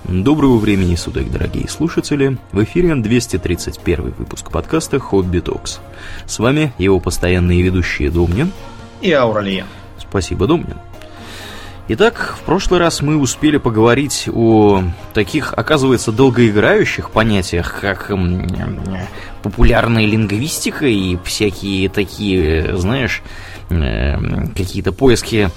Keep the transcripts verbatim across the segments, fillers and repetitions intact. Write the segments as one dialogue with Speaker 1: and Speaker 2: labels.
Speaker 1: Доброго времени суток, дорогие слушатели. В эфире двести тридцать первый выпуск подкаста Hobby Talks. С вами его постоянные ведущие Домнин
Speaker 2: и Ауралия.
Speaker 1: Спасибо, Домнин. Итак, в прошлый раз мы успели поговорить о таких, оказывается, долгоиграющих понятиях, как м- популярная лингвистика и всякие такие, знаешь, э- какие-то поиски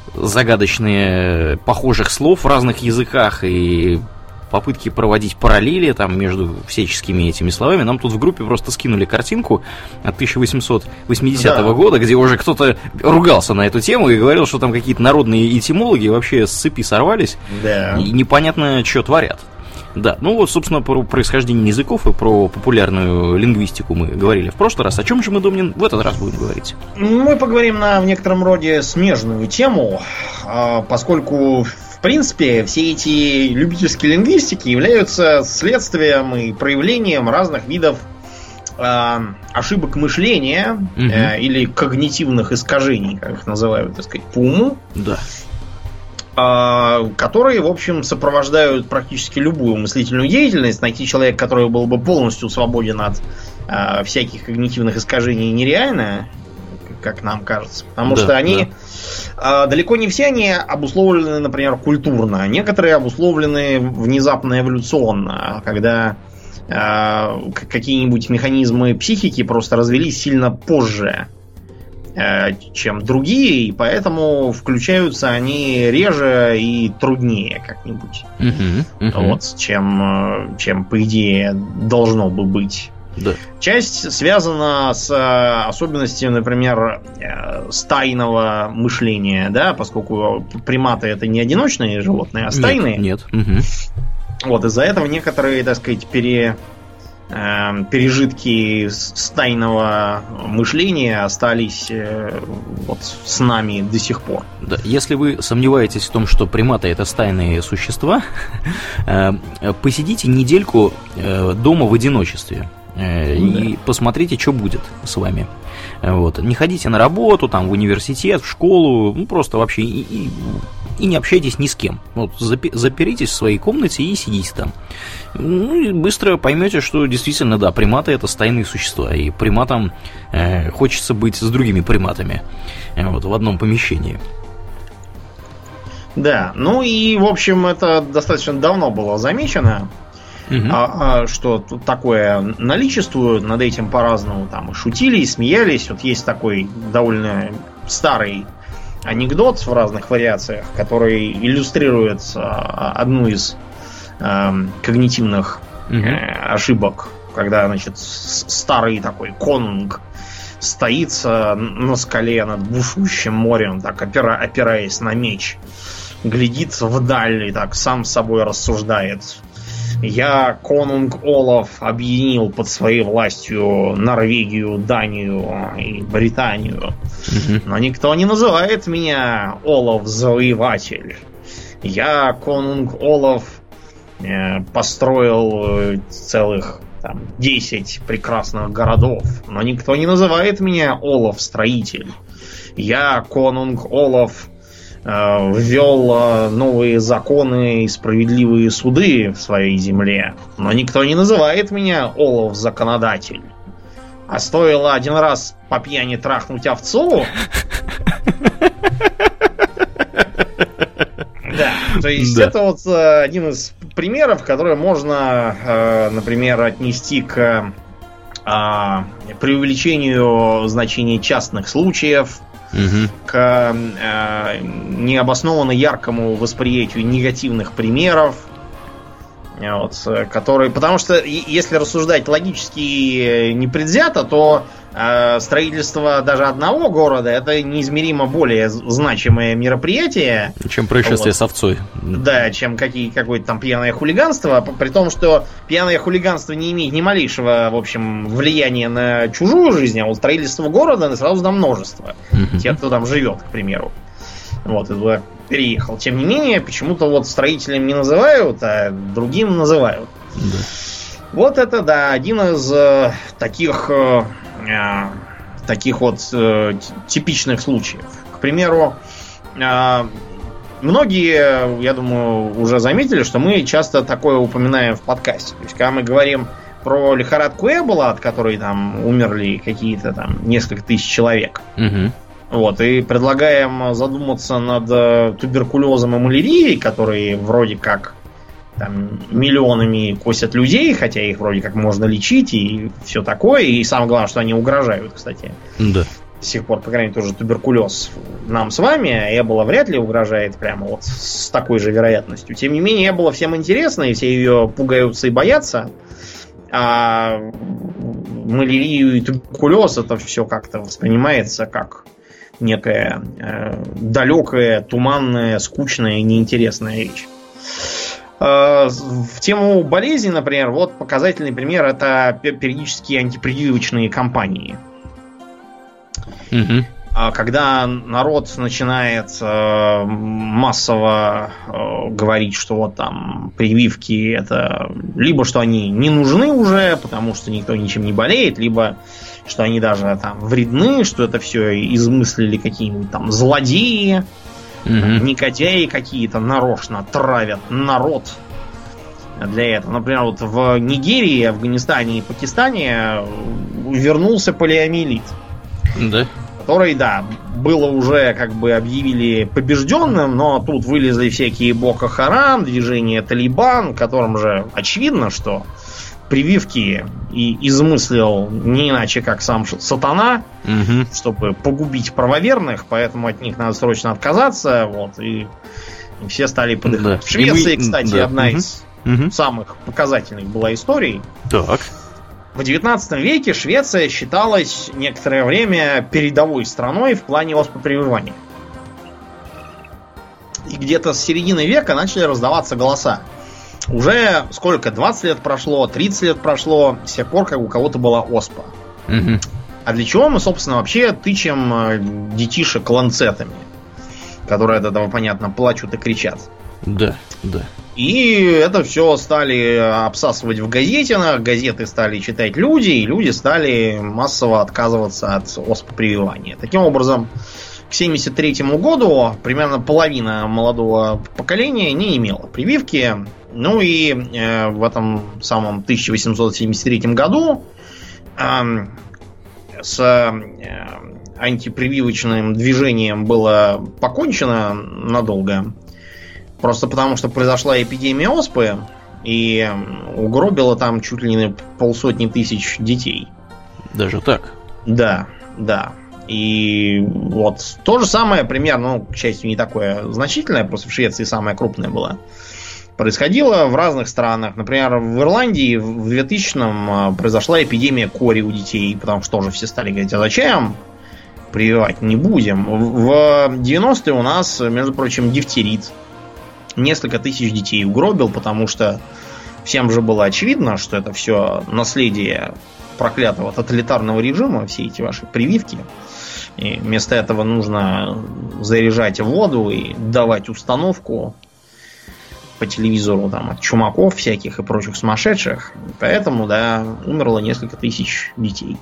Speaker 1: загадочные похожих слов в разных языках и попытки проводить параллели там между всяческими этими словами. Нам тут в группе просто скинули картинку от тысяча восемьсот восьмидесятого да. года, где уже кто-то ругался на эту тему и говорил, что там какие-то народные этимологи вообще с цепи сорвались, да. И непонятно, что творят. Да, ну вот, собственно, про происхождение языков и про популярную лингвистику мы говорили в прошлый раз. О чем же мы, Домнин, в этот раз будем говорить?
Speaker 2: Мы поговорим на в некотором роде смежную тему, поскольку, в принципе, все эти любительские лингвистики являются следствием и проявлением разных видов ошибок мышления, угу. или когнитивных искажений, как их называют, так сказать, по уму.
Speaker 1: Да.
Speaker 2: Которые, в общем, сопровождают практически любую мыслительную деятельность. Найти человека, который был бы полностью свободен от э, всяких когнитивных искажений, нереально, как нам кажется. Потому да, что они, да. э, далеко не все они обусловлены, например, культурно. Некоторые обусловлены внезапно эволюционно, когда э, какие-нибудь механизмы психики просто развились сильно позже, чем другие, и поэтому включаются они реже и труднее как-нибудь. Uh-huh, uh-huh. Вот, чем, чем, по идее, должно бы быть. Да. Часть связана с особенностями, например, стайного мышления, да, поскольку приматы это не одиночные животные, а стайные.
Speaker 1: Нет, нет. Uh-huh.
Speaker 2: Вот, из-за этого некоторые, так сказать, пере... пережитки стайного мышления остались вот с нами до сих пор.
Speaker 1: Да, если вы сомневаетесь в том, что приматы это стайные существа, посидите недельку дома в одиночестве и да. посмотрите, что будет с вами. Вот. Не ходите на работу, там, в университет, в школу, ну просто вообще и, и, и не общайтесь ни с кем. Вот, заперитесь в своей комнате и сидите там. Ну и быстро поймете, что действительно, да, приматы это стайные существа, и приматам э, хочется быть с другими приматами э, вот, в одном помещении.
Speaker 2: Да, ну и, в общем, это достаточно давно было замечено. Uh-huh. А, а, что тут такое наличествует, над этим по-разному там и шутили, и смеялись. Вот есть такой довольно старый анекдот в разных вариациях, который иллюстрирует а, одну из а, когнитивных uh-huh. а, ошибок, когда, значит, старый такой конунг стоит а, на скале над бушующим морем, так опира, опираясь на меч, глядит вдаль и так сам с собой рассуждает. Я, конунг Олаф, объединил под своей властью Норвегию, Данию и Британию. Mm-hmm. Но никто не называет меня Олаф-завоеватель. Я, конунг Олаф, э, построил целых там, десять прекрасных городов. Но никто не называет меня Олаф-строитель. Я, конунг Олаф, ввел новые законы и справедливые суды в своей земле. Но никто не называет меня Олаф-законодатель. А стоило один раз по пьяни трахнуть овцу... Да, то есть это вот один из примеров, который можно, например, отнести к преувеличению значения частных случаев, угу. к э, необоснованно яркому восприятию негативных примеров, вот, которые, потому что если рассуждать логически непредвзято, то э, строительство даже одного города это неизмеримо более значимое мероприятие,
Speaker 1: чем происшествие вот. С овцой.
Speaker 2: Да, чем какие, какое-то там пьяное хулиганство, при том, что пьяное хулиганство не имеет ни малейшего, в общем, влияния на чужую жизнь, а вот строительство города сразу на множество. Mm-hmm. Тех, кто там живет, к примеру. Вот, и туда переехал. Тем не менее, почему-то вот строителям не называют, а другим называют. Да. Вот это, да, один из э, таких э, таких вот э, типичных случаев. К примеру, э, многие, я думаю, уже заметили, что мы часто такое упоминаем в подкасте. То есть, когда мы говорим про лихорадку Эбола, от которой там умерли какие-то там несколько тысяч человек,
Speaker 1: угу.
Speaker 2: вот, и предлагаем задуматься над туберкулезом и малярией, которые вроде как там миллионами косят людей, хотя их вроде как можно лечить и все такое. И самое главное, что они угрожают, кстати.
Speaker 1: Да.
Speaker 2: До сих пор, по крайней мере, тоже туберкулез нам с вами, а Эбола вряд ли угрожает прямо вот с такой же вероятностью. Тем не менее, Эбола всем интересна, и все ее пугаются и боятся. А малярию и туберкулез это все как-то воспринимается как некая э, далекая, туманная, скучная и неинтересная вещь. В тему болезни, например, вот показательный пример — это периодические антипрививочные кампании.
Speaker 1: Угу.
Speaker 2: Когда народ начинает массово говорить, что вот там прививки это либо что они не нужны уже, потому что никто ничем не болеет, либо что они даже там вредны, что это все измыслили какие-нибудь там злодеи. Mm-hmm. Негодяи какие-то нарочно травят народ для этого. Например, вот в Нигерии, Афганистане и Пакистане вернулся полиомиелит.
Speaker 1: Да.
Speaker 2: Который, да, было уже как бы объявили побежденным, но тут вылезли всякие Боко Харам, движение Талибан, которым же очевидно, что прививки и измыслил не иначе, как сам сатана, угу. чтобы погубить правоверных, поэтому от них надо срочно отказаться, вот, и, и все стали подыхать. Да. В Швеции, мы... кстати, да. одна угу. из угу. самых показательных была историй.
Speaker 1: Так.
Speaker 2: В девятнадцатом веке Швеция считалась некоторое время передовой страной в плане оспопрививания. И где-то с середины века начали раздаваться голоса. Уже сколько? двадцать лет прошло, тридцать лет прошло, с тех пор, как у кого-то была оспа.
Speaker 1: Угу.
Speaker 2: А для чего мы, собственно, вообще тычем детишек ланцетами, которые от этого, понятно, плачут и кричат?
Speaker 1: Да, да.
Speaker 2: И это все стали обсасывать в газетинах, газеты стали читать люди, и люди стали массово отказываться от оспопрививания. Таким образом, к семьдесят третьему году примерно половина молодого поколения не имела прививки. Ну и э, в этом самом тысяча восемьсот семьдесят третьем году э, с э, антипрививочным движением было покончено надолго. Просто потому, что произошла эпидемия оспы и угробила там чуть ли не полсотни тысяч детей.
Speaker 1: Даже так?
Speaker 2: Да, да. И вот то же самое, примерно, ну, к счастью, не такое значительное, просто в Швеции самое крупное было, происходило в разных странах. Например, в Ирландии в двухтысячном произошла эпидемия кори у детей, потому что тоже все стали говорить, а зачем прививать? Не будем. В девяностые у нас, между прочим, дифтерит несколько тысяч детей угробил, потому что всем же было очевидно, что это все наследие проклятого тоталитарного режима, все эти ваши прививки. И вместо этого нужно заряжать воду и давать установку по телевизору там, от чумаков всяких и прочих сумасшедших. Поэтому, да, умерло несколько тысяч детей.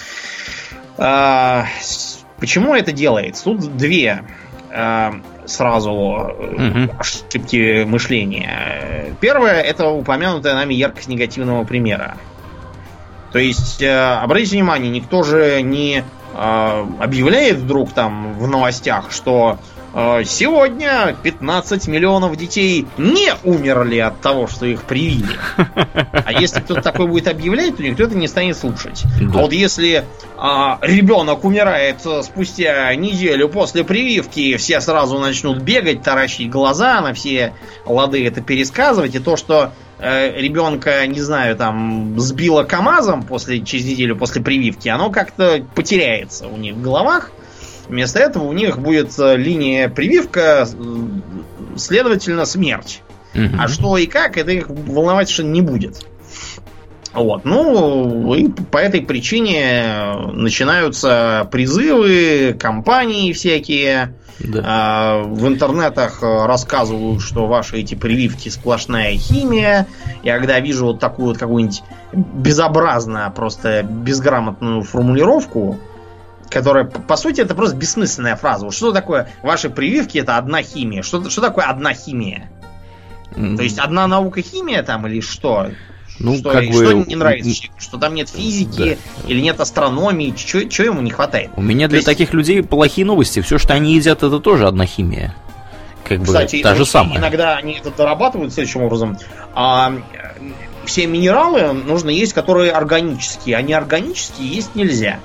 Speaker 2: А, почему это делается? Тут две а, сразу угу. ошибки мышления. Первое — это упомянутая нами яркость негативного примера. То есть, обратите внимание, никто же не объявляет вдруг там в новостях, что сегодня пятнадцать миллионов детей не умерли от того, что их привили. А если кто-то такой будет объявлять, то никто это не станет слушать. Да. А вот если а, ребенок умирает спустя неделю после прививки, все сразу начнут бегать, таращить глаза, на все лады это пересказывать. И то, что э, ребенка, не знаю, там сбило КамАЗом после, через неделю после прививки, оно как-то потеряется у них в головах. Вместо этого у них будет линия прививка, следовательно, смерть. Угу. А что и как, это их волновать совершенно не будет. Вот. Ну, и по этой причине начинаются призывы, кампании всякие. Да. В интернетах рассказывают, что ваши эти прививки сплошная химия. Я когда вижу вот такую вот какую-нибудь безобразно, просто безграмотную формулировку, которая, по сути, это просто бессмысленная фраза. Что такое ваши прививки? Это одна химия. Что, что такое одна химия? Mm. То есть одна наука химия там или что?
Speaker 1: Ну,
Speaker 2: что,
Speaker 1: как
Speaker 2: что
Speaker 1: бы...
Speaker 2: не нравится? Что там нет физики, да, или нет астрономии? Чего ему не хватает?
Speaker 1: У меня для
Speaker 2: есть...
Speaker 1: таких людей плохие новости. Все, что они едят, это тоже одна химия. Как бы
Speaker 2: Кстати,
Speaker 1: та же самая.
Speaker 2: Иногда они это дорабатывают следующим образом. А, все минералы нужно есть, которые органические, а неорганические есть нельзя.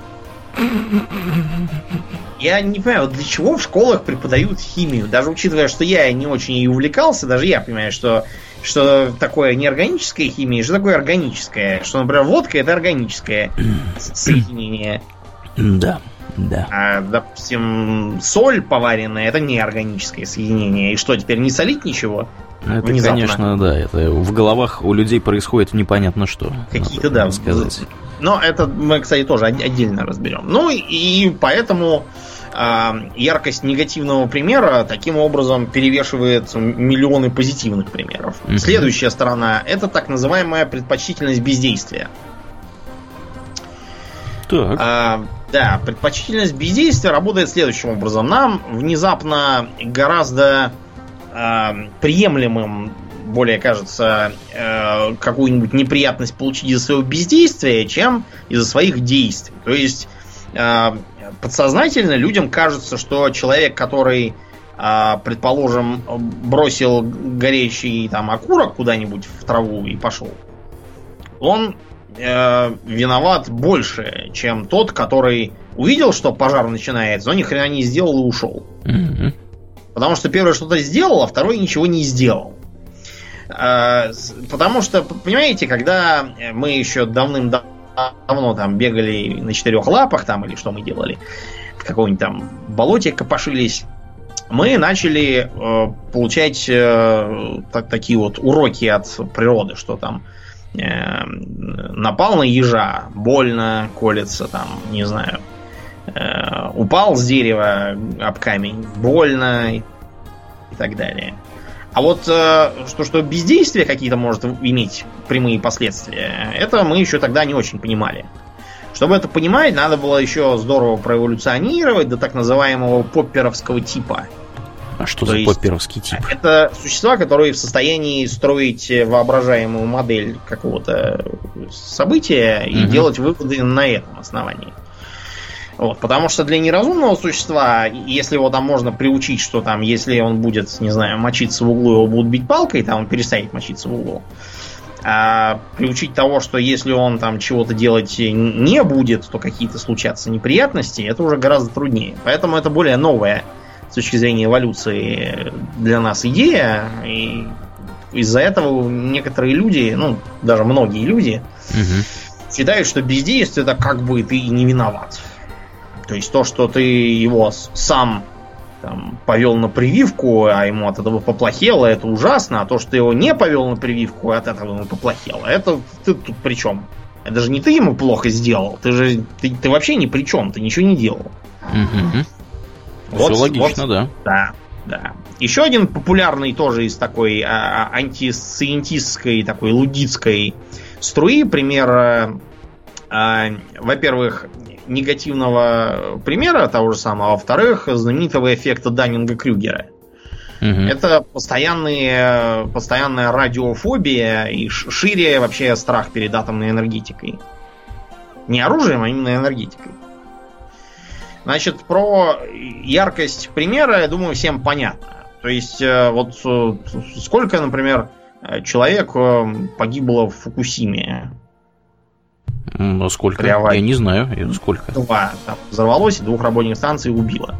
Speaker 2: Я не понимаю, для чего в школах преподают химию. Даже учитывая, что я не очень и увлекался, даже я понимаю, что, что такое неорганическая химия, что такое органическая. Что, например, водка — это органическое соединение.
Speaker 1: Да, да.
Speaker 2: А, допустим, соль поваренная — это неорганическое соединение. И что, теперь не солить ничего?
Speaker 1: Это,
Speaker 2: внезапно?
Speaker 1: Конечно, да. Это в головах у людей происходит непонятно что.
Speaker 2: Какие-то, да,
Speaker 1: сказать.
Speaker 2: Но это мы, кстати, тоже отдельно разберем. Ну и поэтому э, яркость негативного примера таким образом перевешивает миллионы позитивных примеров. Mm-hmm. Следующая сторона — это так называемая предпочтительность бездействия.
Speaker 1: Так.
Speaker 2: А, да, предпочтительность бездействия работает следующим образом. Нам внезапно гораздо э, приемлемым более кажется э, какую-нибудь неприятность получить из-за своего бездействия, чем из-за своих действий. То есть э, подсознательно людям кажется, что человек, который, э, предположим, бросил горящий там окурок куда-нибудь в траву и пошел, он э, виноват больше, чем тот, который увидел, что пожар начинается, но ни хрена не сделал и ушел. Mm-hmm. Потому что первый что-то сделал, а второй ничего не сделал. Потому что, понимаете, когда мы еще давным-давно там бегали на четырех лапах, там, или что мы делали, в каком-нибудь там болоте копошились, мы начали э, получать э, так, такие вот уроки от природы, что там э, напал на ежа, больно, колется, там, не знаю, э, упал с дерева об камень, больно и так далее. А вот э, что, что бездействие какие-то может иметь прямые последствия, это мы еще тогда не очень понимали. Чтобы это понимать, надо было еще здорово проэволюционировать до так называемого попперовского типа.
Speaker 1: А что
Speaker 2: То
Speaker 1: за
Speaker 2: есть,
Speaker 1: попперовский тип?
Speaker 2: Это существа, которые в состоянии строить воображаемую модель какого-то события и угу. делать выводы на этом основании. Вот, потому что для неразумного существа, если его там можно приучить, что там, если он будет, не знаю, мочиться в углу, его будут бить палкой, там он перестанет мочиться в углу. А приучить того, что если он там чего-то делать не будет, то какие-то случатся неприятности, это уже гораздо труднее. Поэтому это более новая с точки зрения эволюции для нас идея. И из-за этого некоторые люди, ну, даже многие люди, угу. считают, что бездействие — это как бы ты не виноват. То есть то, что ты его сам там, повел на прививку, а ему от этого поплохело, это ужасно. А то, что ты его не повел на прививку, от этого ему поплохело, это ты тут при чем? Это же не ты ему плохо сделал. Ты же ты, ты вообще ни при чем, ты ничего не делал.
Speaker 1: Угу.
Speaker 2: Вот,
Speaker 1: все логично,
Speaker 2: вот,
Speaker 1: да.
Speaker 2: Да, да. Еще один популярный тоже из такой а, антисциентистской, такой лудитской струи пример, а, а, во-первых, негативного примера того же самого, а во-вторых, знаменитого эффекта Даннинга-Крюгера. Угу. Это постоянные, постоянная радиофобия и шире вообще страх перед атомной энергетикой. Не оружием, а именно энергетикой. Значит, про яркость примера, я думаю, всем понятно. То есть, вот сколько, например, человек погибло в Фукусиме?
Speaker 1: Ну, сколько? Я не знаю. Сколько?
Speaker 2: Два. Там взорвалось, и двух работников станции убило.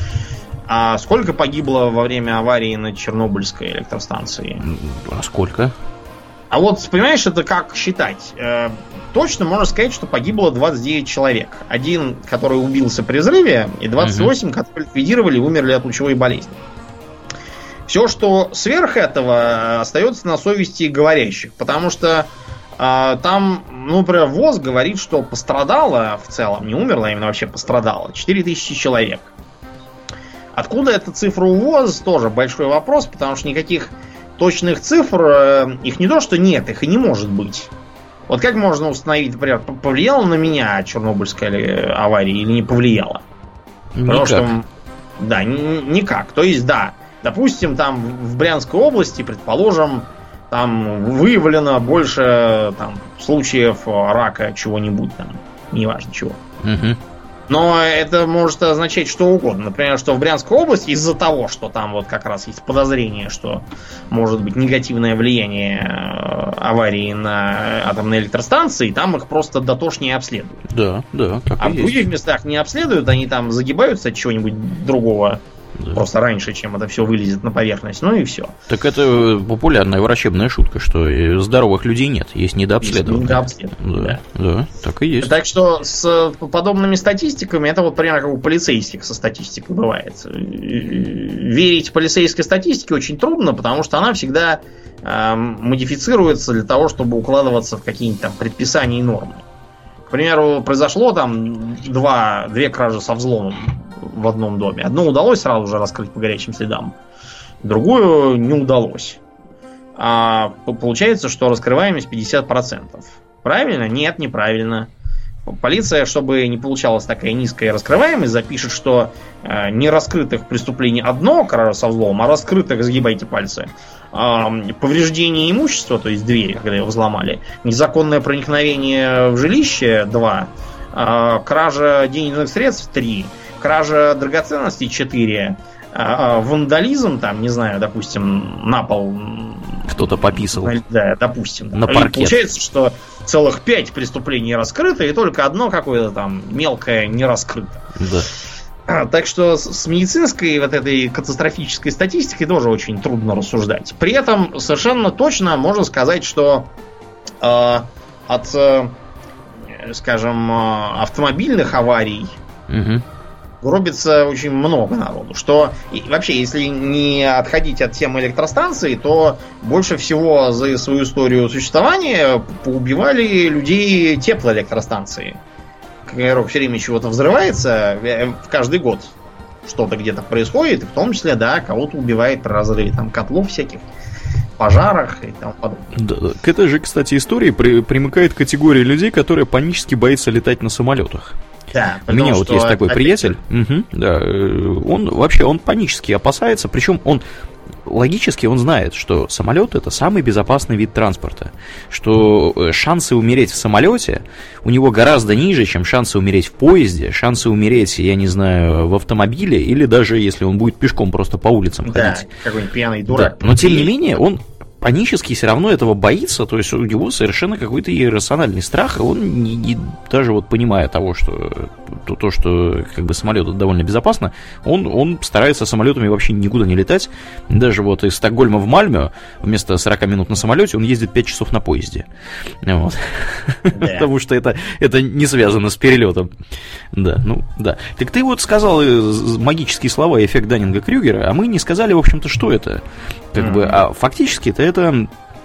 Speaker 2: А сколько погибло во время аварии на Чернобыльской электростанции?
Speaker 1: А сколько?
Speaker 2: А вот, понимаешь, это как считать? Э, точно можно сказать, что погибло двадцать девять человек. Один, который убился при взрыве, и двадцать восемь, угу. которые ликвидировали и умерли от лучевой болезни. Все, что сверх этого, остается на совести говорящих. Потому что э, там, ну, например, ВОЗ говорит, что пострадало в целом, не умерло, а именно вообще пострадало, четыре тысячи человек. Откуда эта цифра у ВОЗ, тоже большой вопрос, потому что никаких точных цифр, их не то, что нет, их и не может быть. Вот как можно установить, например, повлияла на меня Чернобыльская авария или не повлияла?
Speaker 1: Никак.
Speaker 2: Потому что, да, никак. То есть, да, допустим, там в Брянской области, предположим, там выявлено больше там, случаев рака чего-нибудь там, неважно чего.
Speaker 1: Угу.
Speaker 2: Но это может означать что угодно. Например, что в Брянской области из-за того, что там вот как раз есть подозрение, что может быть негативное влияние аварии на атомные электростанции, там их просто дотошнее обследуют.
Speaker 1: Да, да, так
Speaker 2: а
Speaker 1: и
Speaker 2: в
Speaker 1: есть.
Speaker 2: других местах не обследуют, они там загибаются от чего-нибудь другого. Да. Просто раньше, чем это все вылезет на поверхность, ну и все.
Speaker 1: Так это популярная врачебная шутка, что здоровых людей нет, есть недообследованные.
Speaker 2: Недообследованные,
Speaker 1: да, да. Да, так и есть.
Speaker 2: Так что с подобными статистиками, это вот примерно как у полицейских со статистикой бывает. Верить полицейской статистике очень трудно, потому что она всегда э, модифицируется для того, чтобы укладываться в какие-нибудь там предписания и нормы. К примеру, произошло там два, две кражи со взломом в одном доме. Одну удалось сразу же раскрыть по горячим следам, другую не удалось. А получается, что раскрываемость пятьдесят процентов. Правильно? Нет, неправильно. Полиция, чтобы не получалась такая низкая раскрываемость, запишет, что э, не раскрытых преступлений одно, кража со взломом, а раскрытых, сгибайте пальцы, э, повреждение имущества, то есть дверь, когда его взломали, незаконное проникновение в жилище два, э, кража денежных средств три, кража драгоценностей четыре, э, вандализм, там, не знаю, допустим, на пол
Speaker 1: кто-то пописал.
Speaker 2: Да, допустим.
Speaker 1: На
Speaker 2: да.
Speaker 1: паркет.
Speaker 2: Получается, что целых пять преступлений раскрыто, и только одно какое-то там мелкое не раскрыто.
Speaker 1: Да.
Speaker 2: А, так что с, с медицинской вот этой катастрофической статистикой тоже очень трудно рассуждать. При этом совершенно точно можно сказать, что э, от, э, скажем, э, автомобильных аварий
Speaker 1: угу.
Speaker 2: гробится очень много народу. Что и вообще, если не отходить от темы электростанции, то больше всего за свою историю существования поубивали людей теплоэлектростанции. Когда все время чего-то взрывается, каждый год что-то где-то происходит, и в том числе, да, кого-то убивает при разрыве там котлов всяких, пожарах и тому подобное.
Speaker 1: Да, к этой же, кстати, истории при, примыкает категория людей, которые панически боятся летать на самолетах.
Speaker 2: Да,
Speaker 1: у меня вот есть такой опять... приятель, угу, да, он вообще он панически опасается, причем он логически он знает, что самолет это самый безопасный вид транспорта, что шансы умереть в самолете у него гораздо ниже, чем шансы умереть в поезде, шансы умереть, я не знаю, в автомобиле или даже если он будет пешком просто по улицам
Speaker 2: да,
Speaker 1: ходить.
Speaker 2: Какой-нибудь пьяный дурак.
Speaker 1: Да, но тем не менее он панически все равно этого боится, то есть у него совершенно какой-то иррациональный страх, и он не, не, даже вот понимая того, что то, то что как бы самолет это довольно безопасно, он, он старается самолетами вообще никуда не летать, даже вот из Стокгольма в Мальмё вместо сорок минут на самолете он ездит пять часов на поезде, вот. Потому что это, это не связано с перелетом. Да, ну да. Так ты вот сказал магические слова эффект Даннинга-Крюгера, а мы не сказали, в общем-то, что это. Как mm-hmm. бы, а фактически-то это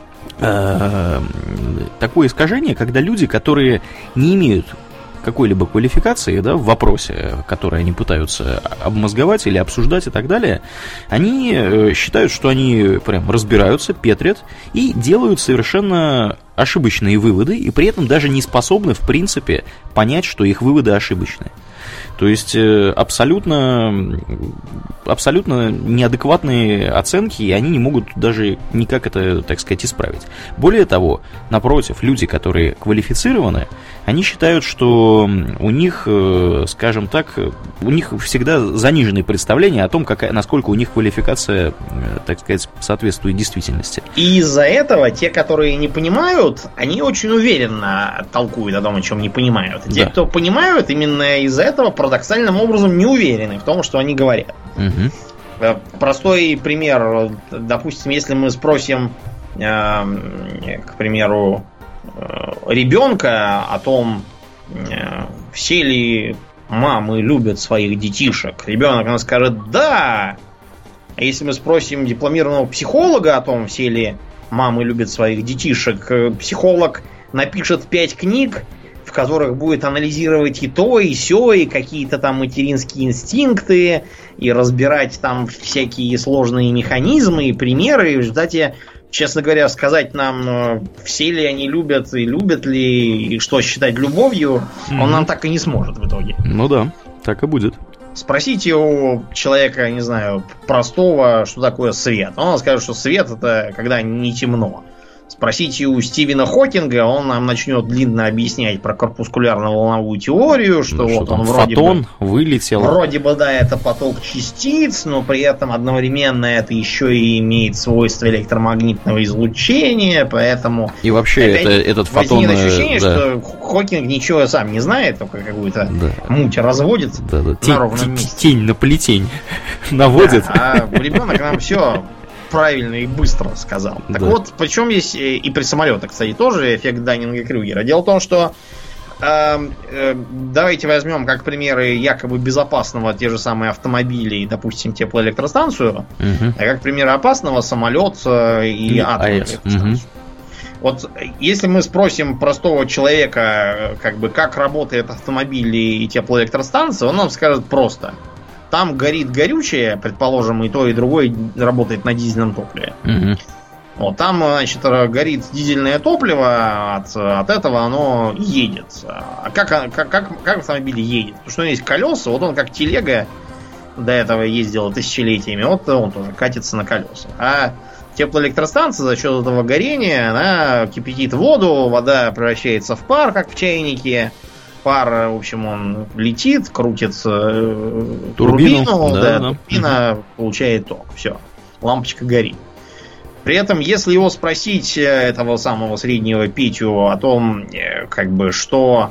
Speaker 1: э, такое искажение, когда люди, которые не имеют какой-либо квалификации, да, в вопросе, который они пытаются обмозговать или обсуждать и так далее, они считают, что они прям разбираются, петрят и делают совершенно ошибочные выводы, и при этом даже не способны, в принципе, понять, что их выводы ошибочны. То есть абсолютно, абсолютно неадекватные оценки, и они не могут даже никак это, так сказать, исправить. Более того, напротив, люди, которые квалифицированы, они считают, что у них, скажем так, у них всегда заниженные представления о том, какая, насколько у них квалификация, так сказать, соответствует действительности.
Speaker 2: И из-за этого те, которые не понимают, они очень уверенно толкуют о том, о чем не понимают. Те, да. кто понимают, именно из-за этого парадоксальным образом не уверены в том, что они говорят. Угу. Простой пример. Допустим, если мы спросим, к примеру, ребенка о том, все ли мамы любят своих детишек, ребенок нам скажет «да». А если мы спросим дипломированного психолога о том, все ли мамы любят своих детишек, психолог напишет пять книг, в которых будет анализировать и то, и сё, и какие-то там материнские инстинкты, и разбирать там всякие сложные механизмы и примеры. И в результате, честно говоря, сказать нам, все ли они любят, и любят ли, и что считать любовью, mm-hmm. он нам так и не сможет в итоге.
Speaker 1: Ну да, так и будет.
Speaker 2: Спросите у человека, не знаю, простого, что такое свет. Он скажет, что свет — это когда не темно. Спросите у Стивена Хокинга, он нам начнет длинно объяснять про корпускулярно-волновую теорию, что, ну, вот что он вроде
Speaker 1: фотон
Speaker 2: бы,
Speaker 1: вылетел.
Speaker 2: Вроде бы, да, это поток частиц, но при этом одновременно это еще и имеет свойства электромагнитного излучения, поэтому...
Speaker 1: И вообще это, этот фотон...
Speaker 2: Возникает ощущение,
Speaker 1: да.
Speaker 2: что Хокинг ничего сам не знает, только какую-то да. муть разводит
Speaker 1: да, да.
Speaker 2: на
Speaker 1: Тень,
Speaker 2: ровном месте.
Speaker 1: Тень на плетень наводит.
Speaker 2: Да, а ребенок нам все... правильно и быстро сказал. Так да. вот, причем есть и при самолетах, кстати, тоже эффект Даннинга-Крюгера. Дело в том, что э, э, давайте возьмем как примеры якобы безопасного те же самые автомобили, допустим, теплоэлектростанцию, угу. а как примеры опасного самолет э, и, и атомную электростанцию. Угу. Вот если мы спросим простого человека, как бы, как работает автомобиль и теплоэлектростанция, он нам скажет просто: там горит горючее, предположим, и то, и другое работает на дизельном топливе. Mm-hmm. Вот, там, значит, горит дизельное топливо, от, от этого оно едет. А как, как, как, как автомобиль едет? Потому что у него есть колеса, вот он как телега до этого ездил тысячелетиями, вот он тоже катится на колесах. А теплоэлектростанция за счет этого горения, она кипятит воду, вода превращается в пар, как в чайнике. Пар, в общем, он летит, крутит э, турбину, турбину да, да, турбина угу. получает ток. Все, лампочка горит. При этом, если его спросить, этого самого среднего Петю, о том, как бы, что,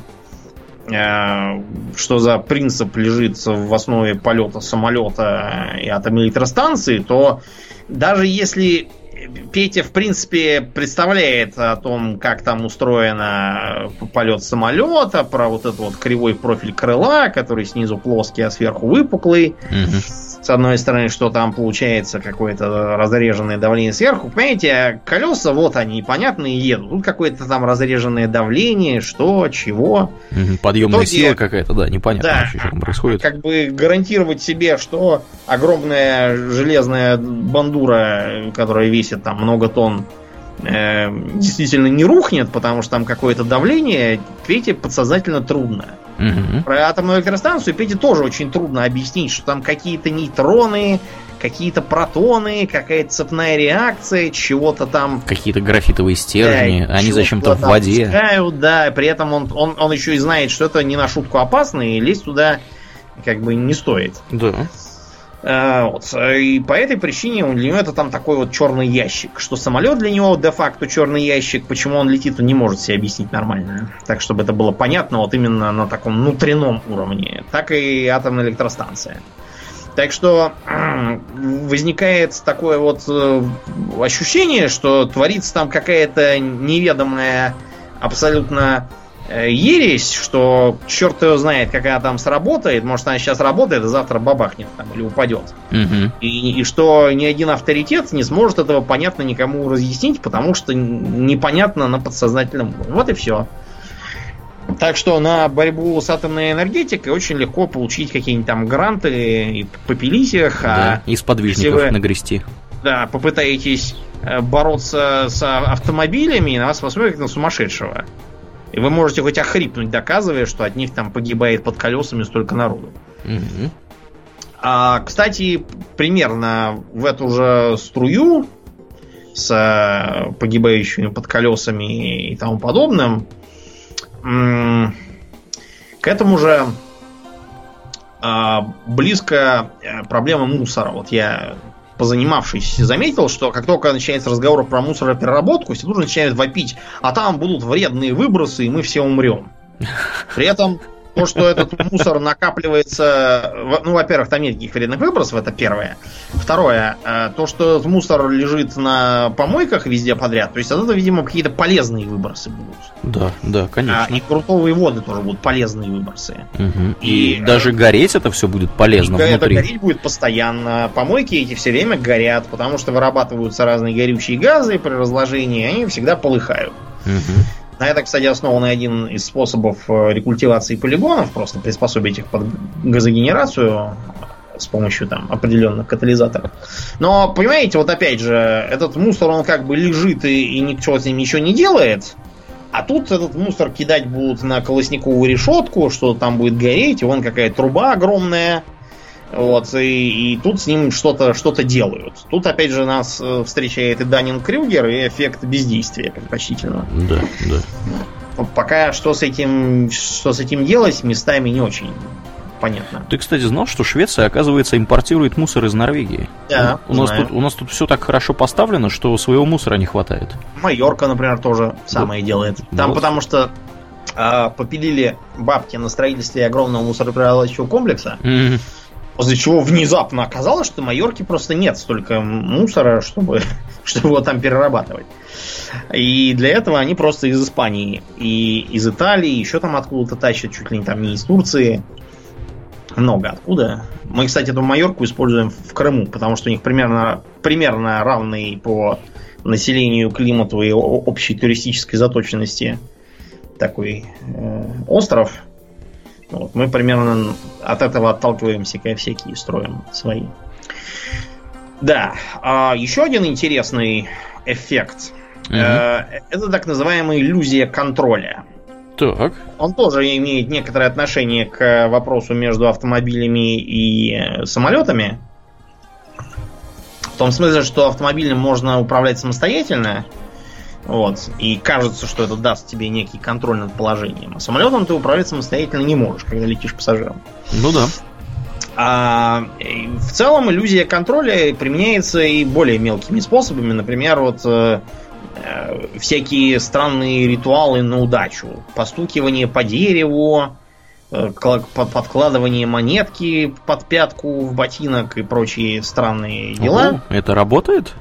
Speaker 2: э, что за принцип лежит в основе полета самолета и атомной электростанции, то даже если Петя, в принципе, представляет о том, как там устроен полет самолета, про вот этот вот кривой профиль крыла, который снизу плоский, а сверху выпуклый. Угу. С одной стороны, что там получается какое-то разреженное давление сверху. Понимаете, колеса, вот они, понятные, едут. Тут какое-то там разреженное давление, что, чего.
Speaker 1: Угу. Подъемная итоге, сила какая-то, да, непонятно да, вообще, что там происходит.
Speaker 2: Как бы гарантировать себе, что огромная железная бандура, которая весит там много тонн, э, действительно не рухнет, потому что там какое-то давление, Пете подсознательно трудно. Угу. Про атомную электростанцию Пете тоже очень трудно объяснить, что там какие-то нейтроны, какие-то протоны, какая-то цепная реакция, чего-то там... Какие-то
Speaker 1: графитовые стержни, да, они зачем-то в воде.
Speaker 2: Пускают, да, при этом он, он, он еще и знает, что это не на шутку опасно, и лезть туда как бы не стоит.
Speaker 1: Да.
Speaker 2: А, вот. И по этой причине для него это там такой вот черный ящик. Что самолет для него де-факто черный ящик, почему он летит, он не может себе объяснить нормально. Так, чтобы это было понятно вот именно на таком внутреннем уровне. Так и атомная электростанция. Так что возникает такое вот ощущение, что творится там какая-то неведомая абсолютно ересь, что черт его знает, как она там сработает. Может, она сейчас работает, а завтра бабахнет там или упадет. Угу. И, и что ни один авторитет не сможет этого понятно никому разъяснить, потому что непонятно на подсознательном уровне. Вот и все. Так что на борьбу с атомной энергетикой очень легко получить какие-нибудь там гранты и попилить их.
Speaker 1: Да, а и сподвижников вы, нагрести.
Speaker 2: Да, попытаетесь бороться с автомобилями, на вас посмотрят как на сумасшедшего. И вы можете хоть охрипнуть, доказывая, что от них там погибает под колесами столько народу. Угу. А, кстати, примерно в эту же струю с погибающими под колесами и тому подобным, к этому же близко проблема мусора. Вот я, позанимавшись, заметил, что как только начинается разговор про мусоропереработку, все тут же начинают вопить: а там будут вредные выбросы, и мы все умрем. При этом то, что этот мусор накапливается... Ну, во-первых, там нет никаких вредных выбросов, это первое. Второе, то, что этот мусор лежит на помойках везде подряд, то есть от этого, видимо, какие-то полезные выбросы будут.
Speaker 1: Да, да, конечно.
Speaker 2: А, и грунтовые воды тоже будут полезные выбросы.
Speaker 1: Угу. И, и даже гореть это все будет полезно
Speaker 2: и
Speaker 1: внутри.
Speaker 2: Это гореть будет постоянно. Помойки эти все время горят, потому что вырабатываются разные горючие газы при разложении, они всегда полыхают. Угу. На это, кстати, основан один из способов рекультивации полигонов, просто приспособить их под газогенерацию с помощью там определенных катализаторов. Но, понимаете, вот опять же, этот мусор, он как бы лежит и, и ничего с ним ничего не делает, а тут этот мусор кидать будут на колосниковую решетку, что там будет гореть, и вон какая труба огромная, вот, и, и тут с ним что-то, что-то делают. Тут, опять же, нас встречает и Даннинг-Крюгер, и эффект бездействия предпочтительно.
Speaker 1: Да, да.
Speaker 2: Пока что с этим, что с этим делать, местами не очень понятно.
Speaker 1: Ты, кстати, знал, что Швеция, оказывается, импортирует мусор из Норвегии?
Speaker 2: Да,
Speaker 1: у нас тут, у нас тут все так хорошо поставлено, что своего мусора не хватает.
Speaker 2: Майорка, например, тоже самое да. делает. Там вот. Потому что э, попилили бабки на строительстве огромного мусороперерабатывающего комплекса, mm-hmm. после чего внезапно оказалось, что в Майорке просто нет столько мусора, чтобы, чтобы его там перерабатывать. И для этого они просто из Испании и из Италии, еще там откуда-то тащат, чуть ли не там не из Турции. Много откуда. Мы, кстати, эту Майорку используем в Крыму, потому что у них примерно, примерно равный по населению, климату и общей туристической заточенности такой э, остров. Вот, мы примерно от этого отталкиваемся, как всякие строим свои. Да. А еще один интересный эффект. Mm-hmm. Э, это так называемая иллюзия контроля.
Speaker 1: Так.
Speaker 2: Он тоже имеет некоторое отношение к вопросу между автомобилями и самолетами. В том смысле, что автомобилем можно управлять самостоятельно. Вот, и кажется, что это даст тебе некий контроль над положением. А самолетом ты управлять самостоятельно не можешь, когда летишь пассажиром.
Speaker 1: Ну да.
Speaker 2: А, в целом иллюзия контроля применяется и более мелкими способами. Например, вот э, всякие странные ритуалы на удачу. Постукивание по дереву, э, подкладывание монетки под пятку в ботинок и прочие странные дела.
Speaker 1: О, это работает?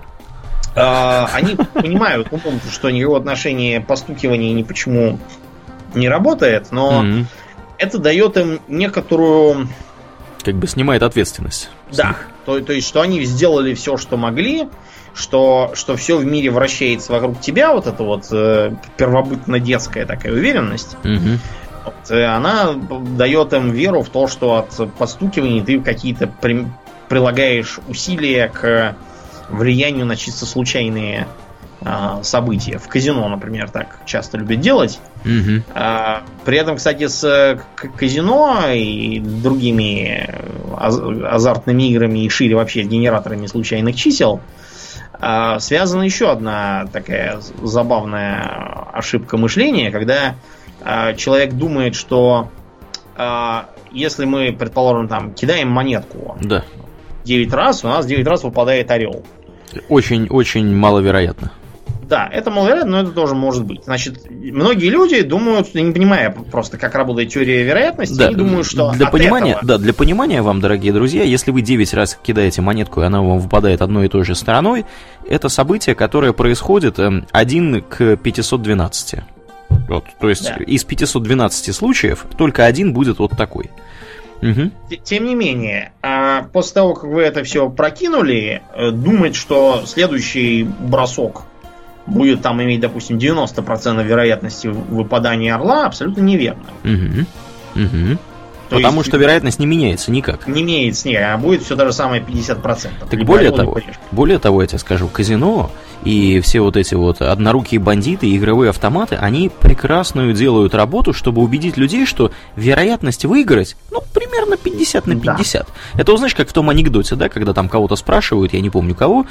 Speaker 2: Они понимают, что никакого отношения постукивания ни почему не работает, но mm-hmm. это дает им некоторую...
Speaker 1: Как бы снимает ответственность.
Speaker 2: Да, то, то есть, что они сделали все, что могли, что, что все в мире вращается вокруг тебя, вот эта вот э, первобытно-детская такая уверенность, mm-hmm. вот, э, она дает им веру в то, что от постукиваний ты какие-то при, прилагаешь усилия к влиянию на чисто случайные а, события. В казино, например, так часто любят делать. Mm-hmm. А, при этом, кстати, с к- казино и другими аз- азартными играми и шире вообще с генераторами случайных чисел а, связана еще одна такая забавная ошибка мышления, когда а, человек думает, что а, если мы, предположим, там кидаем монетку
Speaker 1: да.
Speaker 2: девять раз, у нас девять раз выпадает орел.
Speaker 1: Очень-очень маловероятно.
Speaker 2: Да, это маловероятно, но это тоже может быть. Значит, многие люди думают, не понимая просто, как работает теория вероятности, да, они думают, что
Speaker 1: для
Speaker 2: от
Speaker 1: понимания,
Speaker 2: этого...
Speaker 1: Да, для понимания вам, дорогие друзья, если вы девять раз кидаете монетку, и она вам выпадает одной и той же стороной, это событие, которое происходит один к пятьсот двенадцати. Вот, то есть да. из пятьсот двенадцати случаев только один будет вот такой. Угу.
Speaker 2: Тем не менее, после того, как вы это все прокинули, думать, что следующий бросок будет там иметь, допустим, девяносто процентов вероятности выпадания орла, абсолютно неверно.
Speaker 1: Угу. Угу. Потому есть, что вероятность не меняется никак.
Speaker 2: Не меняется никак, а будет все то же самое пятьдесят процентов.
Speaker 1: Так более того, более того, я тебе скажу, казино и все вот эти вот однорукие бандиты и игровые автоматы, они прекрасную делают работу, чтобы убедить людей, что вероятность выиграть, ну, примерно пятьдесят на пятьдесят. Да. Это, знаешь, как в том анекдоте, да, когда там кого-то спрашивают, я не помню кого,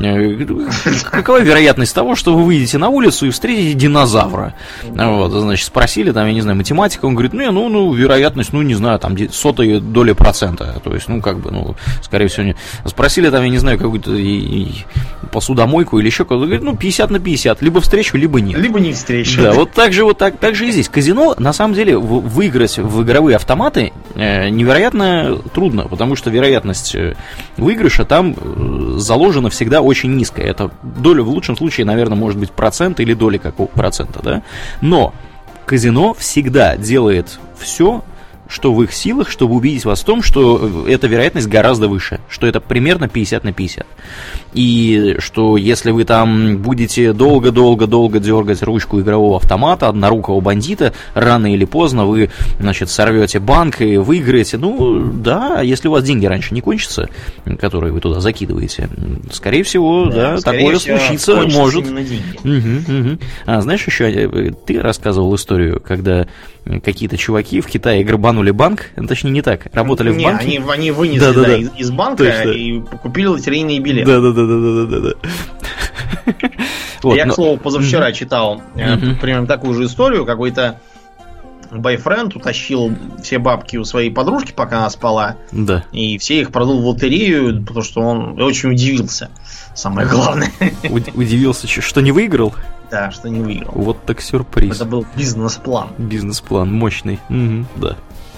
Speaker 1: какова вероятность того, что вы выйдете на улицу и встретите динозавра? Вот, значит, спросили, там, я не знаю, математика, он говорит, ну, ну, ну вероятность, ну, не знаю, там, сотая доля процента, то есть, ну, как бы, ну, скорее всего, не... Спросили, там, я не знаю, какую-то посудомойку или еще кого-то, говорит, ну, пятьдесят на пятьдесят, либо встречу, либо нет.
Speaker 2: Либо не встречу.
Speaker 1: Да, вот так же, вот так, так же и здесь. Казино, на самом деле, в, выиграть в игровые автоматы э, невероятно трудно, потому что вероятность выигрыша там заложена всегда очень низкая. Это доля, в лучшем случае, наверное, может быть процент или доля какого процента, да. Но казино всегда делает все что в их силах, чтобы убедить вас в том, что эта вероятность гораздо выше, что это примерно пятьдесят на пятьдесят. И что если вы там будете долго-долго-долго дергать ручку игрового автомата, однорукого бандита, рано или поздно вы, значит, сорвете банк и выиграете. Ну, да, если у вас деньги раньше не кончатся, которые вы туда закидываете, скорее всего, да, да такое случиться может. Угу, угу. А знаешь, еще ты рассказывал историю, когда какие-то чуваки в Китае грабанули банк, точнее не так, работали
Speaker 2: не,
Speaker 1: в банке.
Speaker 2: Они, они вынесли да, да, да, из, из банка точно. И купили лотерейные билеты.
Speaker 1: Да, да, да, да, да, да, да.
Speaker 2: Вот, я, но... к слову, позавчера mm-hmm. читал mm-hmm. примерно такую же историю. Какой-то бойфренд утащил все бабки у своей подружки, пока она спала.
Speaker 1: Да.
Speaker 2: И все их продал в лотерею, потому что он очень удивился. Самое главное.
Speaker 1: Удивился, что не выиграл?
Speaker 2: Да, что не выиграл.
Speaker 1: Вот так сюрприз.
Speaker 2: Это был бизнес-план.
Speaker 1: Бизнес-план мощный. Угу, да.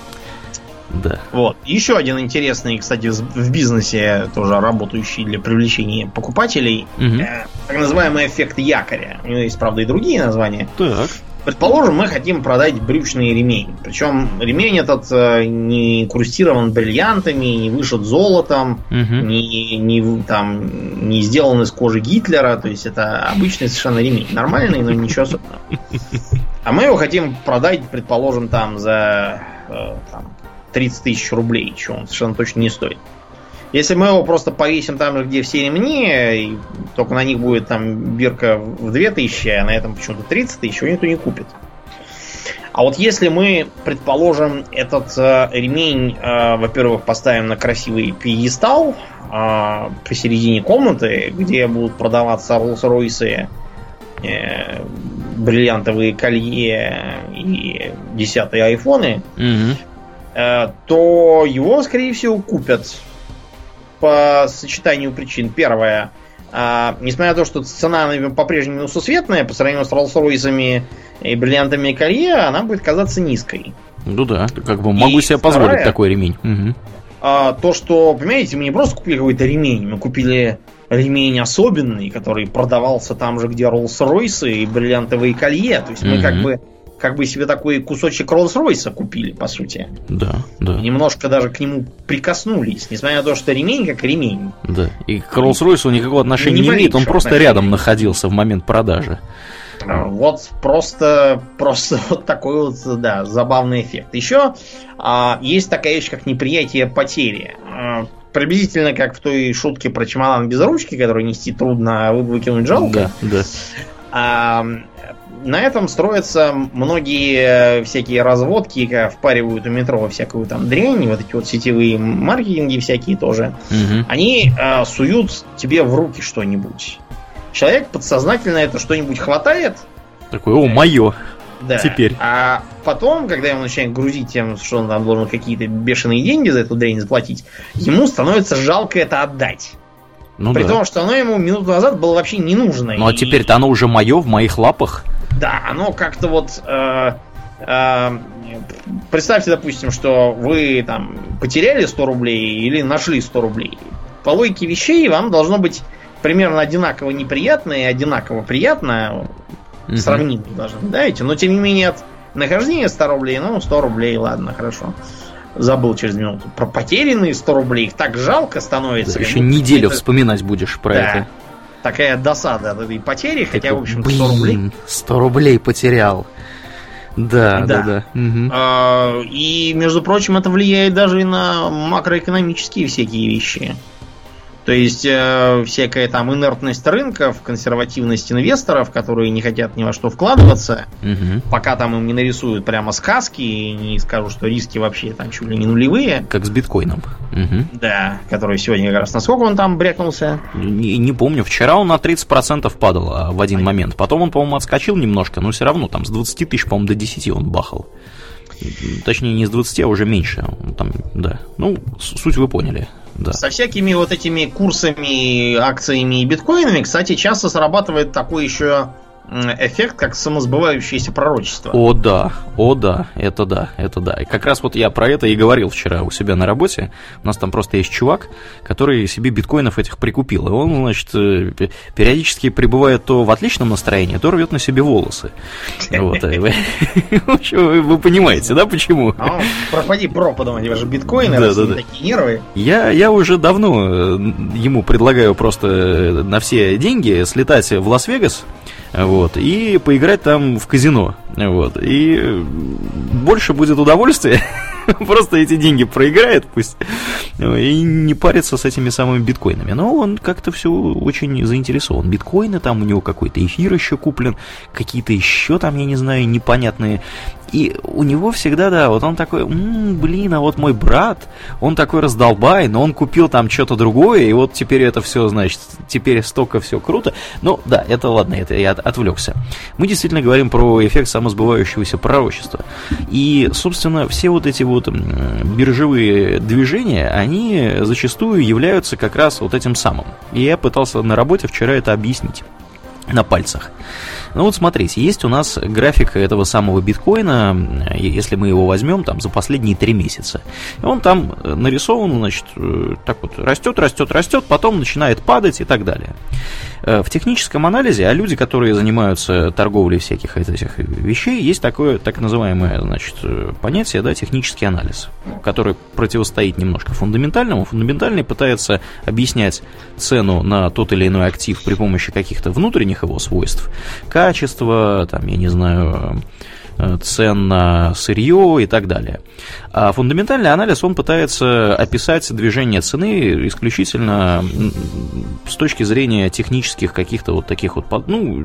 Speaker 1: Да.
Speaker 2: Вот. Еще один интересный, кстати, в бизнесе тоже работающий для привлечения покупателей, угу. э, так называемый эффект якоря. У него есть, правда, и другие названия.
Speaker 1: Так.
Speaker 2: Предположим, мы хотим продать брючный ремень. Причем ремень этот э, не инкрустирован бриллиантами, не вышит золотом, угу. не, не, там, не сделан из кожи Гитлера. То есть это обычный совершенно ремень. Нормальный, но ничего особенного. А мы его хотим продать, предположим, там за э, там, тридцать тысяч рублей, чего он совершенно точно не стоит. Если мы его просто повесим там же, где все ремни, и только на них будет там бирка в две тысячи, а на этом почему-то тридцать тысяч, его никто не купит. А вот если мы, предположим, этот э, ремень, э, во-первых, поставим на красивый пьедестал э, посередине комнаты, где будут продаваться Роллс-Ройсы, э, бриллиантовые колье и десятые айфоны, mm-hmm. э, то его, скорее всего, купят. По сочетанию причин. Первое. А, несмотря на то, что цена по-прежнему несусветная, по сравнению с Роллс-Ройсами и бриллиантами колье, она будет казаться низкой.
Speaker 1: Ну да, как бы могу и себе вторая, позволить такой ремень. Угу.
Speaker 2: А, то, что, понимаете, мы не просто купили какой-то ремень, мы купили ремень особенный, который продавался там же, где Роллс-Ройсы и бриллиантовые колье. То есть угу. мы как бы как бы себе такой кусочек Роллс-Ройса купили, по сути.
Speaker 1: Да, да.
Speaker 2: И немножко даже к нему прикоснулись, несмотря на то, что ремень как ремень.
Speaker 1: Да, и к Роллс-Ройсу никакого отношения не, не имеет, он просто отношения. Рядом находился в момент продажи.
Speaker 2: Вот просто, просто вот такой вот, да, забавный эффект. Еще а, есть такая вещь, как неприятие потери. А, приблизительно как в той шутке про чемодан без ручки, который нести трудно, а выкинуть жалко.
Speaker 1: Да, да.
Speaker 2: А, на этом строятся многие всякие разводки, как впаривают у метро всякую там дрянь, вот эти вот сетевые маркетинги всякие тоже. Угу. Они а, суют тебе в руки что-нибудь. Человек подсознательно это что-нибудь хватает.
Speaker 1: Такой, о, мое.
Speaker 2: Да.
Speaker 1: Теперь.
Speaker 2: А потом, когда ему начинает грузить тем, что он там должен какие-то бешеные деньги за эту дрянь заплатить, ему становится жалко это отдать. Ну При да. том, что оно ему минуту назад было вообще не нужно.
Speaker 1: Ну а и... теперь-то оно уже мое, в моих лапах.
Speaker 2: Да, оно как-то вот... Э, э, представьте, допустим, что вы там потеряли сто рублей или нашли сто рублей. По логике вещей вам должно быть примерно одинаково неприятно и одинаково приятно. Uh-huh. Сравнимо должно быть, да, ведь? Но тем не менее от нахождения сто рублей, ну, сто рублей, ладно, хорошо. Забыл через минуту. Про потерянные сто рублей, их так жалко становится.
Speaker 1: Да, еще неделю это... вспоминать будешь про да. это.
Speaker 2: Такая досада от этой потери, хотя,
Speaker 1: это,
Speaker 2: в общем, сто рублей.
Speaker 1: сто рублей потерял. Да, да, да. да. Угу.
Speaker 2: А, и, между прочим, это влияет даже и на макроэкономические всякие вещи. То есть э, всякая там инертность рынков, консервативность инвесторов, которые не хотят ни во что вкладываться, угу. пока там им не нарисуют прямо сказки и не скажут, что риски вообще там чуть ли не нулевые.
Speaker 1: Как с биткоином. Угу.
Speaker 2: Да, который сегодня как раз насколько он там брякнулся?
Speaker 1: Не, не помню. Вчера он на тридцать процентов падал а, в один а момент. Потом он, по-моему, отскочил немножко, но все равно там с двадцати тысяч, по-моему, до десяти он бахал. Точнее, не с двадцати, а уже меньше. Там, да. Ну, суть вы поняли. Да.
Speaker 2: Со всякими вот этими курсами, акциями и биткоинами, кстати, часто срабатывает такой еще эффект как самосбывающееся пророчество.
Speaker 1: О да, о да, это да, это да. И как раз вот я про это и говорил вчера у себя на работе. У нас там просто есть чувак, который себе биткоинов этих прикупил. И он, значит, периодически пребывает то в отличном настроении, то рвет на себе волосы. Вот. Вы понимаете, да, почему?
Speaker 2: Пропади пропадом, эти же биткоины, раз такие нервы.
Speaker 1: Я уже давно ему предлагаю просто на все деньги слетать в Лас-Вегас, вот, и поиграть там в казино, вот, и больше будет удовольствия. Просто эти деньги проиграет, пусть, и не парится с этими самыми биткоинами. Но он как-то все очень заинтересован. Биткоины, там у него какой-то эфир еще куплен, какие-то еще там, я не знаю, непонятные. И у него всегда, да, вот он такой, м-м, блин, а вот мой брат, он такой раздолбай, но он купил там что-то другое, и вот теперь это все, значит, теперь столько все круто. Ну, да, это ладно, это я отвлекся. Мы действительно говорим про эффект самосбывающегося пророчества. И, собственно, все вот эти вот биржевые движения, они зачастую являются как раз вот этим самым. И я пытался на работе вчера это объяснить на пальцах. Ну вот смотрите, есть у нас график этого самого биткоина, если мы его возьмем там за последние три месяца. И он там нарисован, значит, так вот растет, растет, растет, потом начинает падать и так далее. В техническом анализе, а люди, которые занимаются торговлей всяких этих вещей, есть такое так называемое, значит, понятие, да, технический анализ, который противостоит немножко фундаментальному. Фундаментальный пытается объяснять цену на тот или иной актив при помощи каких-то внутренних его свойств, качества, там, я не знаю, цен на сырье и так далее. А фундаментальный анализ, он пытается описать движение цены исключительно с точки зрения технических каких-то вот таких вот, ну,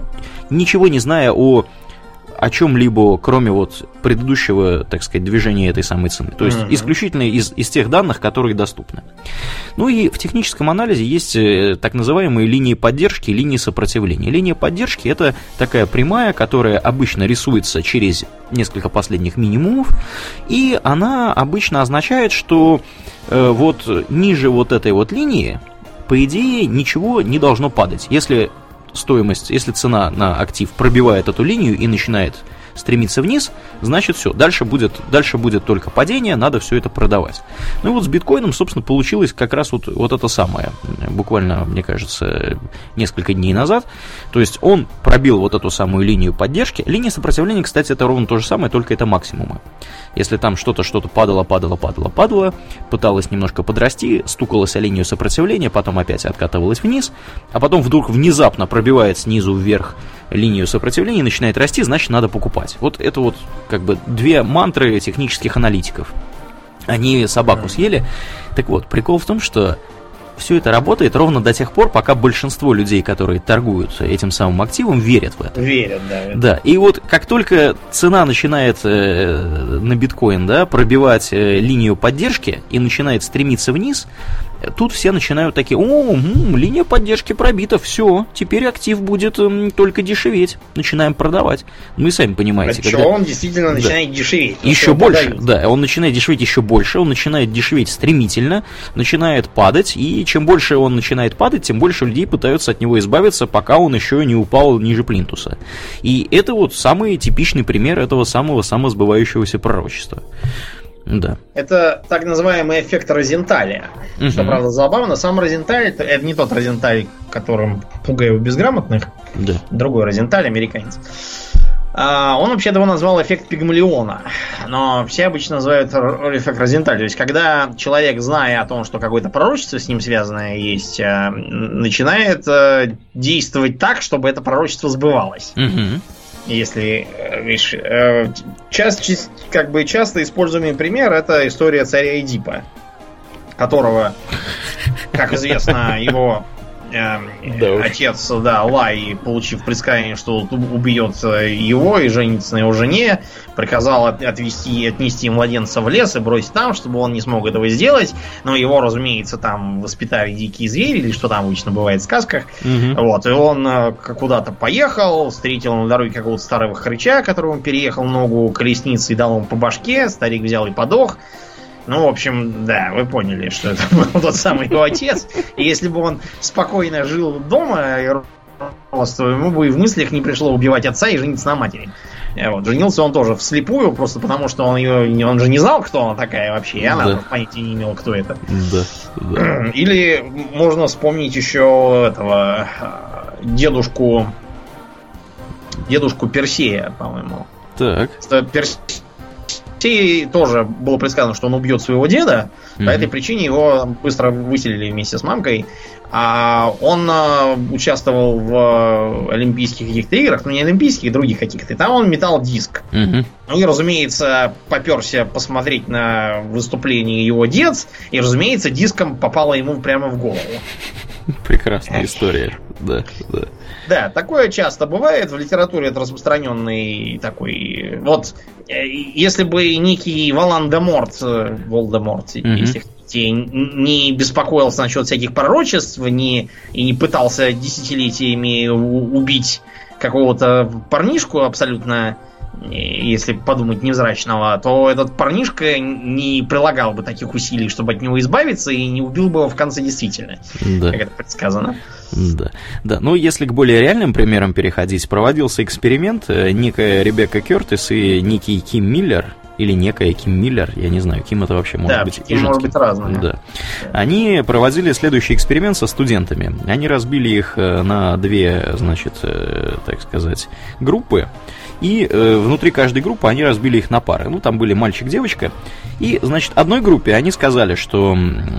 Speaker 1: ничего не зная о о чем-либо, кроме вот предыдущего, так сказать, движения этой самой цены. То есть mm-hmm. исключительно из, из тех данных, которые доступны. Ну и в техническом анализе есть так называемые линии поддержки и линии сопротивления. Линия поддержки – это такая прямая, которая обычно рисуется через несколько последних минимумов, и она обычно означает, что э, вот ниже вот этой вот линии, по идее, ничего не должно падать. Если стоимость, если цена на актив пробивает эту линию и начинает стремиться вниз, значит все, дальше будет, дальше будет только падение, надо все это продавать. Ну и вот с биткоином, собственно, получилось как раз вот, вот это самое, буквально, мне кажется, несколько дней назад. То есть он пробил вот эту самую линию поддержки. Линия сопротивления, кстати, это ровно то же самое, только это максимумы. Если там что-то, что-то падало, падало, падало, падало, пыталось немножко подрасти, стукалось о линию сопротивления, потом опять откатывалось вниз, а потом вдруг внезапно пробивает снизу вверх линию сопротивления и начинает расти, значит, надо покупать. Вот это вот как бы две мантры технических аналитиков. Они собаку съели. Так вот, прикол в том, что все это работает ровно до тех пор, пока большинство людей, которые торгуют этим самым активом, верят в это.
Speaker 2: Верят, да.
Speaker 1: Да, и вот как только цена начинает э, на биткоин, да, пробивать э, линию поддержки и начинает стремиться вниз, тут все начинают такие: о, м, линия поддержки пробита, все, теперь актив будет м, только дешеветь. Начинаем продавать. Ну, вы сами понимаете.
Speaker 2: А когда... он действительно начинает да. дешеветь.
Speaker 1: Еще больше, подают. Да, он начинает дешеветь еще больше, он начинает дешеветь стремительно, начинает падать, и чем больше он начинает падать, тем больше людей пытаются от него избавиться, пока он еще не упал ниже плинтуса. И это вот самый типичный пример этого самого самосбывающегося пророчества. Да.
Speaker 2: Это так называемый эффект Розенталя. Uh-huh. Что, правда, забавно. Сам Розенталь, это, это не тот Розенталь, которым пугаю безграмотных.
Speaker 1: Да.
Speaker 2: Другой Розенталь, американец. А, он вообще его назвал эффект Пигмалиона. Но все обычно называют эффект Розенталь. То есть, когда человек, зная о том, что какое-то пророчество с ним связанное есть, начинает действовать так, чтобы это пророчество сбывалось.
Speaker 1: Uh-huh.
Speaker 2: Если, видишь, часто, как бы часто используемый пример — это история царя Эдипа, которого, как известно, его э, да отец, да, Лай, получив предсказание, что убьет его и женится на его жене, приказал отвести, отнести младенца в лес и бросить там, чтобы он не смог этого сделать. Но его, разумеется, там воспитали дикие звери, или что там обычно бывает в сказках. Угу. Вот, и он куда-то поехал, встретил на дороге какого-то старого хрыча, которому переехал ногу колесницы и дал ему по башке. Старик взял и подох. Ну, в общем, да, вы поняли, что это был тот самый его отец. И если бы он спокойно жил дома, ему бы и в мыслях не пришло убивать отца и жениться на матери. Вот. Женился он тоже вслепую, просто потому что он ее, он же не знал, кто она такая вообще, и она да. понятия не имела, кто это.
Speaker 1: Да, да.
Speaker 2: Или можно вспомнить еще этого дедушку, дедушку Персея, по-моему.
Speaker 1: Так.
Speaker 2: Персей тоже было предсказано, что он убьет своего деда, mm-hmm. по этой причине его быстро выселили вместе с мамкой. А он а, участвовал в олимпийских каких-то играх, ну не олимпийских, других каких-то. И там он метал диск. Mm-hmm. Ну и, разумеется, поперся посмотреть на выступление его дед, и, разумеется, диском попало ему прямо в голову.
Speaker 1: Прекрасная история, да, да.
Speaker 2: Да, такое часто бывает в литературе, это распространенный такой. Вот, если бы некий Волан-де-Морт, Волдеморт, mm-hmm. если хотите, не беспокоился насчет всяких пророчеств, не, и не пытался десятилетиями убить какого-то парнишку абсолютно, если подумать, невзрачного, то этот парнишка не прилагал бы таких усилий, чтобы от него избавиться, и не убил бы его в конце действительно, да. Как это предсказано.
Speaker 1: Да. Да, ну если к более реальным примерам переходить, проводился эксперимент, некая Ребекка Кёртис и некий Ким Миллер, или некая Ким Миллер, я не знаю, Ким это вообще может
Speaker 2: да,
Speaker 1: быть.
Speaker 2: Ким может быть разное.
Speaker 1: Да. Они проводили следующий эксперимент со студентами. Они разбили их на две, значит, так сказать, группы. И э, внутри каждой группы они разбили их на пары. Ну, там были мальчик-девочка. И, значит, одной группе они сказали, что...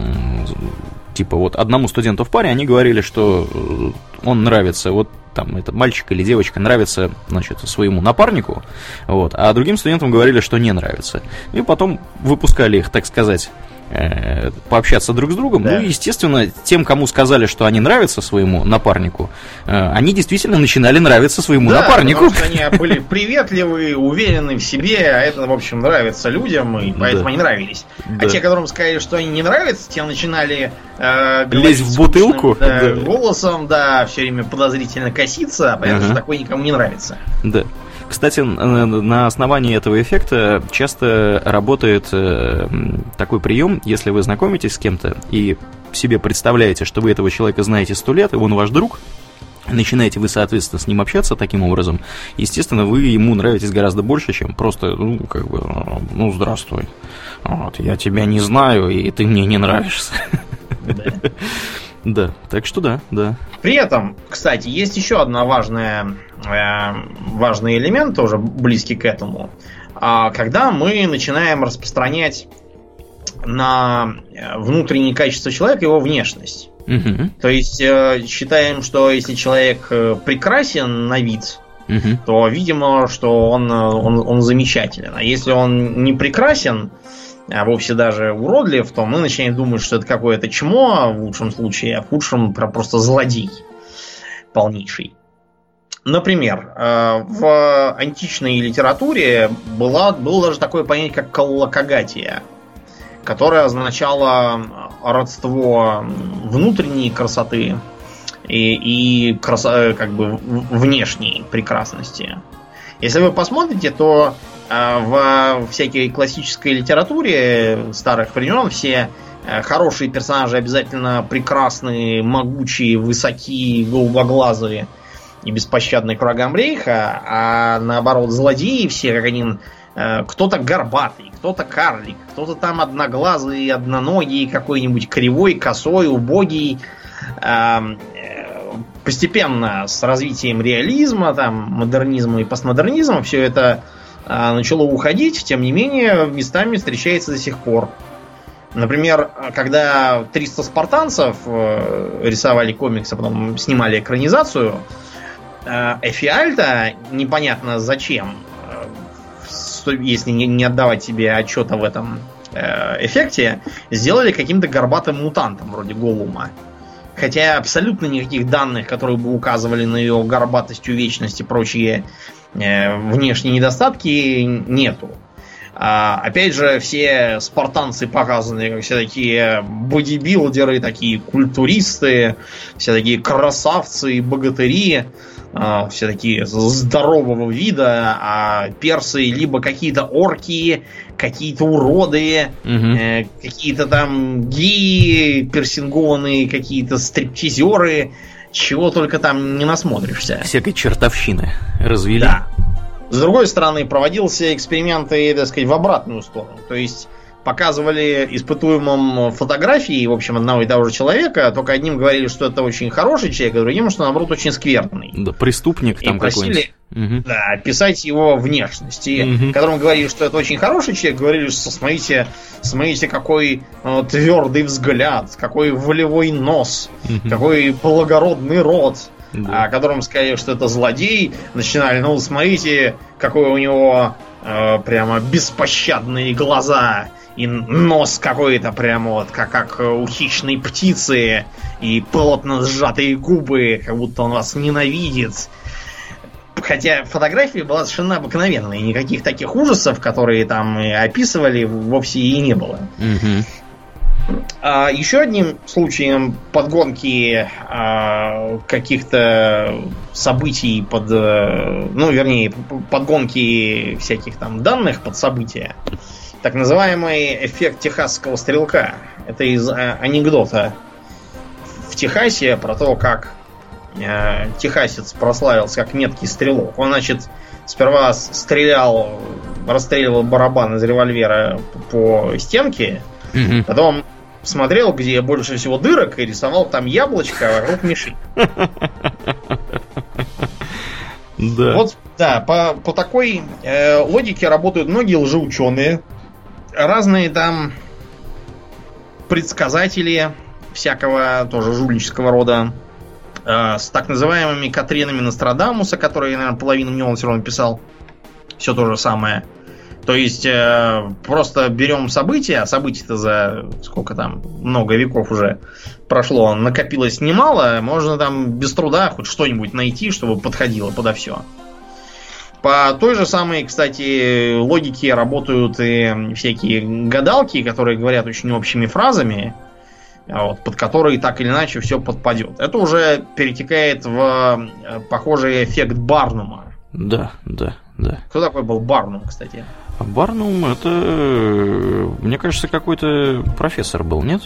Speaker 1: Типа вот одному студенту в паре они говорили, что он нравится, вот там это мальчик или девочка нравится, значит, своему напарнику, вот, а другим студентам говорили, что не нравится. И потом выпускали их, так сказать, пообщаться друг с другом. Да. Ну и, естественно, тем, кому сказали, что они нравятся своему напарнику, они действительно начинали нравиться своему да, напарнику.
Speaker 2: Потому что они были приветливые, уверены в себе, а это, в общем, нравится людям, и поэтому да. они нравились. Да. А те, которым сказали, что они не нравятся, те начинали э,
Speaker 1: лезть в бутылку
Speaker 2: да, да. голосом, да, все время подозрительно коситься, понятно, ага. что такое никому не нравится.
Speaker 1: Да. Кстати, на основании этого эффекта часто работает такой прием, если вы знакомитесь с кем-то и себе представляете, что вы этого человека знаете сто лет, и он ваш друг, начинаете вы, соответственно, с ним общаться таким образом, естественно, вы ему нравитесь гораздо больше, чем просто, ну, как бы, ну, здравствуй, вот, я тебя не знаю, и ты мне не нравишься. Да. Да, так что да, да.
Speaker 2: При этом, кстати, есть еще одна важная, э, важный элемент, тоже близкий к этому. А когда мы начинаем распространять на внутренние качества человека его внешность. Угу. То есть э, считаем, что если человек прекрасен на вид, угу. то видимо, что он, он, он замечателен. А если он не прекрасен, а вовсе даже уродлив, то мы начинаем думать, что это какое-то чмо в лучшем случае, а в худшем просто злодей полнейший. Например, в античной литературе было, было даже такое понятие, как коллокагатия, которое означало родство внутренней красоты и, и красо, как бы внешней прекрасности. Если вы посмотрите, то в всякой классической литературе старых времен все хорошие персонажи обязательно прекрасные, могучие, высокие, голубоглазые и беспощадные к врагам рейха, а наоборот злодеи все как один, кто-то горбатый, кто-то карлик, кто-то там одноглазый, одноногий, какой-нибудь кривой, косой, убогий. Постепенно с развитием реализма, там, модернизма и постмодернизма все это начало уходить, тем не менее, местами встречается до сих пор. Например, когда триста спартанцев рисовали комиксы, а потом снимали экранизацию, Эфиальта, непонятно зачем, если не отдавать себе отчета в этом эффекте, сделали каким-то горбатым мутантом, вроде Голлума. Хотя абсолютно никаких данных, которые бы указывали на ее горбатость, увечность и прочие внешние недостатки, нету. А, опять же, все спартанцы показаны как все такие бодибилдеры, такие культуристы, все такие красавцы и богатыри, а, все такие здорового вида, а персы либо какие-то орки, какие-то уроды, угу. э, какие-то там геи, персингованные, какие-то стриптизеры чего только там не насмотришься.
Speaker 1: Всякой чертовщины развели.
Speaker 2: Да. С другой стороны, проводился эксперименты, так сказать, в обратную сторону. То есть показывали испытуемым фотографии, в общем, одного и того же человека, только одним говорили, что это очень хороший человек, а другим, что, наоборот, очень скверный.
Speaker 1: Да, преступник там какой-нибудь.
Speaker 2: Угу. Да, описать его внешность. И угу. которым говорили, что это очень хороший человек, говорили, что смотрите, смотрите, какой э, твердый взгляд, какой волевой нос, угу. какой благородный рот. Да. А которым сказали, что это злодей, начинали, ну, смотрите, какой у него э, прямо беспощадные глаза, и нос какой-то прямо вот, как, как у хищной птицы, и плотно сжатые губы, как будто он вас ненавидит. Хотя фотография была совершенно обыкновенная, никаких таких ужасов, которые там описывали, вовсе и не было. Угу. А еще одним случаем подгонки а, каких-то событий под, ну, вернее, подгонки всяких там данных под события, так называемый эффект техасского стрелка. Это из а, анекдота в Техасе про то, как а, техасец прославился как меткий стрелок. Он, значит, сперва стрелял, расстреливал барабан из револьвера по стенке, угу. потом смотрел, где больше всего дырок, и рисовал там яблочко вокруг мишени. Да. Вот, да, по, по такой э, логике работают многие лжеученые. Разные там предсказатели всякого тоже жульнического рода, э, с так называемыми Катринами Нострадамуса, которые, наверное, половину не он все равно писал. Все то же самое. То есть э, просто берем события, а событий-то за сколько там, много веков уже прошло, накопилось немало, можно там без труда хоть что-нибудь найти, чтобы подходило подо все. По той же самой, кстати, логике работают и всякие гадалки, которые говорят очень общими фразами, вот, под которые так или иначе все подпадет. Это уже перетекает в похожий эффект Барнума.
Speaker 1: Да, да, да.
Speaker 2: Кто такой был Барнум, кстати?
Speaker 1: Барнум, это, мне кажется, какой-то профессор был, нет?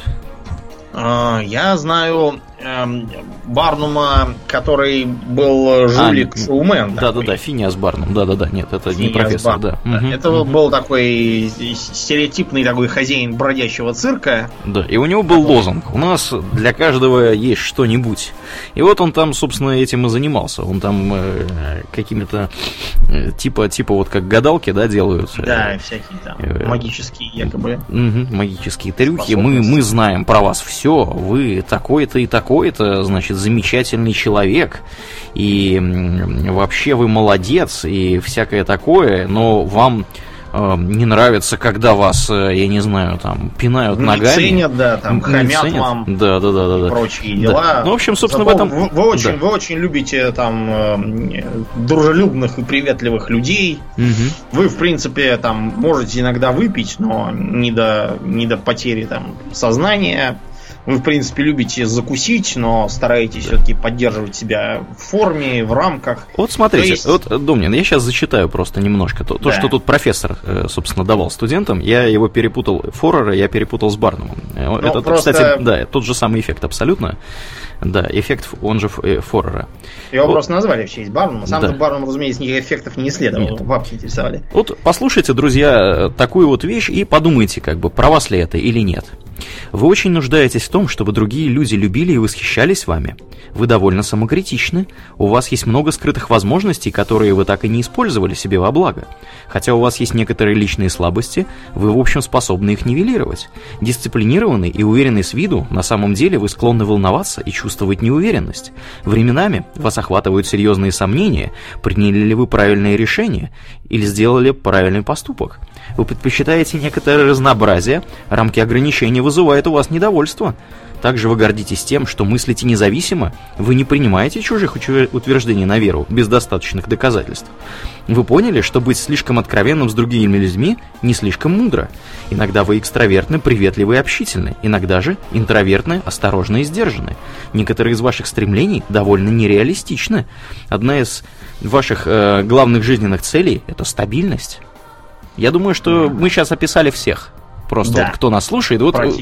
Speaker 2: Я знаю эм, Барнума, который был жулик-шоумен.
Speaker 1: А, да-да-да, Финиас Барнум. Да-да-да, нет, это Финиас не профессор. Да.
Speaker 2: Угу, это угу. был такой стереотипный такой хозяин бродячего цирка.
Speaker 1: Да, и у него был который... лозунг: у нас для каждого есть что-нибудь. И вот он там, собственно, этим и занимался. Он там э, какими-то э, типа, типа вот как гадалки, да, делают.
Speaker 2: Да, э, всякие там э, магические якобы.
Speaker 1: Угу, магические трюки. Мы, мы знаем про вас все. Вы такой-то и такой-то, значит, замечательный человек, и вообще вы молодец, и всякое такое, но вам э, не нравится, когда вас, я не знаю, там, пинают не ногами.
Speaker 2: Не ценят, да, там, хамят ценят. Вам,
Speaker 1: да, да, да, да,
Speaker 2: и прочие дела.
Speaker 1: Да. Ну, в общем, собственно, Зато в этом...
Speaker 2: Вы, вы, очень, да. вы очень любите, там, э, дружелюбных и приветливых людей. Угу. Вы, в принципе, там, можете иногда выпить, но не до, не до потери, там, сознания. Вы, в принципе, любите закусить, но стараетесь да. все-таки поддерживать себя в форме, в рамках.
Speaker 1: Вот смотрите, есть... вот, Домнин, я сейчас зачитаю просто немножко. То, да. то, что тут профессор, собственно, давал студентам, я его перепутал, Форера я перепутал с Барнумом. Ну, это, просто... кстати, да, тот же самый эффект абсолютно. Да, эффект, он же Форера.
Speaker 2: Его вот. Просто назвали в честь Барнума. Сам да. Барнум, разумеется, никаких эффектов не исследовал. Бабки интересовали.
Speaker 1: Вот послушайте, друзья, такую вот вещь и подумайте, как бы, про вас ли это или нет. Вы очень нуждаетесь в том, чтобы другие люди любили и восхищались вами. Вы довольно самокритичны. У вас есть много скрытых возможностей, которые вы так и не использовали себе во благо. Хотя у вас есть некоторые личные слабости, вы, в общем, способны их нивелировать. Дисциплинированный и уверенный с виду, на самом деле вы склонны волноваться и чувствовать неуверенность. Временами вас охватывают серьезные сомнения, приняли ли вы правильное решение или сделали правильный поступок. Вы предпочитаете некоторое разнообразие, рамки ограничений вызывают у вас недовольство. Также вы гордитесь тем, что мыслите независимо, вы не принимаете чужих утверждений на веру без достаточных доказательств. Вы поняли, что быть слишком откровенным с другими людьми не слишком мудро. Иногда вы экстравертны, приветливы и общительны, иногда же интровертны, осторожны и сдержаны. Некоторые из ваших стремлений довольно нереалистичны. Одна из ваших э, главных жизненных целей – это стабильность. Я думаю, что мы сейчас описали всех. Просто да. вот, кто нас слушает. Вот,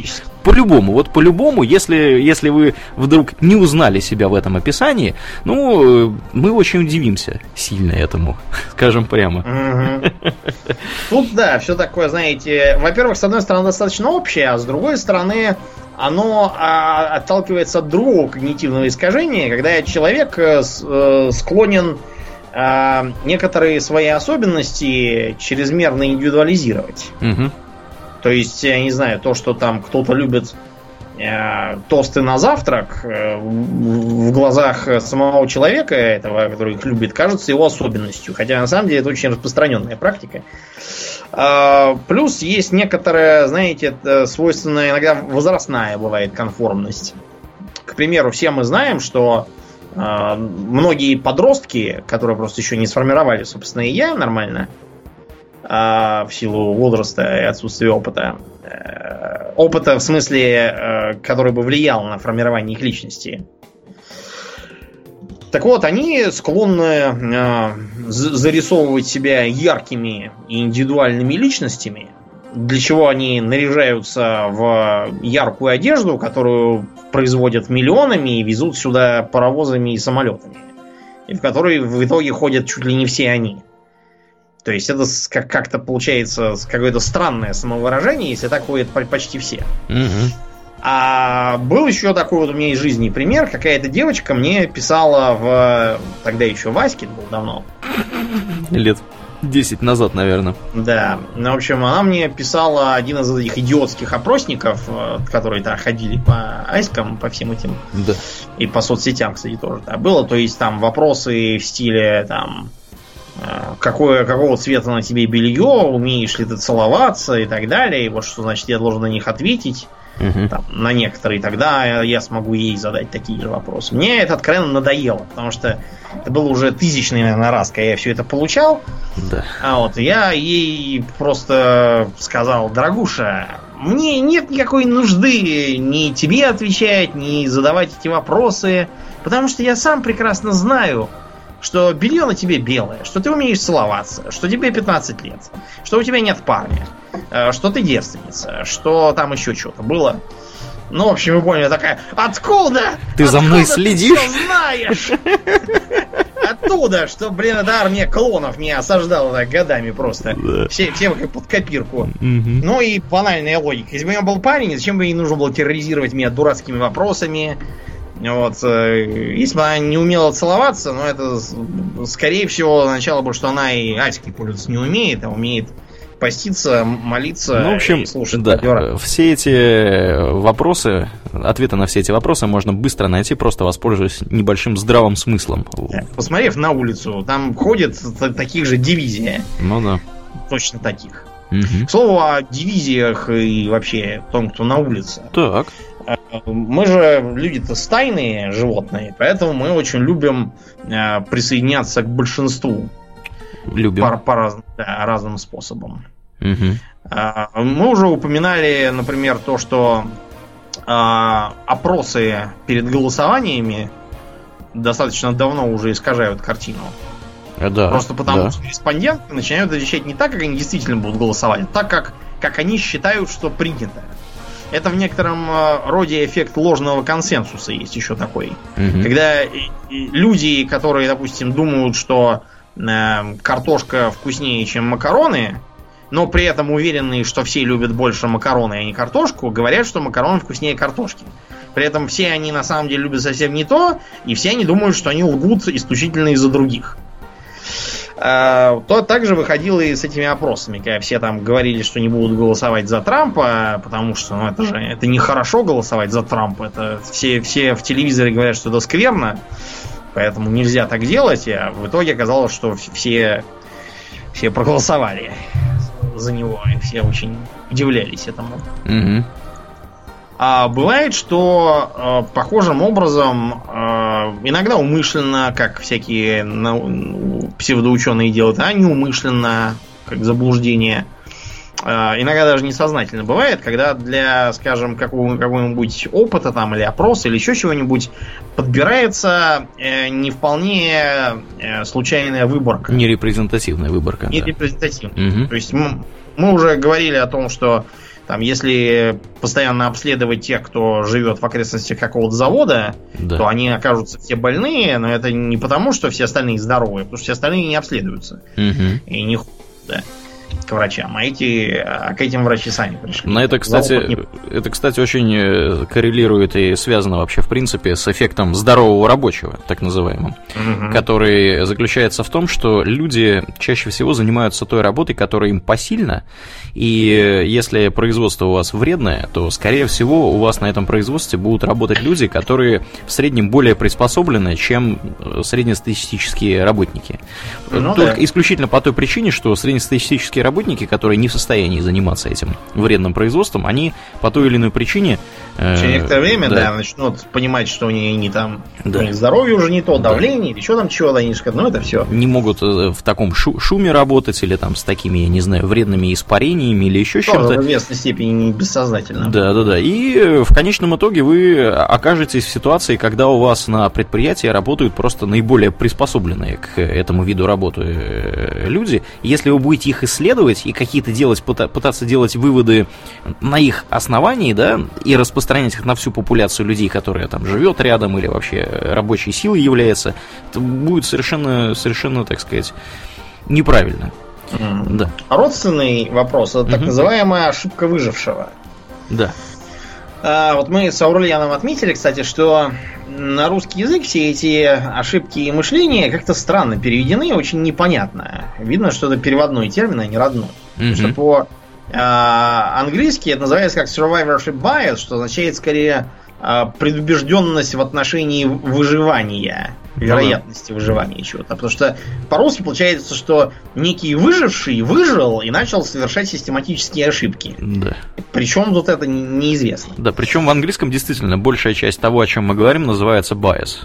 Speaker 1: по-любому, вот по-любому, если, если вы вдруг не узнали себя в этом описании, ну, мы очень удивимся сильно этому, скажем прямо.
Speaker 2: Угу. Тут, да, все такое, знаете, во-первых, с одной стороны, достаточно общее, а с другой стороны, оно а, отталкивается от другого когнитивного искажения, когда человек э, э, склонен э, некоторые свои особенности чрезмерно индивидуализировать.
Speaker 1: Угу.
Speaker 2: То есть, я не знаю, то, что там кто-то любит э, тосты на завтрак, э, в глазах самого человека, этого, который их любит, кажется его особенностью. Хотя, на самом деле, это очень распространенная практика. Э, плюс есть некоторая, знаете, свойственная, иногда возрастная бывает конформность. К примеру, все мы знаем, что э, многие подростки, которые просто еще не сформировали собственное «я» нормально, в силу возраста и отсутствия опыта. Опыта в смысле, который бы влиял на формирование их личности. Так вот, они склонны зарисовывать себя яркими и индивидуальными личностями, для чего они наряжаются в яркую одежду, которую производят миллионами и везут сюда паровозами и самолетами, и в которой в итоге ходят чуть ли не все они. То есть это как-то получается какое-то странное самовыражение, если так ходят почти все.
Speaker 1: Угу.
Speaker 2: А был еще такой вот у меня из жизни пример. Какая-то девочка мне писала в... Тогда еще Васькин был давно.
Speaker 1: Лет десять назад, наверное.
Speaker 2: Да. Ну, в общем, она мне писала один из этих идиотских опросников, которые-то ходили по айскам, по всем этим.
Speaker 1: Да.
Speaker 2: И по соцсетям, кстати, тоже да, было. То есть там вопросы в стиле там... Какое, какого цвета на тебе белье, умеешь ли ты целоваться и так далее. И вот что значит я должен на них ответить.
Speaker 1: Uh-huh.
Speaker 2: Там, на некоторые, тогда я смогу ей задать такие же вопросы. Мне это откровенно надоело, потому что это было уже тысячный, наверное, раз, когда я все это получал.
Speaker 1: Да.
Speaker 2: А вот я ей просто сказал: дорогуша, мне нет никакой нужды ни тебе отвечать, ни задавать эти вопросы, потому что я сам прекрасно знаю, что белье на тебе белое, что ты умеешь целоваться, что тебе пятнадцать лет, что у тебя нет парня, что ты девственница, что там еще что-то было. Ну, в общем, вы поняли, такая: откуда?
Speaker 1: Ты
Speaker 2: откуда
Speaker 1: за мной
Speaker 2: ты
Speaker 1: следишь?
Speaker 2: Все знаешь? Оттуда, что, блин, эта армия клонов меня осаждала так годами просто.
Speaker 1: Да.
Speaker 2: Все, все как под копирку.
Speaker 1: Угу.
Speaker 2: Ну и банальная логика. Если бы у меня был парень, зачем бы ей нужно было терроризировать меня дурацкими вопросами? Вот, если бы она не умела целоваться, ну это, скорее всего, означало бы, что она и аськой пользоваться не умеет, а умеет поститься, молиться,
Speaker 1: ну, в общем,
Speaker 2: и слушать
Speaker 1: да,
Speaker 2: радио.
Speaker 1: все эти вопросы, ответы на все эти вопросы можно быстро найти, просто воспользуясь небольшим здравым смыслом.
Speaker 2: Посмотрев на улицу, там ходят таких же дивизия.
Speaker 1: Ну да.
Speaker 2: Точно таких.
Speaker 1: Угу.
Speaker 2: К слову о дивизиях и вообще том, кто на улице.
Speaker 1: Так.
Speaker 2: Мы же люди-то стайные животные, поэтому мы очень любим э, присоединяться к большинству.
Speaker 1: Любим.
Speaker 2: По, по раз, да, разным способам.
Speaker 1: Угу.
Speaker 2: Э, мы уже упоминали, например, то, что э, опросы перед голосованиями достаточно давно уже искажают картину.
Speaker 1: Да,
Speaker 2: Просто потому,
Speaker 1: да.
Speaker 2: что респонденты начинают отвечать не так, как они действительно будут голосовать, а так, как, как они считают, что принято. Это в некотором роде эффект ложного консенсуса есть еще такой.
Speaker 1: Угу.
Speaker 2: Когда люди, которые, допустим, думают, что э, картошка вкуснее, чем макароны, но при этом уверены, что все любят больше макароны, а не картошку, говорят, что макароны вкуснее картошки. При этом все они на самом деле любят совсем не то, и все они думают, что они лгут исключительно из-за других. То также выходило и с этими опросами, когда все там говорили, что не будут голосовать за Трампа, потому что ну, это же это нехорошо голосовать за Трампа. Это все, все в телевизоре говорят, что это скверно, поэтому нельзя так делать. А в итоге оказалось, что все, все проголосовали за него, и все очень удивлялись этому.
Speaker 1: Угу.
Speaker 2: А бывает, что э, похожим образом, э, иногда умышленно, как всякие нау- псевдоученые делают, а неумышленно, как заблуждение. Э, иногда даже несознательно бывает, когда для, скажем, какого- какого-нибудь опыта там, или опроса, или еще чего-нибудь подбирается э, не вполне э, случайная выборка.
Speaker 1: Нерепрезентативная выборка.
Speaker 2: Нерепрезентативная.
Speaker 1: Да. Угу.
Speaker 2: То есть мы, мы уже говорили о том, что Там, если постоянно обследовать тех, кто живет в окрестностях какого-то завода, да. то они окажутся все больные, но это не потому, что все остальные здоровые, потому что все остальные не обследуются. Угу. И не ходят, да, к врачам. А эти, а к этим врачи сами пришли.
Speaker 1: На это, кстати, это, кстати, очень коррелирует и связано вообще, в принципе, с эффектом здорового рабочего, так называемым, угу. который заключается в том, что люди чаще всего занимаются той работой, которая им посильна, и если производство у вас вредное, то, скорее всего, у вас на этом производстве будут работать люди, которые в среднем более приспособлены, чем среднестатистические работники. Ну, Только да. исключительно по той причине, что среднестатистические работники, которые не в состоянии заниматься этим вредным производством, они по той или иной причине...
Speaker 2: Через э, некоторое время, да. да, начнут понимать, что у них не там, да. у них здоровье уже не то, давление, да. или что там, чего-то, они скажут, ну это все.
Speaker 1: Не могут в таком шу- шуме работать, или там с такими, я не знаю, вредными испарениями, или еще чем-то.
Speaker 2: В известной степени не бессознательно.
Speaker 1: Да, да, да. И в конечном итоге вы окажетесь в ситуации, когда у вас на предприятии работают просто наиболее приспособленные к этому виду работы люди. Если вы будете их исследовать, и какие-то делать, пытаться делать выводы на их основании, да, и распространять их на всю популяцию людей, которая там живет рядом или вообще рабочей силой является, это будет совершенно, совершенно, так сказать, неправильно.
Speaker 2: Mm. Да. Родственный вопрос, это так mm-hmm. называемая ошибка выжившего.
Speaker 1: Да.
Speaker 2: А, вот мы с Аурельяном отметили, кстати, что на русский язык все эти ошибки и мышления как-то странно переведены, очень непонятно. Видно, что это переводной термин, а не родной. Mm-hmm. Потому что по-английски это называется как survivorship bias, что означает скорее предубежденность в отношении выживания, вероятности mm-hmm. выживания чего-то. Потому что по-русски получается, что некий выживший выжил и начал совершать систематические ошибки.
Speaker 1: Да.
Speaker 2: Причем тут это неизвестно.
Speaker 1: Да, причем в английском действительно большая часть того, о чем мы говорим, называется bias.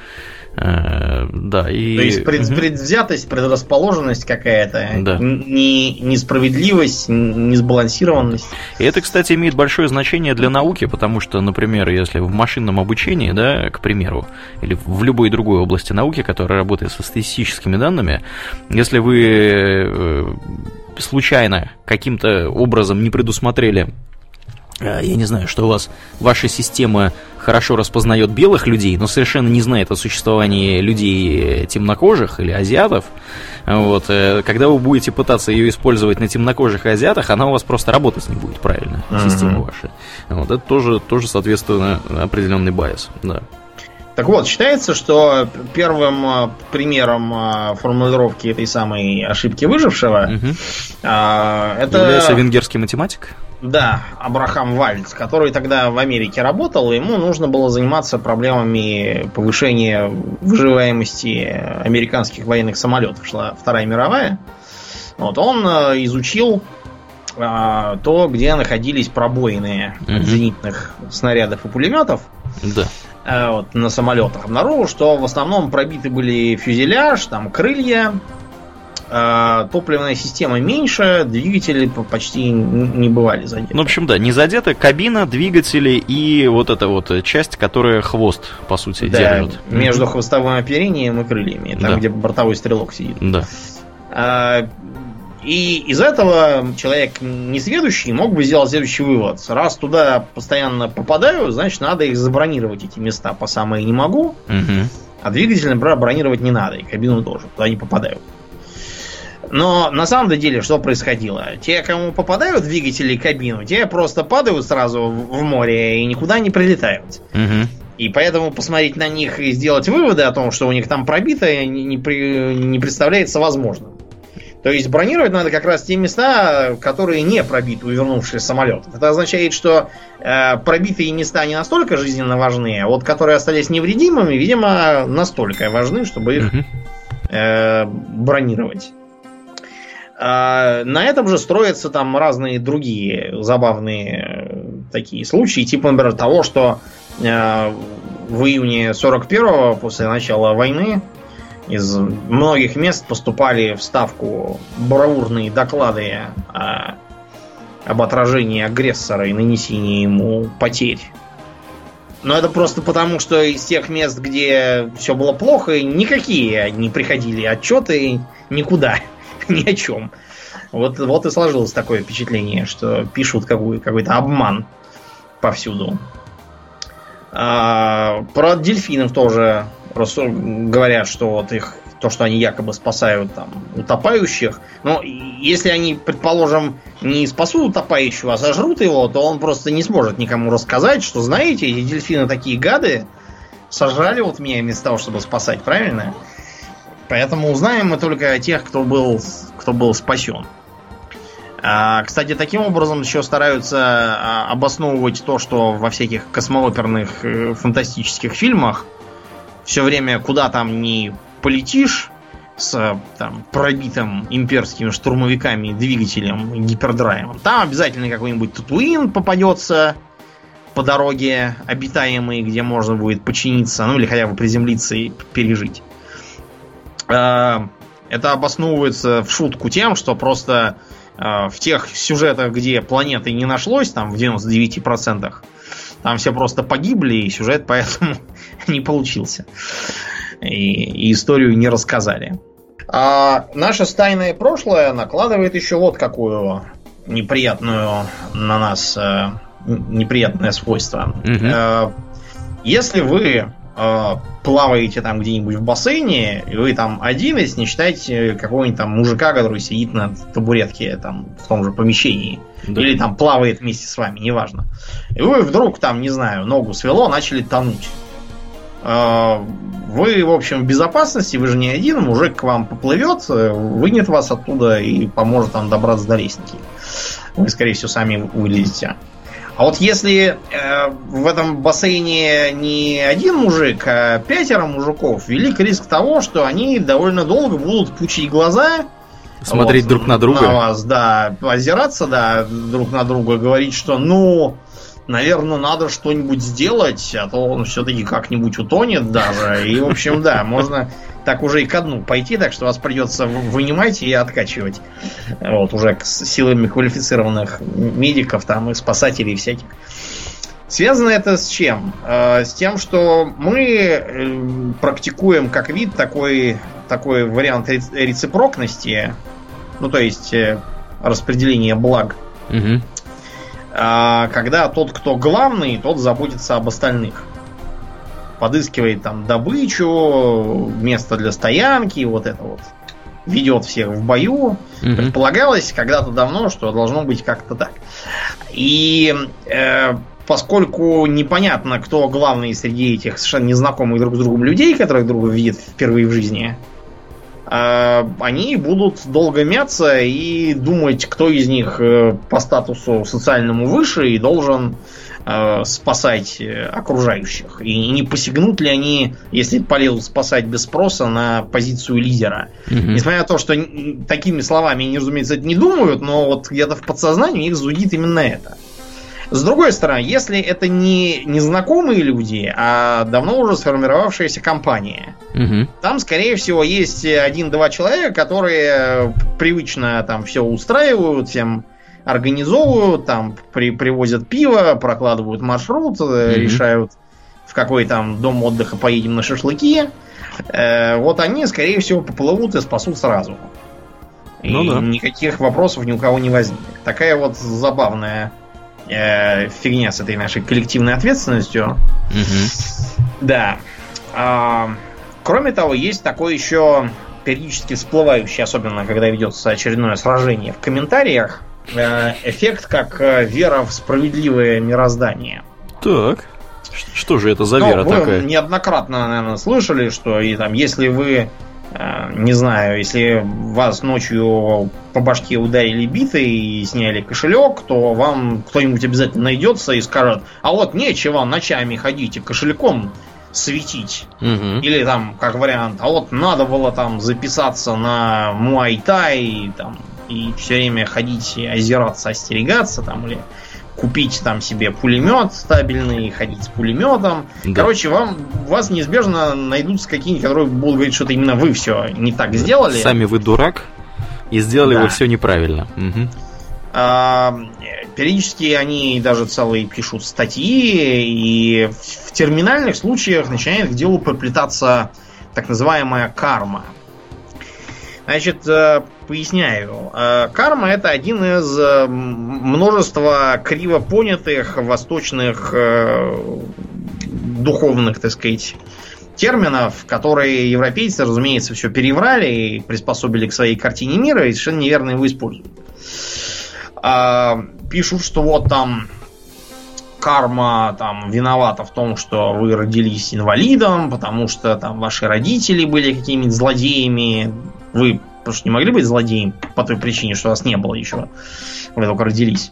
Speaker 1: Э, да, и...
Speaker 2: То есть пред, предвзятость, предрасположенность какая-то, да. не, несправедливость, несбалансированность.
Speaker 1: И это, кстати, имеет большое значение для науки, потому что, например, если в машинном обучении, да, к примеру, или в любой другой области науки, которая работает со статистическими данными, если вы случайно каким-то образом не предусмотрели, я не знаю, что у вас, ваша система хорошо распознает белых людей, но совершенно не знает о существовании людей темнокожих или азиатов, вот, когда вы будете пытаться ее использовать на темнокожих и азиатах, она у вас просто работать не будет правильно, uh-huh. система ваша. Вот, это тоже, тоже, соответственно, определенный байс, да.
Speaker 2: Так вот, считается, что первым примером формулировки этой самой ошибки выжившего uh-huh. это...
Speaker 1: является венгерский математик?
Speaker 2: Да, Абрахам Вальц, который тогда в Америке работал, ему нужно было заниматься проблемами повышения выживаемости американских военных самолетов. Шла Вторая мировая. Вот, он изучил а, то, где находились пробоины mm-hmm. от зенитных снарядов и пулеметов.
Speaker 1: Да.
Speaker 2: А, вот, на самолетах. Обнаружил, что в основном пробиты были фюзеляж, там крылья. Топливная система меньше, двигатели почти не бывали задеты.
Speaker 1: Ну, в общем, да, не задета кабина, двигатели и вот эта вот часть, которая хвост, по сути,
Speaker 2: да,
Speaker 1: держит.
Speaker 2: Между хвостовым оперением и крыльями, там, да. где бортовой стрелок сидит.
Speaker 1: Да.
Speaker 2: И из этого человек несведущий мог бы сделать следующий вывод. Раз туда постоянно попадаю, значит, надо их забронировать, эти места по самое не могу, угу. а двигатель, например, бронировать не надо, и кабину тоже, туда не попадаю. Но на самом деле что происходило? Те, кому попадают в двигатели и кабину, те просто падают сразу в море и никуда не прилетают.
Speaker 1: Угу.
Speaker 2: И поэтому посмотреть на них и сделать выводы о том, что у них там пробито, не, не, не представляется возможным. То есть бронировать надо как раз те места, которые не пробиты у вернувшихся самолетов. Это означает, что э, пробитые места не настолько жизненно важны, а вот которые остались невредимыми, видимо, настолько важны, чтобы их э, бронировать. На этом же строятся там разные другие забавные такие случаи, типа, например, того, что в июне сорок первого, после начала войны, из многих мест поступали в Ставку бравурные доклады о, об отражении агрессора и нанесении ему потерь. Но это просто потому, что из тех мест, где все было плохо, никакие не приходили отчеты никуда. Ни о чем. Вот, вот и сложилось такое впечатление, что пишут какой, какой-то обман повсюду. А, про дельфинов тоже говорят, что вот их то, что они якобы спасают там утопающих. Но если они, предположим, не спасут утопающего, а сожрут его, то он просто не сможет никому рассказать, что, знаете, эти дельфины такие гады, сожрали вот меня вместо того, чтобы спасать, правильно? Поэтому узнаем мы только о тех, кто был, кто был спасен. А, кстати, таким образом еще стараются обосновывать то, что во всяких космооперных фантастических фильмах все время куда там ни полетишь с там, пробитым имперскими штурмовиками двигателем гипердрайвом, там обязательно какой-нибудь Татуин попадется по дороге обитаемой, где можно будет починиться, ну или хотя бы приземлиться и пережить. Это обосновывается в шутку тем, что просто в тех сюжетах, где планеты не нашлось, там в девяноста девяти процентах, там все просто погибли, и сюжет поэтому не получился. И, и историю не рассказали. А наше стайное прошлое накладывает еще вот какую неприятную на нас э, неприятное свойство. Угу. Э, если вы э, плаваете там где-нибудь в бассейне, и вы там один, если не считать какого-нибудь там мужика, который сидит на табуретке там в том же помещении, да. Или там плавает вместе с вами, неважно. И вы вдруг там, не знаю, ногу свело, начали тонуть. Вы, в общем, в безопасности, вы же не один, мужик к вам поплывет, вынет вас оттуда и поможет вам добраться до лестницы. Вы, скорее всего, сами вылезете. А вот если э, в этом бассейне не один мужик, а пятеро мужиков, велик риск того, что они довольно долго будут пучить глаза,
Speaker 1: смотреть вот, друг на друга,
Speaker 2: на вас, да, озираться, да, друг на друга, говорить, что, ну, наверное, надо что-нибудь сделать, а то он все-таки как-нибудь утонет даже. И, в общем, да, можно так уже и ко дну пойти, так что вас придется вынимать и откачивать. Вот, уже с силами квалифицированных медиков там и спасателей всяких. Связано это с чем? С тем, что мы практикуем как вид такой, такой вариант рецепрокности, ну, то есть распределение благ.
Speaker 1: Угу.
Speaker 2: Когда тот, кто главный, тот заботится об остальных. Подыскивает там добычу, место для стоянки, вот это вот. Ведет всех в бою. Угу. Предполагалось когда-то давно, что должно быть как-то так. И э, поскольку непонятно, кто главный среди этих совершенно незнакомых друг с другом людей, которых друг видит впервые в жизни, э, они будут долго мяться и думать, кто из них э, по статусу социальному выше и должен э, спасать окружающих. И не посягнут ли они, если полезут спасать без спроса, на позицию лидера. Mm-hmm. Несмотря на то, что такими словами они, разумеется, это не думают, но вот где-то в подсознании у них зудит именно это. С другой стороны, если это не незнакомые люди, а давно уже сформировавшаяся компания,
Speaker 1: угу.
Speaker 2: там, скорее всего, есть один-два человека, которые привычно там все устраивают, всем организовывают, там при, привозят пиво, прокладывают маршрут, угу. решают, в какой там дом отдыха поедем на шашлыки. Э, вот они, скорее всего, поплывут и спасут сразу. И ну, да. никаких вопросов ни у кого не возникнет. Такая вот забавная фигня с этой нашей коллективной ответственностью.
Speaker 1: Угу.
Speaker 2: Да. А, кроме того, есть такой еще периодически всплывающий, особенно когда ведется очередное сражение, в комментариях, эффект как вера в справедливое мироздание.
Speaker 1: Так. Что же это за
Speaker 2: ну,
Speaker 1: вера
Speaker 2: вы
Speaker 1: такая?
Speaker 2: Вы неоднократно, наверное, слышали, что и там, если вы не знаю, если вас ночью по башке ударили битой и сняли кошелек, то вам кто-нибудь обязательно найдется и скажет: а вот нечего ночами ходить и кошельком светить.
Speaker 1: Угу.
Speaker 2: Или там, как вариант, а вот надо было там записаться на муай-тай там, и все время ходить, озираться, остерегаться там, или купить там себе пулемет стабильный, ходить с пулеметом. Да. Короче, вам, вас неизбежно найдутся какие-нибудь, которые будут говорить, что-то именно вы все не так сделали.
Speaker 1: Сами вы дурак и сделали
Speaker 2: да.
Speaker 1: вы все неправильно. Угу.
Speaker 2: А, периодически они даже целые пишут статьи, и в терминальных случаях начинает к делу приплетаться так называемая карма. Значит, поясняю. Карма — это один из множества криво понятых восточных духовных, так сказать, терминов, которые европейцы, разумеется, все переврали и приспособили к своей картине мира и совершенно неверно его используют. Пишут, что вот там карма там виновата в том, что вы родились инвалидом, потому что там ваши родители были какими-то злодеями. Вы просто не могли быть злодеем по той причине, что вас не было еще. Вы только родились.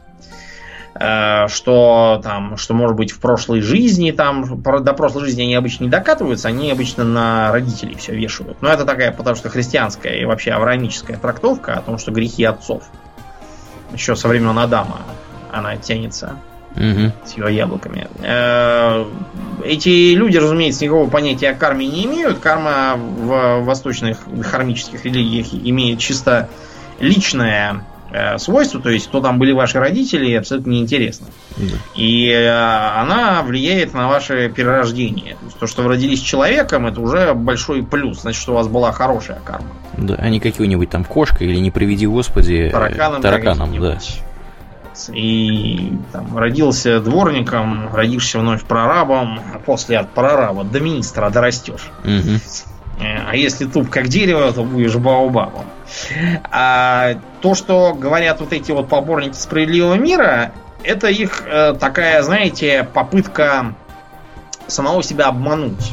Speaker 2: Что там, что может быть в прошлой жизни, там до прошлой жизни они обычно не докатываются, они обычно на родителей все вешают. Но это такая, потому что христианская и вообще авраамическая трактовка о том, что грехи отцов. Еще со времен Адама она тянется. Угу. С его яблоками. Эти люди, разумеется, никакого понятия о карме не имеют. Карма в восточных хармических религиях имеет чисто личное свойство, то есть кто там были ваши родители, абсолютно неинтересно. Да. И она влияет на ваше перерождение. То есть то, что вы родились человеком, это уже большой плюс. Значит, что у вас была хорошая карма.
Speaker 1: Да, а не какой-нибудь там кошкой или, не приведи Господи, тараканом. тараканом да. И там, родился дворником, родишься вновь прорабом, а после от прораба до министра дорастешь. Угу. А если туп как дерево, то будешь баобабом. А то, что говорят вот эти вот поборники справедливого мира, это их э, такая, знаете, попытка самого себя обмануть.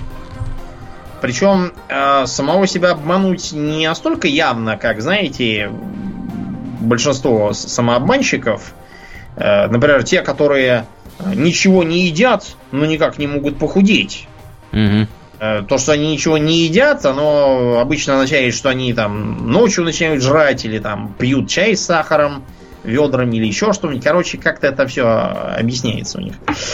Speaker 1: Причем э, самого себя обмануть не настолько явно, как, знаете, большинство самообманщиков. Например, те, которые ничего не едят, но никак не могут похудеть. Угу. То, что они ничего не едят, оно обычно означает, что они там ночью начинают жрать, или там пьют чай с сахаром, ведрами, или еще что-нибудь. Короче, как-то это все объясняется у них.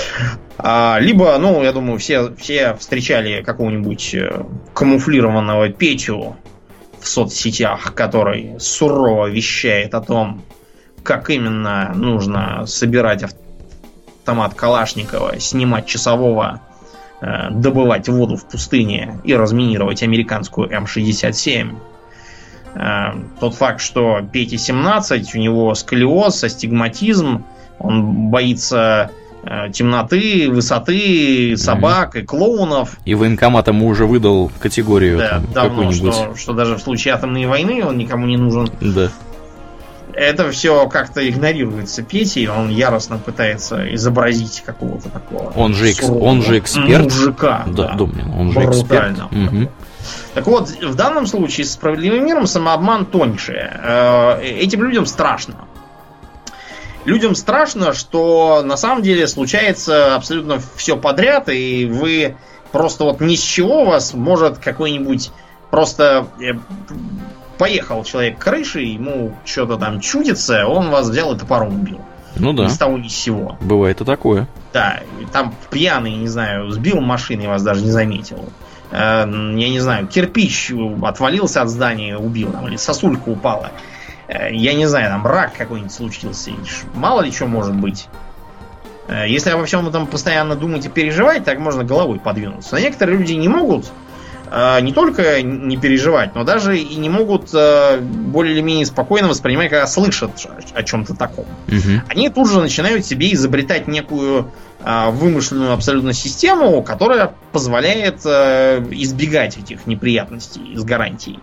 Speaker 1: Либо, ну, я думаю, все, все встречали какого-нибудь камуфлированного Петю в соцсетях, который сурово вещает о том, как именно нужно собирать автомат Калашникова, снимать часового, э, добывать воду в пустыне и разминировать американскую эм шестьдесят семь. Э, тот факт, что Пете семнадцать, у него сколиоз, астигматизм, он боится э, темноты, высоты, собак mm-hmm. и клоунов. И военкомат ему уже выдал категорию
Speaker 2: да,
Speaker 1: там,
Speaker 2: давно, что, что даже в случае атомной войны он никому не нужен.
Speaker 1: Да.
Speaker 2: Это все как-то игнорируется Петей, он яростно пытается изобразить какого-то такого.
Speaker 1: Он же, экс, он же эксперт.
Speaker 2: Мужика,
Speaker 1: да,
Speaker 2: да.
Speaker 1: Думнин, он же эксперт.
Speaker 2: Угу. Так вот, в данном случае с справедливым миром самообман тоньше. Этим людям страшно. Людям страшно, что на самом деле случается абсолютно все подряд, и вы просто вот ни с чего у вас может какой-нибудь просто... Поехал человек крышей, ему что-то там чудится, он вас взял и топором убил.
Speaker 1: Ну да.
Speaker 2: Ни с того ни с сего.
Speaker 1: Бывает и такое.
Speaker 2: Да, там пьяный, не знаю, сбил машину и вас даже не заметил. Я не знаю, кирпич отвалился от здания, убил, там, или сосулька упала. Я не знаю, там рак какой-нибудь случился. Мало ли что может быть. Если обо всем этом постоянно думать и переживать, так можно головой подвинуться. Но некоторые люди не могут не только не переживать, но даже и не могут более или менее спокойно воспринимать, когда слышат о чем-то таком. Угу. Они тут же начинают себе изобретать некую вымышленную абсолютно систему, которая позволяет избегать этих неприятностей с гарантией.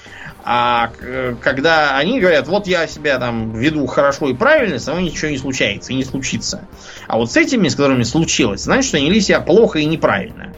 Speaker 2: А когда они говорят, вот я себя там веду хорошо и правильно, со мной ничего не случается и не случится. А вот с этими, с которыми случилось, значит, что они вели себя плохо и неправильно.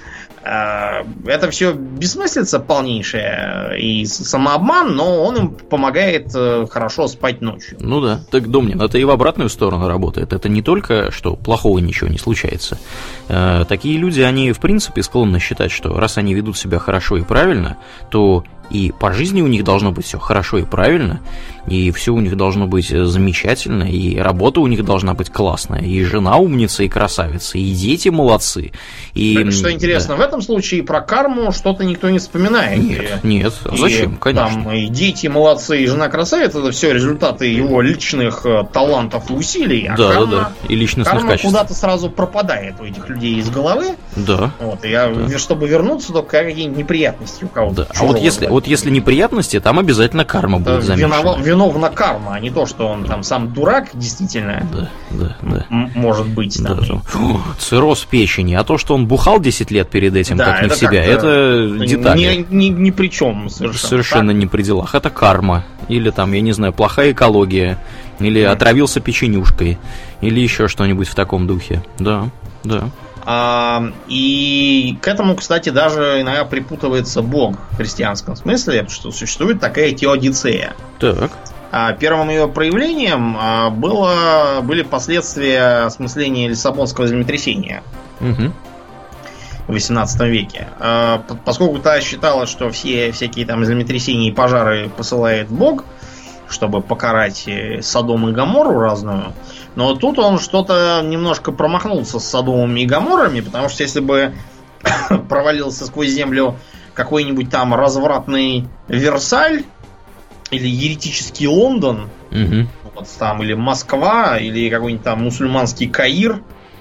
Speaker 2: Это все бессмыслица полнейшая и самообман, но он им помогает хорошо спать ночью.
Speaker 1: Ну да, так, Домнин, это и в обратную сторону работает. Это не только, что плохого ничего не случается. Такие люди, они в принципе склонны считать, что раз они ведут себя хорошо и правильно, то и по жизни у них должно быть все хорошо и правильно. и все у них должно быть замечательно, и работа у них должна быть классная, и жена умница и красавица, и дети молодцы. И...
Speaker 2: Что интересно, да. В этом случае про карму что-то никто не вспоминает.
Speaker 1: Нет, и, нет, а зачем,
Speaker 2: и,
Speaker 1: конечно.
Speaker 2: Там, и дети молодцы, и жена красавица, это все результаты его личных талантов и усилий, а
Speaker 1: да,
Speaker 2: карма,
Speaker 1: да, да. И личностных
Speaker 2: карма
Speaker 1: качеств.
Speaker 2: куда-то сразу пропадает у этих людей из головы.
Speaker 1: Да.
Speaker 2: Вот, и я,
Speaker 1: да.
Speaker 2: Чтобы вернуться, только какие-нибудь неприятности у кого-то.
Speaker 1: Да. А вот если, вот если неприятности, там обязательно карма будет замешана.
Speaker 2: Винов, виновна карма, а не то, что он там сам дурак, действительно.
Speaker 1: Да, да, да.
Speaker 2: М- может быть.
Speaker 1: Да, Фу, цирроз печени, а то, что он бухал десять лет перед этим, да, как не в себя, это детали.
Speaker 2: Ни, ни, ни при чем совершенно.
Speaker 1: Совершенно так? Не при делах. Это карма. Или там, я не знаю, плохая экология. Или mm. отравился печенюшкой. Или еще что-нибудь в таком духе. Да, да.
Speaker 2: А, и к этому, кстати, даже иногда припутывается Бог в христианском смысле, потому что существует такая теодицея.
Speaker 1: Так.
Speaker 2: А первым ее проявлением было, были последствия осмысления Лиссабонского землетрясения.
Speaker 1: Угу.
Speaker 2: В восемнадцатом веке. Поскольку тогда считалось, что все всякие там землетрясения и пожары посылает Бог, чтобы покарать Содом и Гоморру разную, но тут он что-то немножко промахнулся с Содомами и Гоморрами, потому что если бы провалился сквозь землю какой-нибудь там развратный Версаль или еретический Лондон,
Speaker 1: угу.
Speaker 2: вот там, или Москва, или какой-нибудь там мусульманский Каир,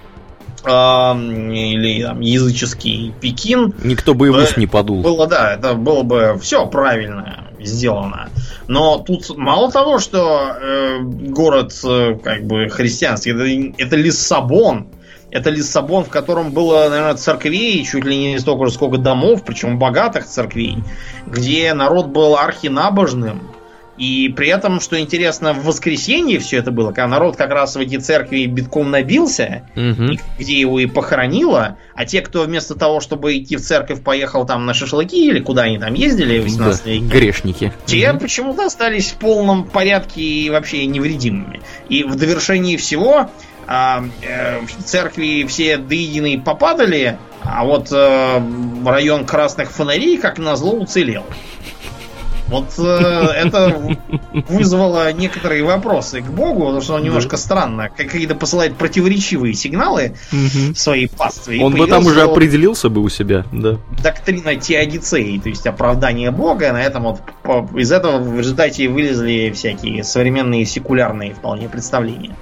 Speaker 2: или там, языческий Пекин.
Speaker 1: Никто бы и в ус не подул.
Speaker 2: Было, да, это было бы все правильно сделано. Но тут мало того, что э, город э, как бы христианский, это, это Лиссабон. Это Лиссабон, в котором было, наверное, церквей, чуть ли не столько же, сколько домов, причем богатых церквей, где народ был архинабожным. И при этом, что интересно, в воскресенье все это было, когда народ как раз в эти церкви битком набился,
Speaker 1: угу.
Speaker 2: где его и похоронило, а те, кто вместо того, чтобы идти в церковь, поехал там на шашлыки или куда они там ездили в восемнадцатом веке,
Speaker 1: да, грешники.
Speaker 2: Те
Speaker 1: угу.
Speaker 2: почему-то остались в полном порядке и вообще невредимыми. И в довершении всего а, э, в церкви все до единой попадали, а вот э, район красных фонарей, как назло, уцелел. Вот э, это вызвало некоторые вопросы к Богу, потому что он немножко странно, какие-то посылает противоречивые сигналы
Speaker 1: угу.
Speaker 2: своей пастве.
Speaker 1: Он бы там уже определился бы у себя, да.
Speaker 2: Доктрина теодицеи, то есть оправдание Бога. На этом вот по, из этого в результате вылезли всякие современные секулярные вполне представления.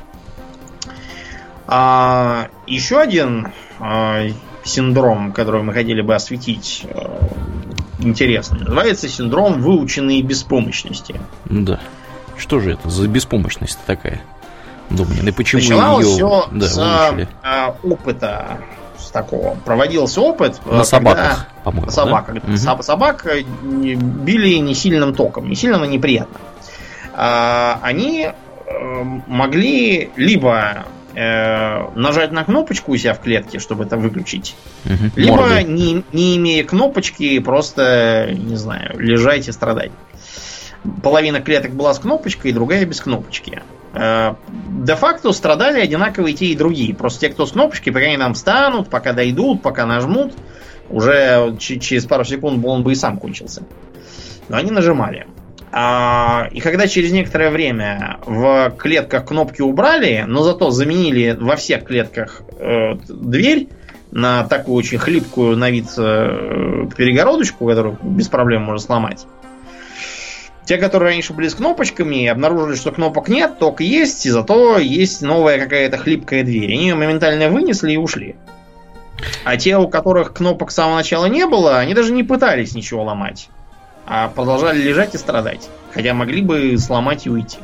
Speaker 2: А, еще один а, синдром, который мы хотели бы осветить, а, интересный, называется синдром выученной беспомощности.
Speaker 1: Да. Что же это за беспомощность такая? Думаю, и почему
Speaker 2: начиналось
Speaker 1: ее
Speaker 2: все
Speaker 1: да,
Speaker 2: с
Speaker 1: выучили?
Speaker 2: а, опыта с такого. Проводился опыт
Speaker 1: на когда, собаках, по-моему.
Speaker 2: На собаках.
Speaker 1: Да?
Speaker 2: Угу. Собак били не сильным током, не сильно, но неприятно. А, они могли либо нажать на кнопочку у себя в клетке, чтобы это выключить.
Speaker 1: Угу.
Speaker 2: Либо, не, не имея кнопочки, просто, не знаю, лежать и страдать. Половина клеток была с кнопочкой, другая без кнопочки. Де-факто страдали одинаково и те, и другие. Просто те, кто с кнопочки, пока они там встанут, пока дойдут, пока нажмут, уже через пару секунд он бы и сам кончился. Но они нажимали. И когда через некоторое время в клетках кнопки убрали, но зато заменили во всех клетках э, дверь на такую очень хлипкую на вид э, перегородочку, которую без проблем можно сломать. Те, которые раньше были с кнопочками, обнаружили, что кнопок нет, ток есть, и зато есть новая какая-то хлипкая дверь. Они ее моментально вынесли и ушли. А те, у которых кнопок с самого начала не было, они даже не пытались ничего ломать. А продолжали лежать и страдать. Хотя могли бы сломать и уйти.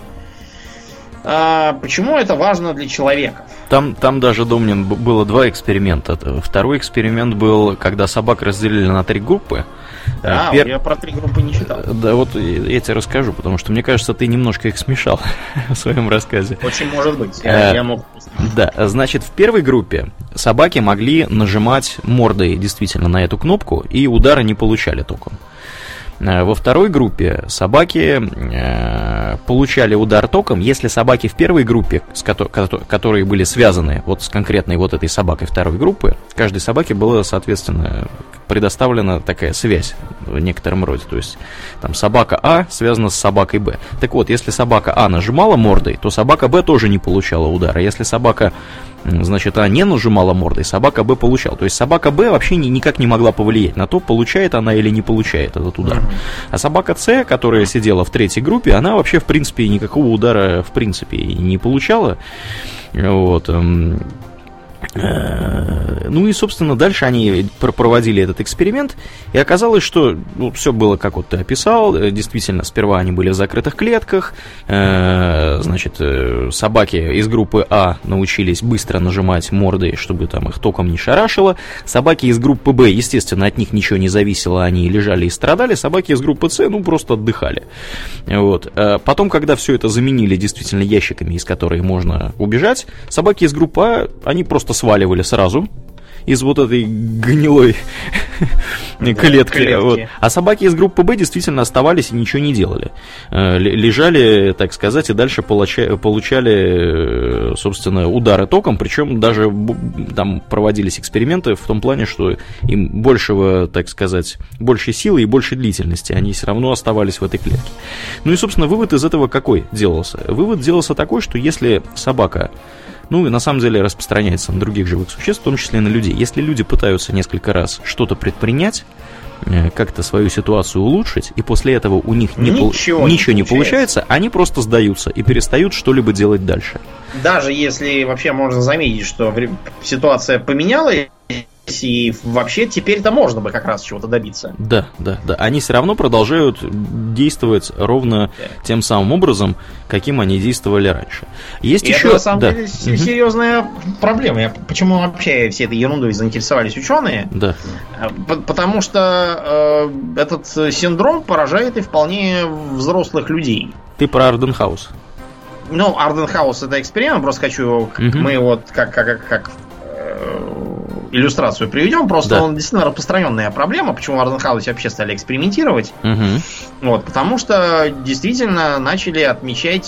Speaker 2: А почему это важно для человека?
Speaker 1: Там, там даже, Домнин, было два эксперимента. Второй эксперимент был, когда собак разделили на три группы.
Speaker 2: Да, Пер... я про три группы не читал.
Speaker 1: Да, вот я тебе расскажу, потому что мне кажется, ты немножко их смешал в своем рассказе.
Speaker 2: Очень может быть. Я, а, я мог...
Speaker 1: Да, значит, в первой группе собаки могли нажимать мордой действительно на эту кнопку, и удара не получали током. Во второй группе собаки э, получали удар током, если собаки в первой группе, с ко- ко- которые были связаны вот с конкретной вот этой собакой второй группы, каждой собаке была, соответственно, предоставлена такая связь в некотором роде. То есть там собака А связана с собакой Б. Так вот, если собака А нажимала мордой, то собака Б тоже не получала удара. Если собака, значит, А не нажимала мордой, собака Б получала. То есть собака Б вообще ни, никак не могла повлиять на то, получает она или не получает этот удар. А собака С, которая сидела в третьей группе, она вообще, в принципе, никакого удара, в принципе, не получала. Вот. Ну и, собственно, дальше они проводили этот эксперимент, и оказалось, что ну, все было, как вот ты описал. Действительно, сперва они были в закрытых клетках. Значит, собаки из группы А научились быстро нажимать мордой, чтобы там их током не шарашило. Собаки из группы Б, естественно, от них ничего не зависело, они лежали и страдали. Собаки из группы С, ну, просто отдыхали. Вот. Потом, когда все это заменили действительно ящиками, из которых можно убежать, собаки из группы А, они просто сваливали сразу из вот этой гнилой да, клетки. клетки. Вот. А собаки из группы Б действительно оставались и ничего не делали. Лежали, так сказать, и дальше получали, собственно, удары током. Причем даже там проводились эксперименты в том плане, что им большего, так сказать, большей силы и большей длительности. Они все равно оставались в этой клетке. Ну и, собственно, вывод из этого какой делался? Вывод делался такой, что если собака, ну и на самом деле распространяется на других живых существ, в том числе и на людей. Если люди пытаются несколько раз что-то предпринять, как-то свою ситуацию улучшить, и после этого у них не ничего, пол... ничего не получается. получается, они просто сдаются и перестают что-либо делать дальше. Даже если вообще можно заметить, что ситуация поменялась, и вообще теперь-то можно бы как раз чего-то добиться. Да, да, да. Они все равно продолжают действовать ровно да. тем самым образом, каким они действовали раньше. Есть и еще... это на самом да. деле угу. серьезная проблема. Я, почему вообще всей этой ерундой заинтересовались ученые? Да. Потому что э, этот синдром поражает и вполне взрослых людей. Ты про Арденхаус. Ну, Арденхаус это эксперимент, просто хочу его, угу. мы вот как, как, как иллюстрацию приведем, просто да. он действительно распространенная проблема, почему в Арденхаусе вообще стали экспериментировать. Угу. Вот, потому что действительно начали отмечать,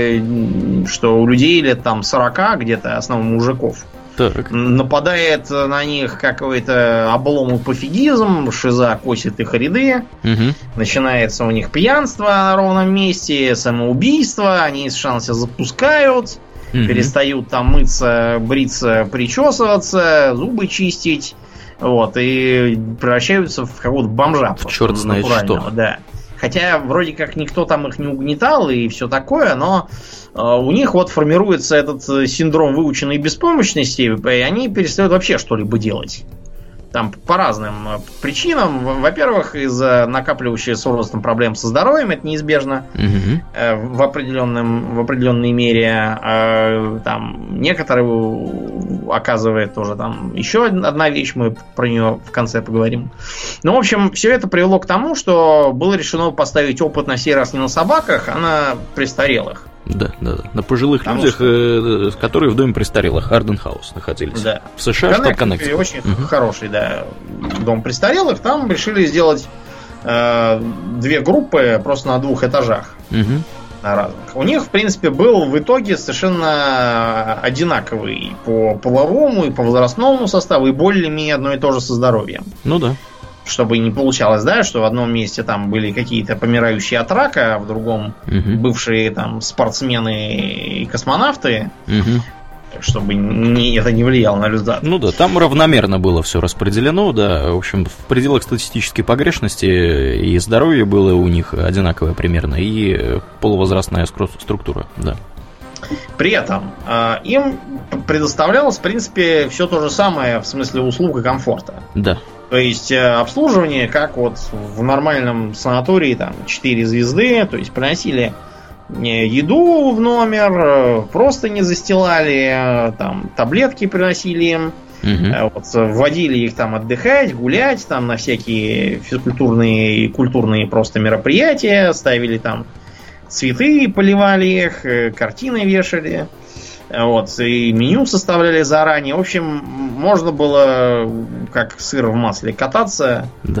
Speaker 1: что у людей лет там сорока, где-то, основном мужиков, так. нападает на них какой-то облом пофигизм, шиза косит их ряды, угу. начинается у них пьянство на ровном месте, самоубийство, они совершенно себя запускают, Mm-hmm. перестают там мыться, бриться, причесываться, зубы чистить, вот, и превращаются в какого-то бомжа. Черт знает что. Да. Хотя вроде как никто там их не угнетал и все такое, но э, у них вот формируется этот синдром выученной беспомощности, и они перестают вообще что-либо делать. Там по разным причинам. Во-первых, из-за накапливающихся с возрастом проблем со здоровьем, это неизбежно угу. э, в, определенном, в определенной мере. Э, там некоторые оказывает тоже там еще одна вещь, мы про нее в конце поговорим. Ну, в общем, все это привело к тому, что было решено поставить опыт на сей раз не на собаках, а на престарелых. Да, да, да. На пожилых Потому людях, что... э, которые в доме престарелых, Арденхаус находились. Да. В США, штат Коннектикут. Очень угу. хороший, да, дом престарелых. Там решили сделать э, две группы просто на двух этажах. Угу. На разных. У них, в принципе, был в итоге совершенно одинаковый по половому и по возрастному составу, и более-менее одно и то же со здоровьем. Ну да. Чтобы не получалось, да, что в одном месте там были какие-то помирающие от рака, а в другом угу. бывшие там спортсмены и космонавты, угу. чтобы не, это не влияло на результат. Ну да, там равномерно было все распределено, да, в общем, в пределах статистической погрешности и здоровье было у них одинаковое примерно, и полувозрастная структура, да. При этом э, им предоставлялось, в принципе, все то же самое в смысле услуг и комфорта. Да. То есть э, обслуживание, как вот в нормальном санатории, там, четыре звезды, то есть приносили еду в номер, э, просто не застилали, э, там, таблетки приносили им, угу. э, вот, вводили их там отдыхать, гулять, там, на всякие физкультурные и культурные просто мероприятия, ставили там цветы, поливали их, картины вешали, вот, и меню составляли заранее. В общем, можно было как сыр в масле кататься. Да.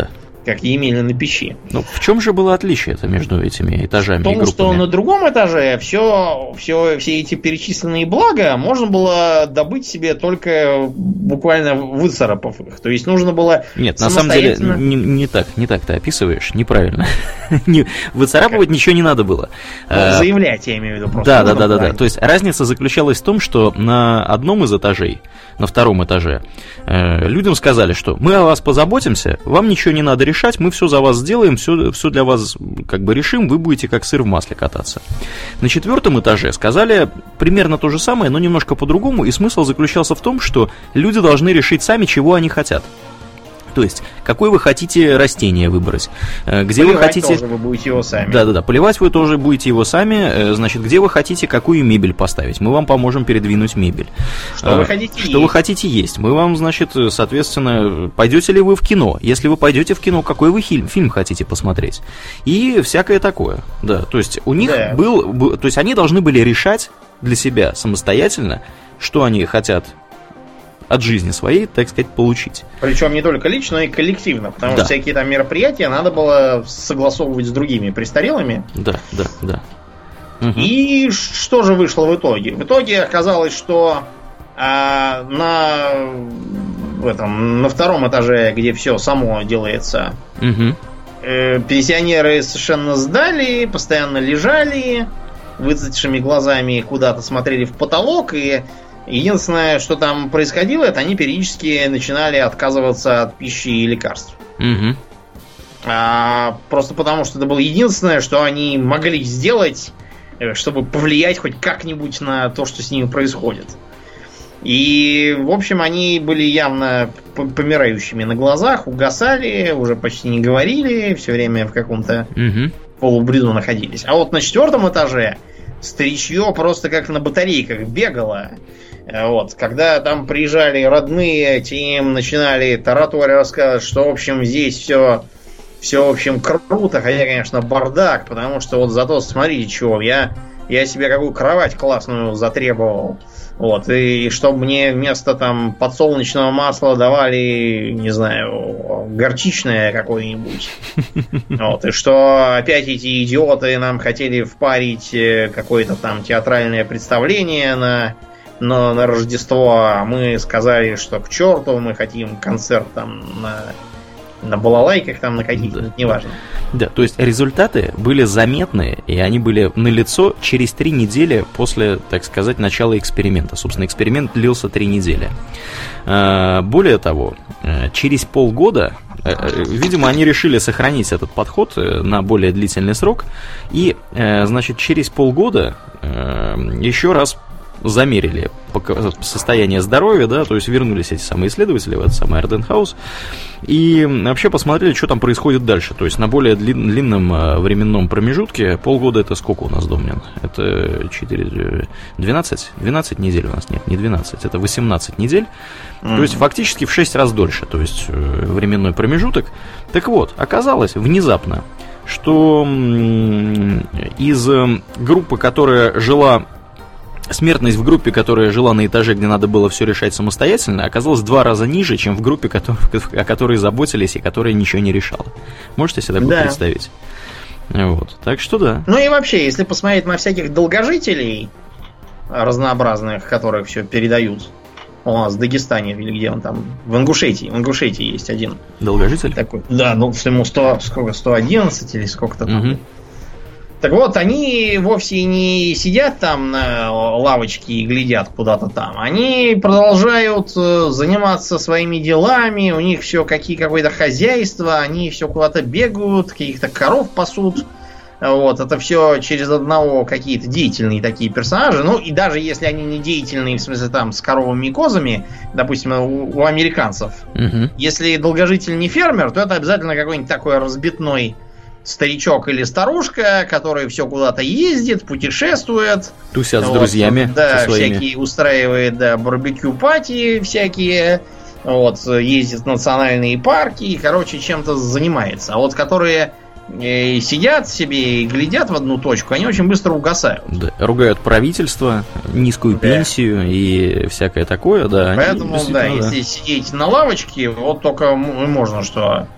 Speaker 2: как Емеля на печи.
Speaker 1: Ну, в чем же было отличие-то между этими этажами и группами?
Speaker 2: Потому что на другом этаже все, все, все эти перечисленные блага можно было добыть себе только буквально выцарапав их. То есть нужно было
Speaker 1: Нет, на самом деле не, не так, не так ты описываешь, неправильно. Выцарапывать ничего не надо было.
Speaker 2: Заявлять, я имею в виду. Просто
Speaker 1: да, да, да, да, да. То есть разница заключалась в том, что на одном из этажей, на втором этаже, людям сказали, что мы о вас позаботимся, вам ничего не надо решать, мы все за вас сделаем, все, все для вас как бы решим, вы будете как сыр в масле кататься. На четвертом этаже сказали примерно то же самое, но немножко по-другому, и смысл заключался в том, что люди должны решить сами, чего они хотят. То есть, какое вы хотите растение выбрать, где
Speaker 2: поливать
Speaker 1: вы хотите...
Speaker 2: тоже вы будете его сами.
Speaker 1: Да-да-да, поливать вы тоже будете его сами, значит, где вы хотите какую мебель поставить, мы вам поможем передвинуть мебель.
Speaker 2: Что а, вы хотите
Speaker 1: что
Speaker 2: есть.
Speaker 1: Что вы хотите есть, мы вам, значит, соответственно, пойдете ли вы в кино, если вы пойдете в кино, какой вы фильм, фильм хотите посмотреть, и всякое такое, да, то есть, у них да. был, был, то есть, они должны были решать для себя самостоятельно, что они хотят от жизни своей, так сказать, получить.
Speaker 2: Причем не только лично, но и коллективно, потому
Speaker 1: да.
Speaker 2: что всякие там мероприятия надо было согласовывать с другими престарелыми.
Speaker 1: Да, да, да. Угу.
Speaker 2: И что же вышло в итоге? В итоге оказалось, что а, на, в этом, на втором этаже, где все само делается,
Speaker 1: угу.
Speaker 2: э, пенсионеры совершенно сдали, постоянно лежали, выцветшими глазами куда-то смотрели в потолок, и единственное, что там происходило, это они периодически начинали отказываться от пищи и лекарств.
Speaker 1: Угу.
Speaker 2: А, просто потому, что это было единственное, что они могли сделать, чтобы повлиять хоть как-нибудь на то, что с ними происходит. И, в общем, они были явно помирающими на глазах, угасали, уже почти не говорили, все время в каком-то
Speaker 1: угу.
Speaker 2: полубреду находились. А вот на четвертом этаже старичье просто как на батарейках бегало. Вот. Когда там приезжали родные, те им начинали таратория рассказывать, что, в общем, здесь все, все, в общем, круто, хотя, конечно, бардак, потому что вот зато смотрите, чего, я, я себе какую кровать классную затребовал. Вот, и, и чтобы мне вместо там подсолнечного масла давали, не знаю, горчичное какое-нибудь. Вот, и что опять эти идиоты нам хотели впарить какое-то там театральное представление на, на, на Рождество, а мы сказали, что к черту, мы хотим концерт там на... на балалайках там, на каких-то, да. неважно.
Speaker 1: Да, то есть результаты были заметные, и они были налицо через три недели после, так сказать, начала эксперимента. Собственно, эксперимент длился три недели. Более того, через полгода, видимо, они решили сохранить этот подход на более длительный срок, и, значит, через полгода еще раз замерили состояние здоровья, да, то есть вернулись эти самые исследователи в этот самый Арден Хаус и вообще посмотрели, что там происходит дальше. То есть на более длинном временном промежутке, полгода это сколько у нас, Домнин? Это четыре, двенадцать? двенадцать недель у нас, нет, не двенадцать, это восемнадцать недель. Mm-hmm. То есть фактически в шесть раз дольше, то есть временной промежуток. Так вот, оказалось внезапно, что из группы, которая жила смертность в группе, которая жила на этаже, где надо было все решать самостоятельно, оказалась в два раза ниже, чем в группе, о которой заботились и которая ничего не решала. Можете себе такое да. представить? Вот. Так что да.
Speaker 2: Ну и вообще, если посмотреть на всяких долгожителей разнообразных, которых все передают у нас в Дагестане, или где он там, в Ингушетии. В Ингушетии есть один.
Speaker 1: Долгожитель?
Speaker 2: Такой. Да, ну ему сто, сколько, сто одиннадцать или сколько-то там. Угу. Так вот, они вовсе не сидят там на лавочке и глядят куда-то там. Они продолжают заниматься своими делами, у них все какие, какое-то хозяйство, они все куда-то бегают, каких-то коров пасут. Вот, это все через одного какие-то деятельные такие персонажи. Ну, и даже если они не деятельные, в смысле там с коровами и козами, допустим, у, у американцев,
Speaker 1: угу.
Speaker 2: если долгожитель не фермер, то это обязательно какой-нибудь такой разбитной старичок или старушка, который все куда-то ездит, путешествует.
Speaker 1: Тусят
Speaker 2: вот,
Speaker 1: с друзьями.
Speaker 2: Да,
Speaker 1: со своими.
Speaker 2: всякие устраивает, да, барбекю-пати всякие. Вот, ездит в национальные парки и, короче, чем-то занимается. А вот которые э, сидят себе и глядят в одну точку, они очень быстро угасают. Да,
Speaker 1: ругают правительство, низкую да. пенсию и всякое такое, да.
Speaker 2: Поэтому, да, да, если сидеть на лавочке, вот только можно что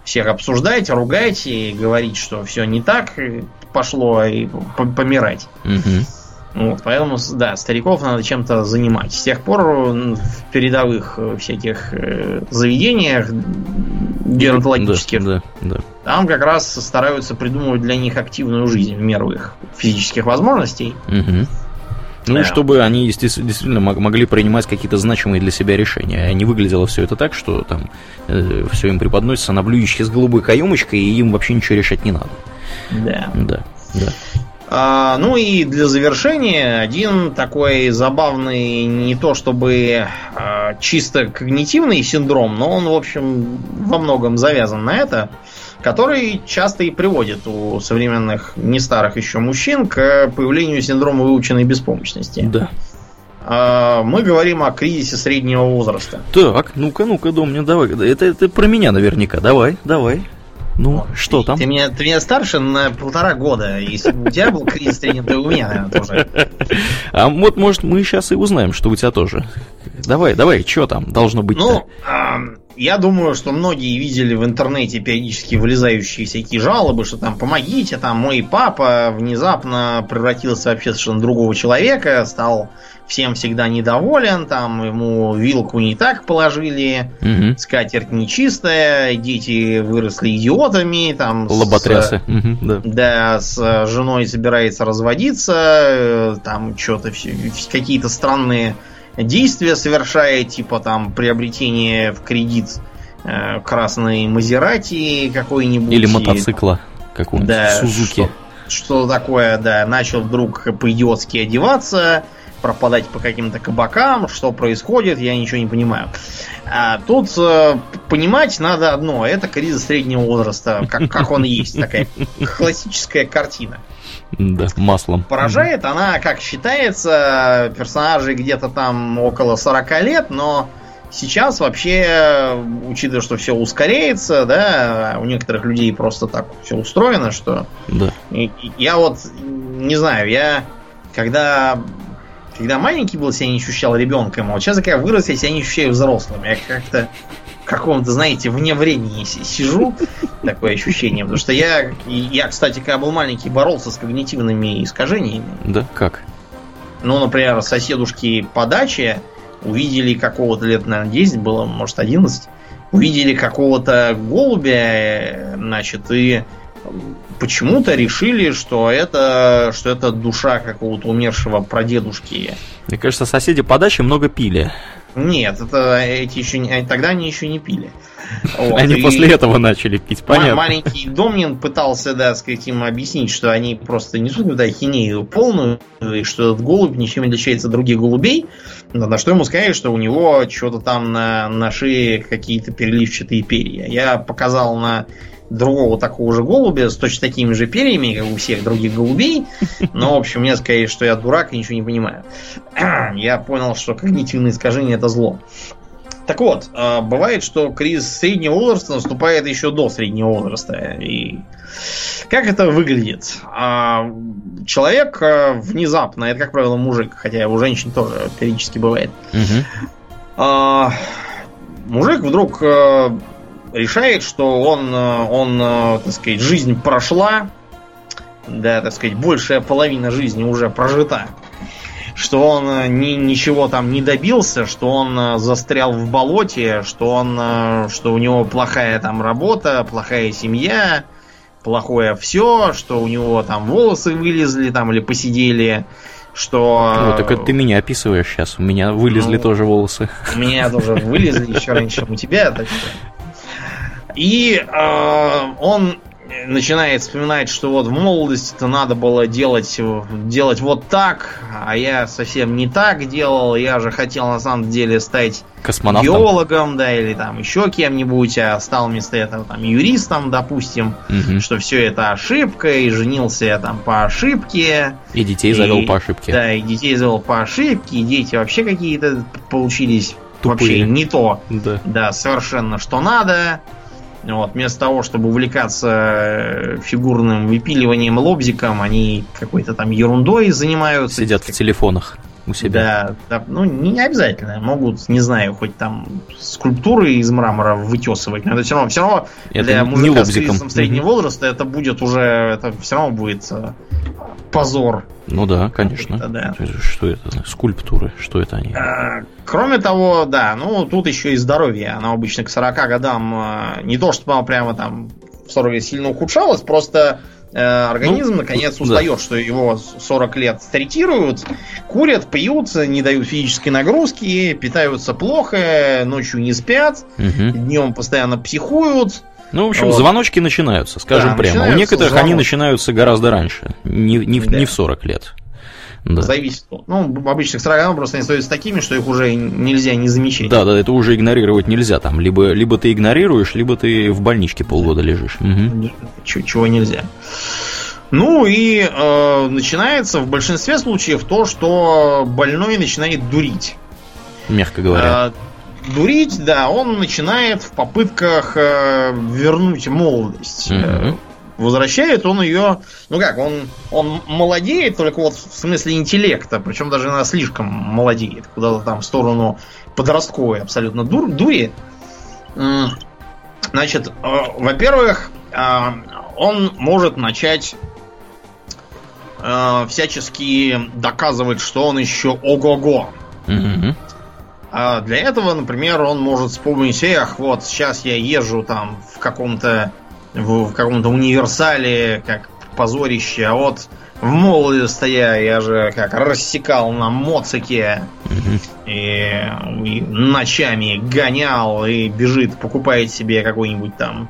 Speaker 2: всех обсуждать, ругать и говорить, что все не так пошло, и помирать.
Speaker 1: Угу.
Speaker 2: Вот, поэтому, да, стариков надо чем-то занимать. С тех пор в передовых всяких заведениях геронтологических,
Speaker 1: да, да, да.
Speaker 2: там как раз стараются придумывать для них активную жизнь в меру их физических возможностей.
Speaker 1: Угу. Ну, и чтобы они действительно могли принимать какие-то значимые для себя решения. А не выглядело все это так, что там э, все им преподносится на блюдечке с голубой каемочкой, и им вообще ничего решать не надо.
Speaker 2: Да.
Speaker 1: Да, да.
Speaker 2: А, ну и для завершения один такой забавный, не то чтобы а, чисто когнитивный синдром, но он, в общем, во многом завязан на это, который часто и приводит у современных, не старых еще мужчин к появлению синдрома выученной беспомощности.
Speaker 1: Да.
Speaker 2: А, мы говорим о кризисе среднего возраста.
Speaker 1: Так, ну-ка, ну-ка, Домнин, давай. Это, это про меня наверняка. Давай, давай. Ну, вот, что
Speaker 2: ты,
Speaker 1: там?
Speaker 2: Ты меня, ты меня старше на полтора года. Если бы у тебя был кризис среднего, то и у меня, наверное, тоже.
Speaker 1: А вот, может, мы сейчас и узнаем, что у тебя тоже. Давай, давай, что там должно быть-то?
Speaker 2: Ну, э, я думаю, что многие видели в интернете периодически вылезающие всякие жалобы, что там помогите, там мой папа внезапно превратился вообще в совершенно другого человека, стал всем всегда недоволен, там ему вилку не так положили, угу. скатерть нечистая, дети выросли идиотами, там
Speaker 1: лоботрясы, с, угу, да.
Speaker 2: да, с женой собирается разводиться, там что-то какие-то странные действия совершает, типа там приобретение в кредит э, красной Мазерати какой-нибудь.
Speaker 1: Или мотоцикла какого-нибудь,
Speaker 2: да,
Speaker 1: Сузуки.
Speaker 2: Что, что такое, да, начал вдруг по-идиотски одеваться, пропадать по каким-то кабакам, что происходит, я ничего не понимаю. А тут э, понимать надо одно, это кризис среднего возраста, как, как он есть, такая классическая картина.
Speaker 1: Да, маслом.
Speaker 2: Поражает она, как считается, персонажей где-то там около сорока лет, но сейчас вообще, учитывая, что все ускоряется, да, у некоторых людей просто так все устроено, что...
Speaker 1: Да.
Speaker 2: Я вот, не знаю, я когда... Когда маленький был, себя не ощущал ребенком, а вот сейчас, когда я вырос, я себя не ощущаю взрослым. Я как-то в каком-то, знаете, вне времени сижу, такое ощущение. Потому что я, я, кстати, когда был маленький, боролся с когнитивными искажениями.
Speaker 1: Да, как?
Speaker 2: Ну, например, соседушки по даче увидели какого-то лет, наверное, десять было, может, одиннадцать, увидели какого-то голубя, значит, и почему-то решили, что это, что это душа какого-то умершего прадедушки.
Speaker 1: Мне кажется, соседи по даче много пили.
Speaker 2: Нет, это эти еще не, тогда они еще не пили. Вот.
Speaker 1: Они
Speaker 2: и
Speaker 1: после этого начали пить, понятно.
Speaker 2: Маленький Домнин пытался, да, сказать, им объяснить, что они просто несут туда ахинею полную, и что этот голубь ничем не отличается от других голубей. На что ему сказали, что у него что-то там на, на шее какие-то переливчатые перья. Я показал на другого такого же голубя с точно такими же перьями, как у всех других голубей. Но, в общем, мне сказали, что я дурак и ничего не понимаю. Я понял, что когнитивные искажения — это зло. Так вот, бывает, что кризис среднего возраста наступает еще до среднего возраста. И как это выглядит? Человек внезапно, это, как правило, мужик, хотя у женщин тоже периодически бывает. Угу. Мужик вдруг решает, что он, он, так сказать, жизнь прошла, да, так сказать, большая половина жизни уже прожита, что он ни, ничего там не добился, что он застрял в болоте, что он, что у него плохая там работа, плохая семья, плохое все, что у него там волосы вылезли там или посидели, что...
Speaker 1: Ну, так это ты меня описываешь сейчас, у меня вылезли ну, тоже волосы.
Speaker 2: У меня тоже вылезли еще раньше, чем у тебя, так что... И э, он начинает вспоминать, что вот в молодости-то надо было делать, делать вот так, а я совсем не так делал. Я же хотел на самом деле стать
Speaker 1: космонавтом,
Speaker 2: геологом, да, или там еще кем-нибудь, а стал вместо этого там юристом, допустим, угу. Что все это ошибка, и женился я там по ошибке.
Speaker 1: И детей
Speaker 2: и,
Speaker 1: завел по ошибке.
Speaker 2: Да, и детей завел по ошибке, и дети вообще какие-то получились тупые. Вообще не то,
Speaker 1: да.
Speaker 2: Да, совершенно что надо. Вот, вместо того, чтобы увлекаться фигурным выпиливанием лобзиком, они какой-то там ерундой занимаются.
Speaker 1: Сидят в телефонах. у себя.
Speaker 2: Да, да, ну не обязательно. Могут, не знаю, хоть там скульптуры из мрамора вытесывать, но это все равно, все равно
Speaker 1: это
Speaker 2: для мужика с кризисом среднего
Speaker 1: угу.
Speaker 2: возраста это будет уже, это все равно будет позор.
Speaker 1: Ну да, конечно. Это, да. Что это? Скульптуры, что это они?
Speaker 2: А, кроме того, да, ну тут еще и здоровье. Оно обычно к сорока годам не то, что оно прямо там в сорок лет сильно ухудшалось, просто организм ну, наконец устает, да. что его сорок лет третируют, курят, пьют, не дают физической нагрузки, питаются плохо, ночью не спят, угу. днем постоянно психуют.
Speaker 1: Ну, в общем, вот. звоночки начинаются, скажем да, прямо. У некоторых звоночки. Они начинаются гораздо раньше, не, не, да. не в сорок лет. Да.
Speaker 2: Зависит. Ну, обычно к сорокам просто они становятся такими, что их уже нельзя не замечать.
Speaker 1: Да, да, это уже игнорировать нельзя. Там либо, либо ты игнорируешь, либо ты в больничке полгода лежишь. Угу.
Speaker 2: Чего нельзя. Ну и э, начинается в большинстве случаев то, что больной начинает дурить.
Speaker 1: Мягко говоря.
Speaker 2: Э, дурить, да, он начинает в попытках э, вернуть молодость. Угу. Возвращает он ее, ну как, он, он молодеет, только вот в смысле интеллекта, причем даже она слишком молодеет, куда-то там в сторону подростковой абсолютно дур, дури. Значит, э, во-первых, э, он может начать э, всячески доказывать, что он еще ого-го. Mm-hmm. А для этого, например, он может вспомнить, эх, вот сейчас я езжу там в каком-то в, в каком-то универсале, как позорище, а вот в молодости я, я же как рассекал на моцике mm-hmm. и, и ночами гонял, и бежит, покупает себе какой-нибудь там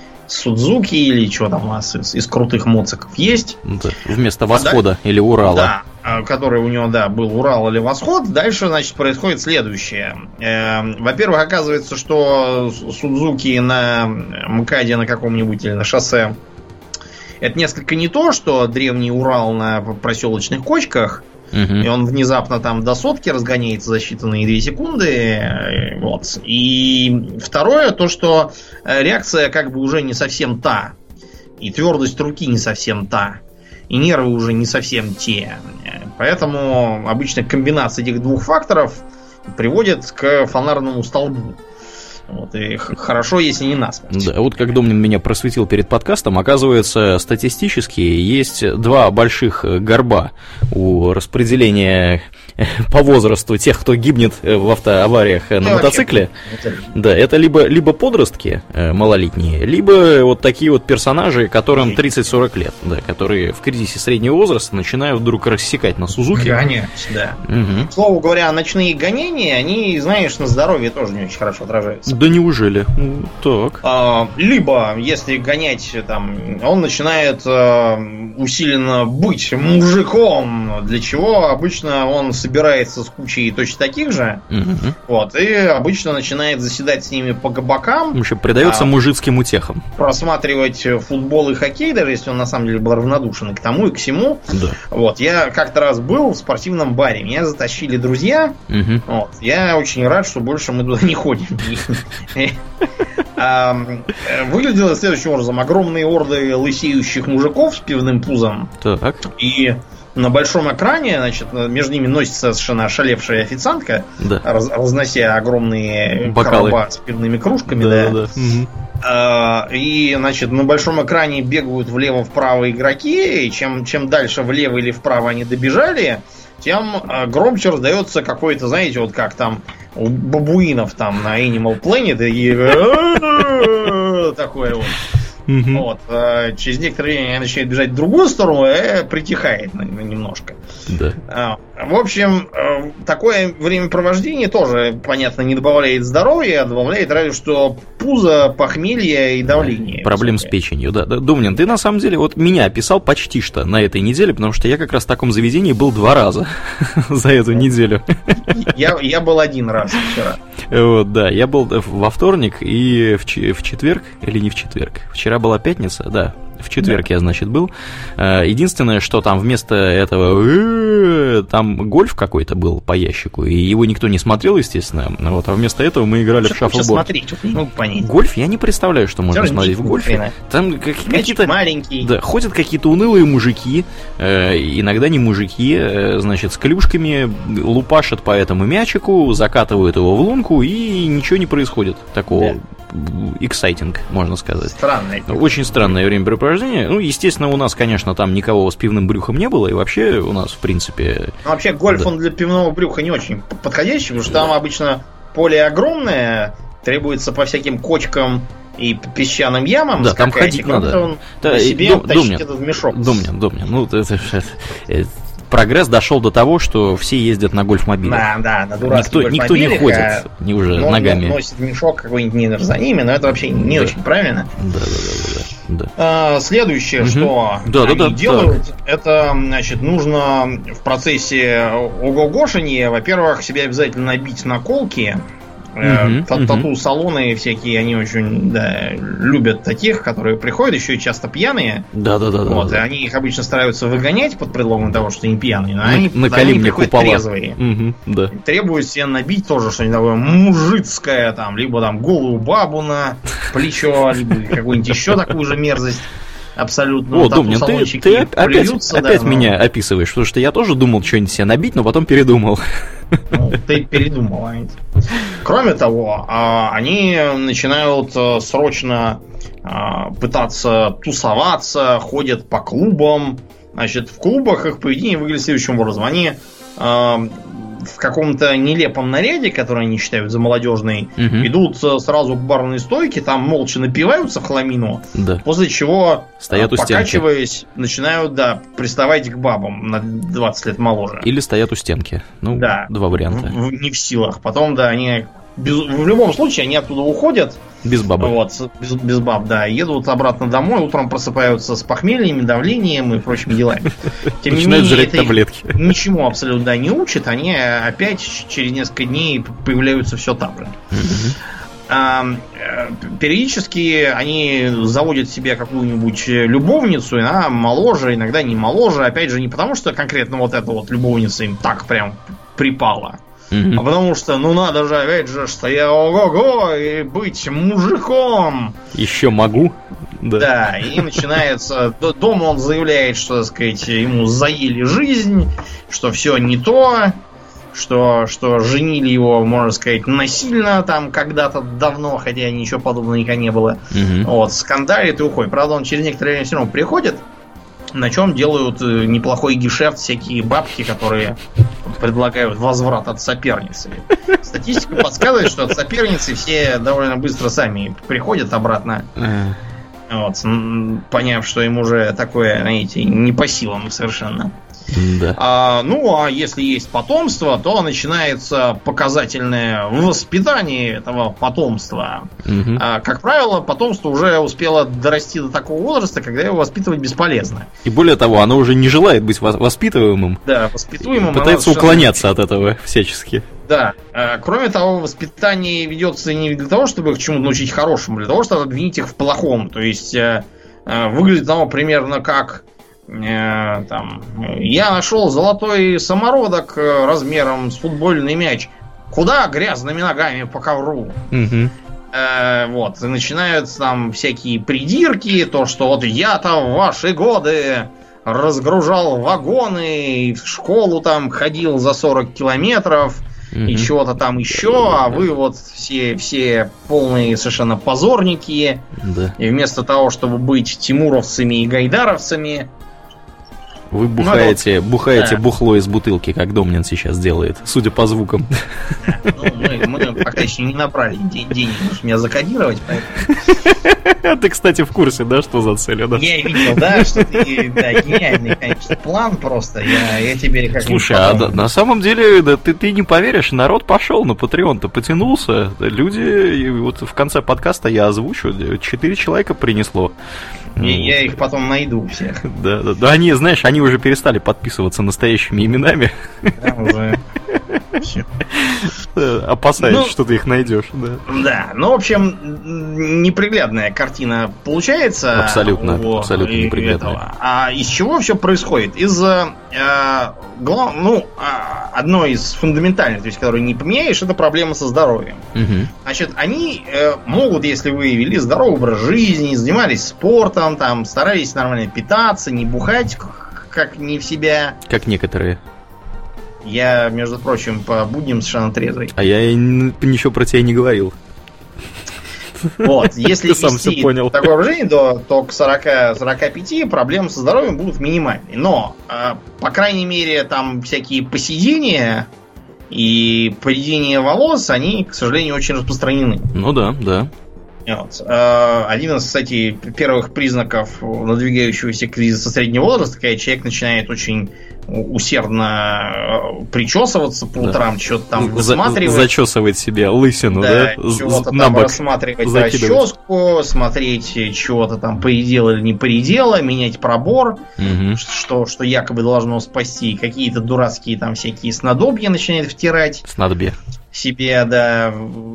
Speaker 2: Судзуки или что там у нас из, из крутых моциков есть.
Speaker 1: Да, вместо Восхода да, или Урала.
Speaker 2: Да, который у него, да, был Урал или Восход. Дальше, значит, происходит следующее. Э, во-первых, оказывается, что Судзуки на МКАДе на каком-нибудь или на шоссе это несколько не то, что древний Урал на проселочных кочках. Угу. И он внезапно там до сотки разгоняется за считанные две секунды. Вот. И второе, то, что реакция как бы уже не совсем та. И твердость руки не совсем та. И нервы уже не совсем те. Поэтому обычно комбинация этих двух факторов приводит к фонарному столбу. Вот, и хорошо, если не насмерть.
Speaker 1: Да, вот как Домнин меня просветил перед подкастом, оказывается, статистически есть два больших горба у распределения по возрасту тех, кто гибнет в автоавариях на ну, мотоцикле. Вообще. Да, это либо, либо подростки малолетние, либо вот такие вот персонажи, которым тридцать-сорок лет, да, которые в кризисе среднего возраста начинают вдруг рассекать на Сузуки.
Speaker 2: Гонять, да. Угу. К слову говоря, ночные гонения, они, знаешь, на здоровье тоже не очень хорошо отражаются.
Speaker 1: Да неужели? Так.
Speaker 2: А, либо, если гонять, там, он начинает а, усиленно быть мужиком, для чего обычно он собирается с кучей точно таких же, угу. вот, и обычно начинает заседать с ними по кабакам.
Speaker 1: Еще предается а, мужицким утехам.
Speaker 2: Просматривать футбол и хоккей, даже если он на самом деле был равнодушен и к тому, и к всему.
Speaker 1: Да. Вот,
Speaker 2: я как-то раз был в спортивном баре, меня затащили друзья, угу. вот, я очень рад, что больше мы туда не ходим. Выглядело следующим образом: огромные орды лысеющих мужиков с пивным пузом.
Speaker 1: Так.
Speaker 2: И на большом экране, значит, между ними носится совершенно ошалевшая официантка, да. раз, разнося огромные
Speaker 1: бокалы
Speaker 2: короба с пивными кружками,
Speaker 1: да,
Speaker 2: да.
Speaker 1: да. Угу.
Speaker 2: А, и, значит, на большом экране бегают влево-вправо игроки, и чем, чем дальше влево или вправо они добежали, тем громче раздается какой-то, знаете, вот как там у бабуинов там на Animal Planet, и такое вот. Mm-hmm. Вот. Через некоторое время начинает бежать в другую сторону, и притихает немножко.
Speaker 1: Да.
Speaker 2: В общем, такое времяпровождение тоже, понятно, не добавляет здоровья, а добавляет разве что пузо, похмелье и давление.
Speaker 1: Проблем с печенью, да. Думнин, ты на самом деле вот меня описал почти что на этой неделе, потому что я как раз в таком заведении был два раза за эту неделю.
Speaker 2: Я, я был один раз вчера.
Speaker 1: Вот, да, я был во вторник и в четверг, или не в четверг. Вчера была пятница, да. В четверг да. я, значит, был. Единственное, что там вместо этого там гольф какой-то был по ящику, и его никто не смотрел, естественно. Вот, а вместо этого мы играли что в шаффлборд.
Speaker 2: Смотреть, ну, понять.
Speaker 1: Гольф, я не представляю, что можно Все смотреть в гольфе. Там какие-то
Speaker 2: маленькие.
Speaker 1: Да, ходят какие-то унылые мужики, э, иногда не мужики, э, значит, с клюшками, лупашат по этому мячику, закатывают его в лунку, и ничего не происходит такого. Да. Exciting, можно сказать.
Speaker 2: Странное.
Speaker 1: Очень странное времяпрепровождение. Ну, естественно, у нас, конечно, там никого с пивным брюхом не было, и вообще у нас, в принципе...
Speaker 2: Ну, вообще, гольф, да. он для пивного брюха не очень подходящий, потому что да. там обычно поле огромное, требуется по всяким кочкам и песчаным ямам.
Speaker 1: Да, там ходить надо.
Speaker 2: Он да, себе дом, тащить домнин, этот мешок.
Speaker 1: Домнин, домнин. Ну, это... это прогресс дошел до того, что все ездят на гольф-мобилях.
Speaker 2: Да, да, на дурацких
Speaker 1: никто, никто не ходит, а не уже но, ногами.
Speaker 2: Носит мешок какой-нибудь не за ними, но это вообще не да. очень правильно.
Speaker 1: Да, да, да, да, да.
Speaker 2: А, следующее, угу. что
Speaker 1: да,
Speaker 2: они
Speaker 1: да, да,
Speaker 2: делают,
Speaker 1: так.
Speaker 2: это, значит, нужно в процессе ого-гошения, во-первых, себе обязательно набить наколки. Uh-huh, uh-huh. Тату-салоны всякие, они очень да, любят таких, которые приходят еще и часто пьяные.
Speaker 1: Да-да-да.
Speaker 2: Вот,
Speaker 1: да, да.
Speaker 2: и они их обычно стараются выгонять под предлогом того, что они пьяные, но
Speaker 1: на,
Speaker 2: они,
Speaker 1: накали
Speaker 2: они
Speaker 1: мне
Speaker 2: приходят
Speaker 1: купола.
Speaker 2: трезвые.
Speaker 1: Uh-huh, да.
Speaker 2: Требуют себе набить тоже что-нибудь такое мужицкое, там, либо там голую бабу на плечо, либо какую-нибудь еще такую же мерзость. Абсолютно.
Speaker 1: О, Домнин, ты, ты опять, опять
Speaker 2: да,
Speaker 1: меня
Speaker 2: но...
Speaker 1: описываешь, потому что я тоже думал что-нибудь себе набить, но потом передумал.
Speaker 2: Ну, ты передумал. Кроме того, они начинают срочно пытаться тусоваться, ходят по клубам. Значит, в клубах их поведение выглядит следующим образом. Они в каком-то нелепом наряде, который они считают за молодежный, угу. идут сразу к барной стойке, там молча напиваются в хламину, да. после чего,
Speaker 1: стоят
Speaker 2: покачиваясь, начинают, да, приставать к бабам на двадцать лет моложе.
Speaker 1: Или стоят у стенки. Ну, да. два варианта.
Speaker 2: В, в, не в силах. Потом, да, они... Без, в любом случае, они оттуда уходят.
Speaker 1: Без бабы.
Speaker 2: Вот, без, без баб, да. Едут обратно домой, утром просыпаются с похмельем, давлением и прочими делами.
Speaker 1: Тем не менее, жрать таблетки.
Speaker 2: Ничему абсолютно да, не учат. Они опять через несколько дней появляются все там же. А, периодически они заводят себе какую-нибудь любовницу, и она моложе, иногда не моложе. Опять же, не потому, что конкретно вот эта вот любовница им так прям припала. Mm-hmm. А потому что, ну надо же, опять же, что я ого-го и быть мужиком.
Speaker 1: Еще могу.
Speaker 2: Да. Да, и начинается. Дома он заявляет, что, так сказать, ему заели жизнь, что все не то, что, что женили его, можно сказать, насильно там когда-то давно, хотя ничего подобного никогда не было. Mm-hmm. Вот, скандалит и уходит. Правда, он через некоторое время все равно приходит. На чем делают неплохой гешефт всякие бабки, которые предлагают возврат от соперницы. Статистика подсказывает, что от соперницы все довольно быстро сами приходят обратно. Вот, поняв, что им уже такое, знаете, не по силам совершенно. Да. А, ну, а если есть потомство, то начинается показательное воспитание этого потомства. Угу. А, как правило, потомство уже успело дорасти до такого возраста, когда его воспитывать бесполезно.
Speaker 1: И более того, оно уже не желает быть воспитываемым.
Speaker 2: Да, воспитуемым.
Speaker 1: Пытается уклоняться от этого всячески.
Speaker 2: Да. А, кроме того, воспитание ведется не для того, чтобы их чему-то научить хорошему, а для того, чтобы обвинить их в плохом. То есть а, а, выглядит оно примерно как... Там, я нашел золотой самородок размером с футбольный мяч. Куда грязными ногами по ковру?
Speaker 1: Угу.
Speaker 2: Э, вот. И начинаются там всякие придирки. То, что вот я-то в ваши годы разгружал вагоны, и в школу там ходил за сорок километров, угу. и чего-то там еще, а вы вот все, все полные совершенно позорники.
Speaker 1: Да. И
Speaker 2: вместо того, чтобы быть тимуровцами и гайдаровцами,
Speaker 1: вы бухаете, ну, бухаете да. бухло из бутылки, как Домнин сейчас делает, судя по звукам.
Speaker 2: Да, ну, мы, мы пока еще не набрали денег, чтобы меня закодировать, поэтому...
Speaker 1: Ты, кстати, в курсе, да, что за цель? Да?
Speaker 2: Я видел, да, что ты, да, гениальный, конечно, план просто, я, я тебе как-нибудь
Speaker 1: Слушай, потом... а да, на самом деле, да, ты, ты не поверишь, народ пошел на Patreon-то, потянулся, люди, вот в конце подкаста я озвучу, четыре человека принесло.
Speaker 2: Я, я их потом найду всех.
Speaker 1: Да, да, да, они, знаешь, они они уже перестали подписываться настоящими именами.
Speaker 2: Да, уже все.
Speaker 1: Опасаясь,
Speaker 2: ну,
Speaker 1: что ты их найдешь. Да.
Speaker 2: Да, ну, в общем, неприглядная картина получается.
Speaker 1: Абсолютно, абсолютно неприглядная.
Speaker 2: Этого. А из чего все происходит? Из э, глав... ну, э, одной из фундаментальных, то есть, которую не поменяешь, это проблема со здоровьем.
Speaker 1: Угу.
Speaker 2: Значит, они э, могут, если вы вели здоровый образ жизни, занимались спортом, там, старались нормально питаться, не бухать, как не в себя.
Speaker 1: Как некоторые.
Speaker 2: Я, между прочим, по будням совершенно трезвый.
Speaker 1: А я ничего про тебя не говорил.
Speaker 2: Вот, если
Speaker 1: вести
Speaker 2: такое обращение, то, то к сорока-сорока пяти проблемы со здоровьем будут минимальные. Но, э, по крайней мере, там всякие поседения и поедение волос, они, к сожалению, очень распространены.
Speaker 1: Ну да, да.
Speaker 2: Вот. Э, один из, кстати, первых признаков надвигающегося кризиса среднего возраста, когда человек начинает очень усердно причесываться по утрам, да. Что-то там высматривать.
Speaker 1: Зачесывать себе лысину, да?
Speaker 2: Да, чего-то там рассматривать расческу, смотреть, чего-то там поредела или не поредела, менять пробор, угу. что, что якобы должно спасти. Какие-то дурацкие там всякие снадобья начинает втирать.
Speaker 1: Снадобья.
Speaker 2: Себе, да,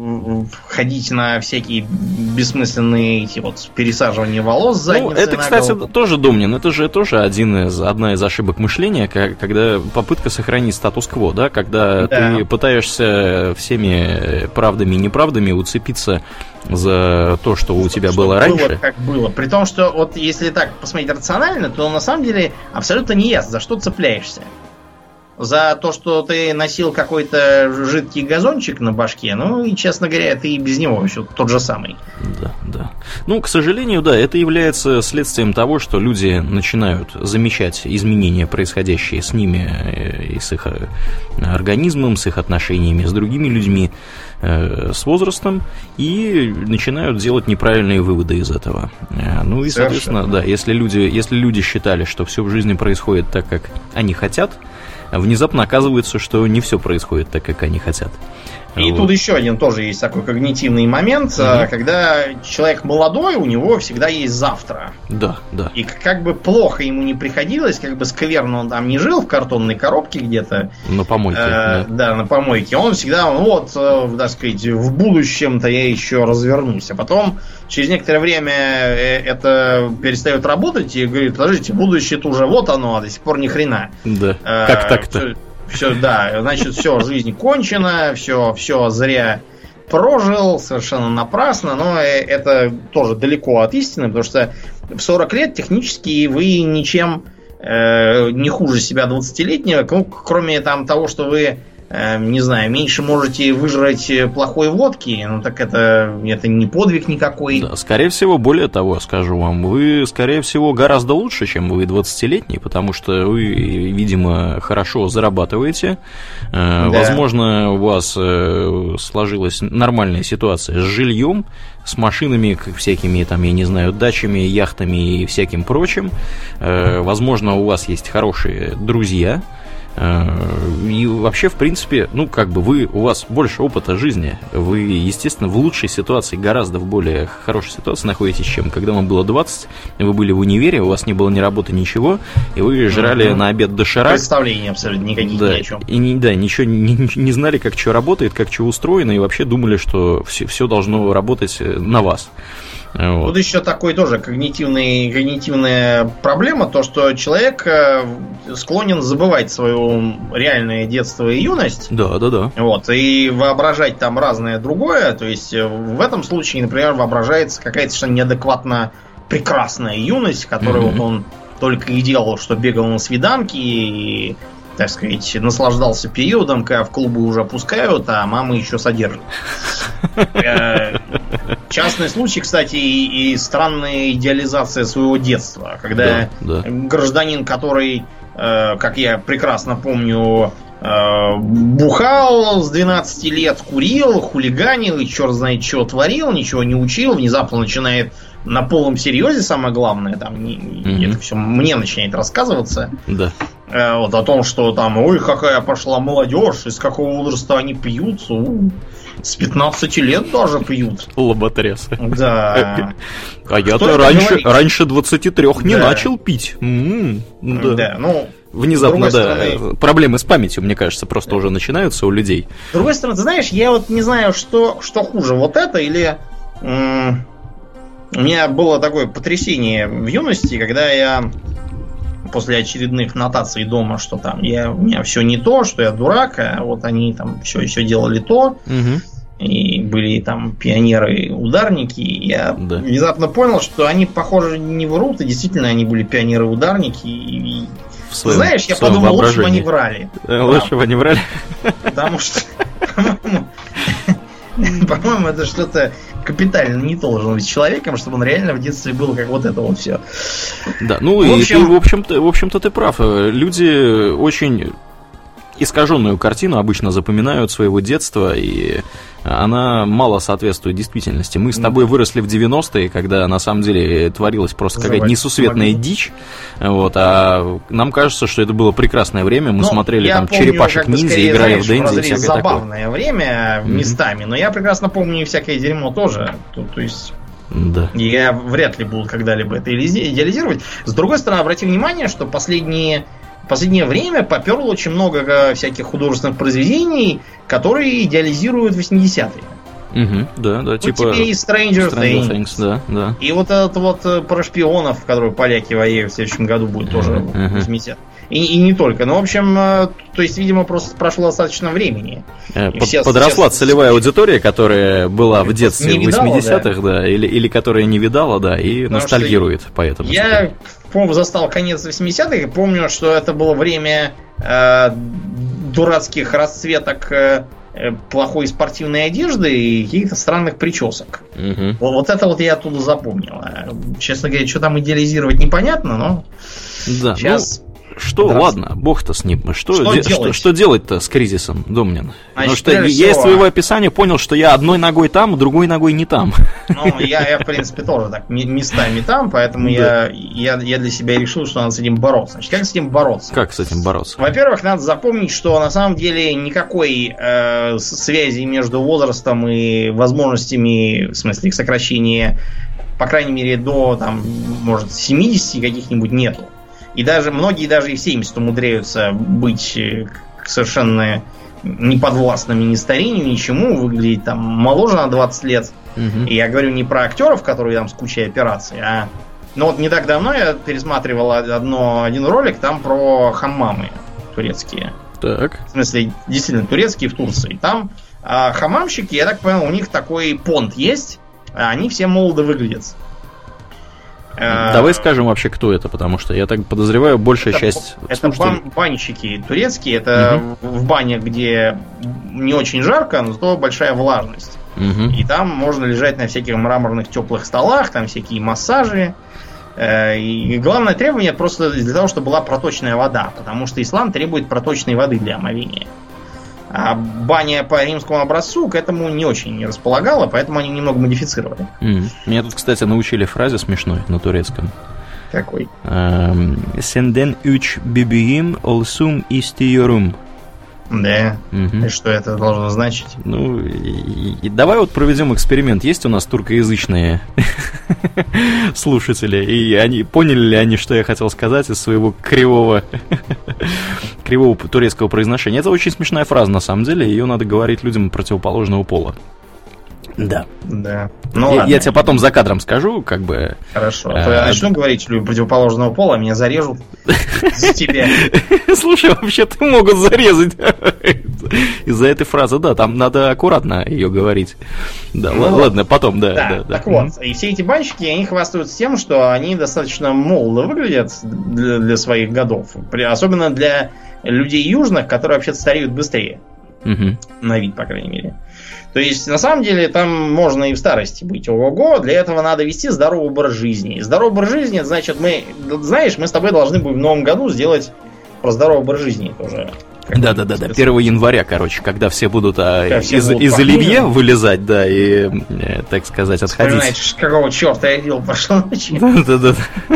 Speaker 2: ходить на всякие бессмысленные эти вот пересаживания волос задницы.
Speaker 1: Ну, это, кстати, тоже, Домнин, это же тоже один из, одна из ошибок мышления, когда попытка сохранить статус-кво, да, когда да. ты пытаешься всеми правдами и неправдами уцепиться за то, что у тебя
Speaker 2: что
Speaker 1: было, было раньше.
Speaker 2: Как было. При том, что вот если так посмотреть рационально, то на самом деле абсолютно не ясно, за что цепляешься. За то, что ты носил какой-то жидкий газончик на башке, ну и, честно говоря, ты и без него все тот же самый.
Speaker 1: Да, да. Ну, к сожалению, да, это является следствием того, что люди начинают замечать изменения, происходящие с ними и с их организмом, с их отношениями с другими людьми, с возрастом, и начинают делать неправильные выводы из этого. Ну и, соответственно, Совершенно. да, если люди, если люди считали, что все в жизни происходит так, как они хотят, внезапно оказывается, что не все происходит так, как они хотят.
Speaker 2: И вот. Тут еще один тоже есть такой когнитивный момент, mm-hmm. когда человек молодой, у него всегда есть завтра.
Speaker 1: Да, да.
Speaker 2: И как бы плохо ему не приходилось, как бы скверно он там не жил в картонной коробке где-то.
Speaker 1: На помойке.
Speaker 2: Э,
Speaker 1: да.
Speaker 2: да, на помойке. Он всегда, ну вот, э, так сказать, в будущем-то я еще развернусь. А потом, через некоторое время это перестает работать и говорит, подождите, будущее-то уже вот оно, а до сих пор ни хрена.
Speaker 1: Да, э, как так-то?
Speaker 2: Все, да, значит, все, жизнь кончена, все, все зря прожил, совершенно напрасно, но это тоже далеко от истины, потому что в сорок лет технически вы ничем э, не хуже себя двадцатилетнего, ну, кроме там того, что вы, э, не знаю, меньше можете выжрать плохой водки, ну так это, это не подвиг никакой. Да,
Speaker 1: скорее всего, более того, скажу вам, вы, скорее всего, гораздо лучше, чем вы двадцатилетний, потому что вы, видимо, хорошо зарабатываете. Да. Возможно, у вас сложилась нормальная ситуация с жильем, с машинами всякими, там, я не знаю, дачами, яхтами и всяким прочим. Возможно, у вас есть хорошие друзья. И вообще, в принципе, ну, как бы вы, у вас больше опыта жизни. Вы, естественно, в лучшей ситуации, гораздо в более хорошей ситуации находитесь, чем когда вам было двадцать. Вы были в универе, у вас не было ни работы, ничего, и вы жрали mm-hmm. на обед доширак.
Speaker 2: Представлений абсолютно никаких
Speaker 1: да,
Speaker 2: ни о чем.
Speaker 1: И не, да, ничего не, не знали, как что работает, как что устроено, и вообще думали, что все, все должно работать на вас. Вот.
Speaker 2: Тут еще такой тоже когнитивный, когнитивная проблема, то, что человек склонен забывать свое реальное детство и юность.
Speaker 1: Да, да, да.
Speaker 2: Вот, и воображать там разное другое. То есть в этом случае, например, воображается какая-то совершенно неадекватно прекрасная юность, которую mm-hmm. вот он только и делал, что бегал на свиданки и, так сказать, наслаждался периодом, когда в клубы уже опускают, а мама еще содержит. Частный случай, кстати, и странная идеализация своего детства, когда да, да. гражданин, который, как я прекрасно помню, бухал с двенадцати лет, курил, хулиганил и черт знает что творил, ничего не учил, внезапно начинает на полном серьезе, самое главное, там mm-hmm. это все мне начинает рассказываться.
Speaker 1: Да.
Speaker 2: э, вот о том, что там, ой, какая пошла молодежь, из какого возраста они пьют. У, с пятнадцати лет даже пьют.
Speaker 1: Лоботрясы.
Speaker 2: Да.
Speaker 1: А я-то раньше, раньше двадцати трёх не да. начал пить. М-м, да. да, ну... Внезапно, да, стороны... проблемы с памятью, мне кажется, просто да. уже начинаются у людей.
Speaker 2: С другой стороны, ты знаешь, я вот не знаю, что, что хуже, вот это или... М- у меня было такое потрясение в юности, когда я после очередных нотаций дома, что там я, у меня все не то, что я дурак, а вот они там все еще делали то, угу. и были там пионеры-ударники, я да. внезапно понял, что они, похоже, не врут, и действительно они были пионеры-ударники, и... Своем, Знаешь, я подумал, лучше бы они врали.
Speaker 1: Лучше бы они врали.
Speaker 2: Потому что, по-моему, по-моему, это что-то капитально не должен быть человеком, чтобы он реально в детстве был как вот это вот все.
Speaker 1: Да, ну в общем... и ты, в общем-то, в общем-то, ты прав. Люди очень искаженную картину обычно запоминают своего детства, и она мало соответствует действительности. Мы с тобой выросли в девяностые, когда на самом деле творилась просто какая-то несусветная дичь, вот, а нам кажется, что это было прекрасное время, мы ну, смотрели там черепашек-ниндзя, играли в Дэнди и всякое такое.
Speaker 2: Забавное время местами, mm-hmm. но я прекрасно помню и всякое дерьмо тоже, то, то есть...
Speaker 1: Да.
Speaker 2: Я вряд ли буду когда-либо это идеализировать. С другой стороны, обрати внимание, что последние В последнее время поперло очень много всяких художественных произведений, которые идеализируют восьмидесятые.
Speaker 1: Угу, да, да,
Speaker 2: вот
Speaker 1: типа...
Speaker 2: теперь и Stranger, Stranger Things.
Speaker 1: Things, да, да.
Speaker 2: И вот этот вот про шпионов, который поляки воюют в следующем году, будет тоже uh-huh. восьмидесятые. И, и не только. Ну, в общем, то есть, видимо, просто прошло достаточно времени.
Speaker 1: Под, сейчас, подросла сейчас... целевая аудитория, которая была в детстве в восьмидесятых, да, да или, или которая не видала, да, и Потому ностальгирует по этому.
Speaker 2: Я, помню, застал конец восьмидесятых и помню, что это было время э, дурацких расцветок э, плохой спортивной одежды и каких-то странных причесок. Угу. Вот, вот это вот я оттуда запомнил. Честно говоря, что там идеализировать непонятно, но
Speaker 1: да, сейчас... Ну... Что, да. ладно, бог-то с ним. Что, что, де- делать? Что, что делать-то с кризисом, Домнин? Значит, Потому что я всего... из твоего описания понял, что я одной ногой там, другой ногой не там.
Speaker 2: Ну, я, я в принципе, тоже так местами там, поэтому да. я, я, я для себя решил, что надо с этим бороться. Значит, как с этим бороться?
Speaker 1: Как с этим бороться?
Speaker 2: Во-первых, надо запомнить, что на самом деле никакой э, связи между возрастом и возможностями, в смысле их сокращения, по крайней мере, до, там, может, семидесяти каких-нибудь нету. И даже многие даже и в семьдесят умудряются быть совершенно неподвластными ни старению, ничему, выглядеть там моложе на двадцать лет. Угу. И я говорю не про актеров, которые там с кучей операций, а... Ну вот не так давно я пересматривал одно, один ролик там про хаммамы турецкие.
Speaker 1: Так.
Speaker 2: В смысле, действительно, турецкие в Турции. Там а, хаммамщики, я так понял, у них такой понт есть, а они все молодо выглядят.
Speaker 1: Давай скажем вообще, кто это, потому что я так подозреваю, большая это, часть...
Speaker 2: Это бан- банщики турецкие, это угу. в банях, где не очень жарко, но зато большая влажность. Угу. И там можно лежать на всяких мраморных теплых столах, там всякие массажи. И главное требование просто для того, чтобы была проточная вода, потому что ислам требует проточной воды для омовения. А баня по римскому образцу к этому не очень не располагала, поэтому они немного модифицировали.
Speaker 1: Mm. Меня тут, кстати, научили фразе смешной на турецком.
Speaker 2: Какой?
Speaker 1: Сенден üç bebeğim olsun istiyorum.
Speaker 2: Да. Угу. И что это должно значить?
Speaker 1: Ну, и, и давай вот проведем эксперимент. Есть у нас туркоязычные слушатели, и они поняли ли они, что я хотел сказать из своего кривого кривого турецкого произношения. Это очень смешная фраза, на самом деле. Ее надо говорить людям противоположного пола. Да.
Speaker 2: Да.
Speaker 1: Ну, я, я тебе потом за кадром скажу, как бы.
Speaker 2: Хорошо. А то я начну говорить людям противоположного пола, меня зарежут за тебя.
Speaker 1: Слушай, вообще-то могут зарезать из-за этой фразы. Да, там надо аккуратно ее говорить. Да, ну, ладно, потом, да.
Speaker 2: да,
Speaker 1: да, да.
Speaker 2: Так вот, и все эти банщики, они хвастаются тем, что они достаточно молодо выглядят для, для своих годов. Особенно для людей южных, которые вообще-то стареют быстрее.
Speaker 1: Угу.
Speaker 2: На вид, по крайней мере. То есть, на самом деле, там можно и в старости быть. Ого-го, для этого надо вести здоровый образ жизни. Здоровый образ жизни, это значит, мы, знаешь, мы с тобой должны будем в новом году сделать про здоровый образ жизни тоже
Speaker 1: Да-да-да, первого января, короче, когда все будут а, все из, будут из оливье вылезать, да, и, э, так сказать, отходить.
Speaker 2: Вспоминаете, какого черта я делал прошлой ночью.
Speaker 1: Да-да-да.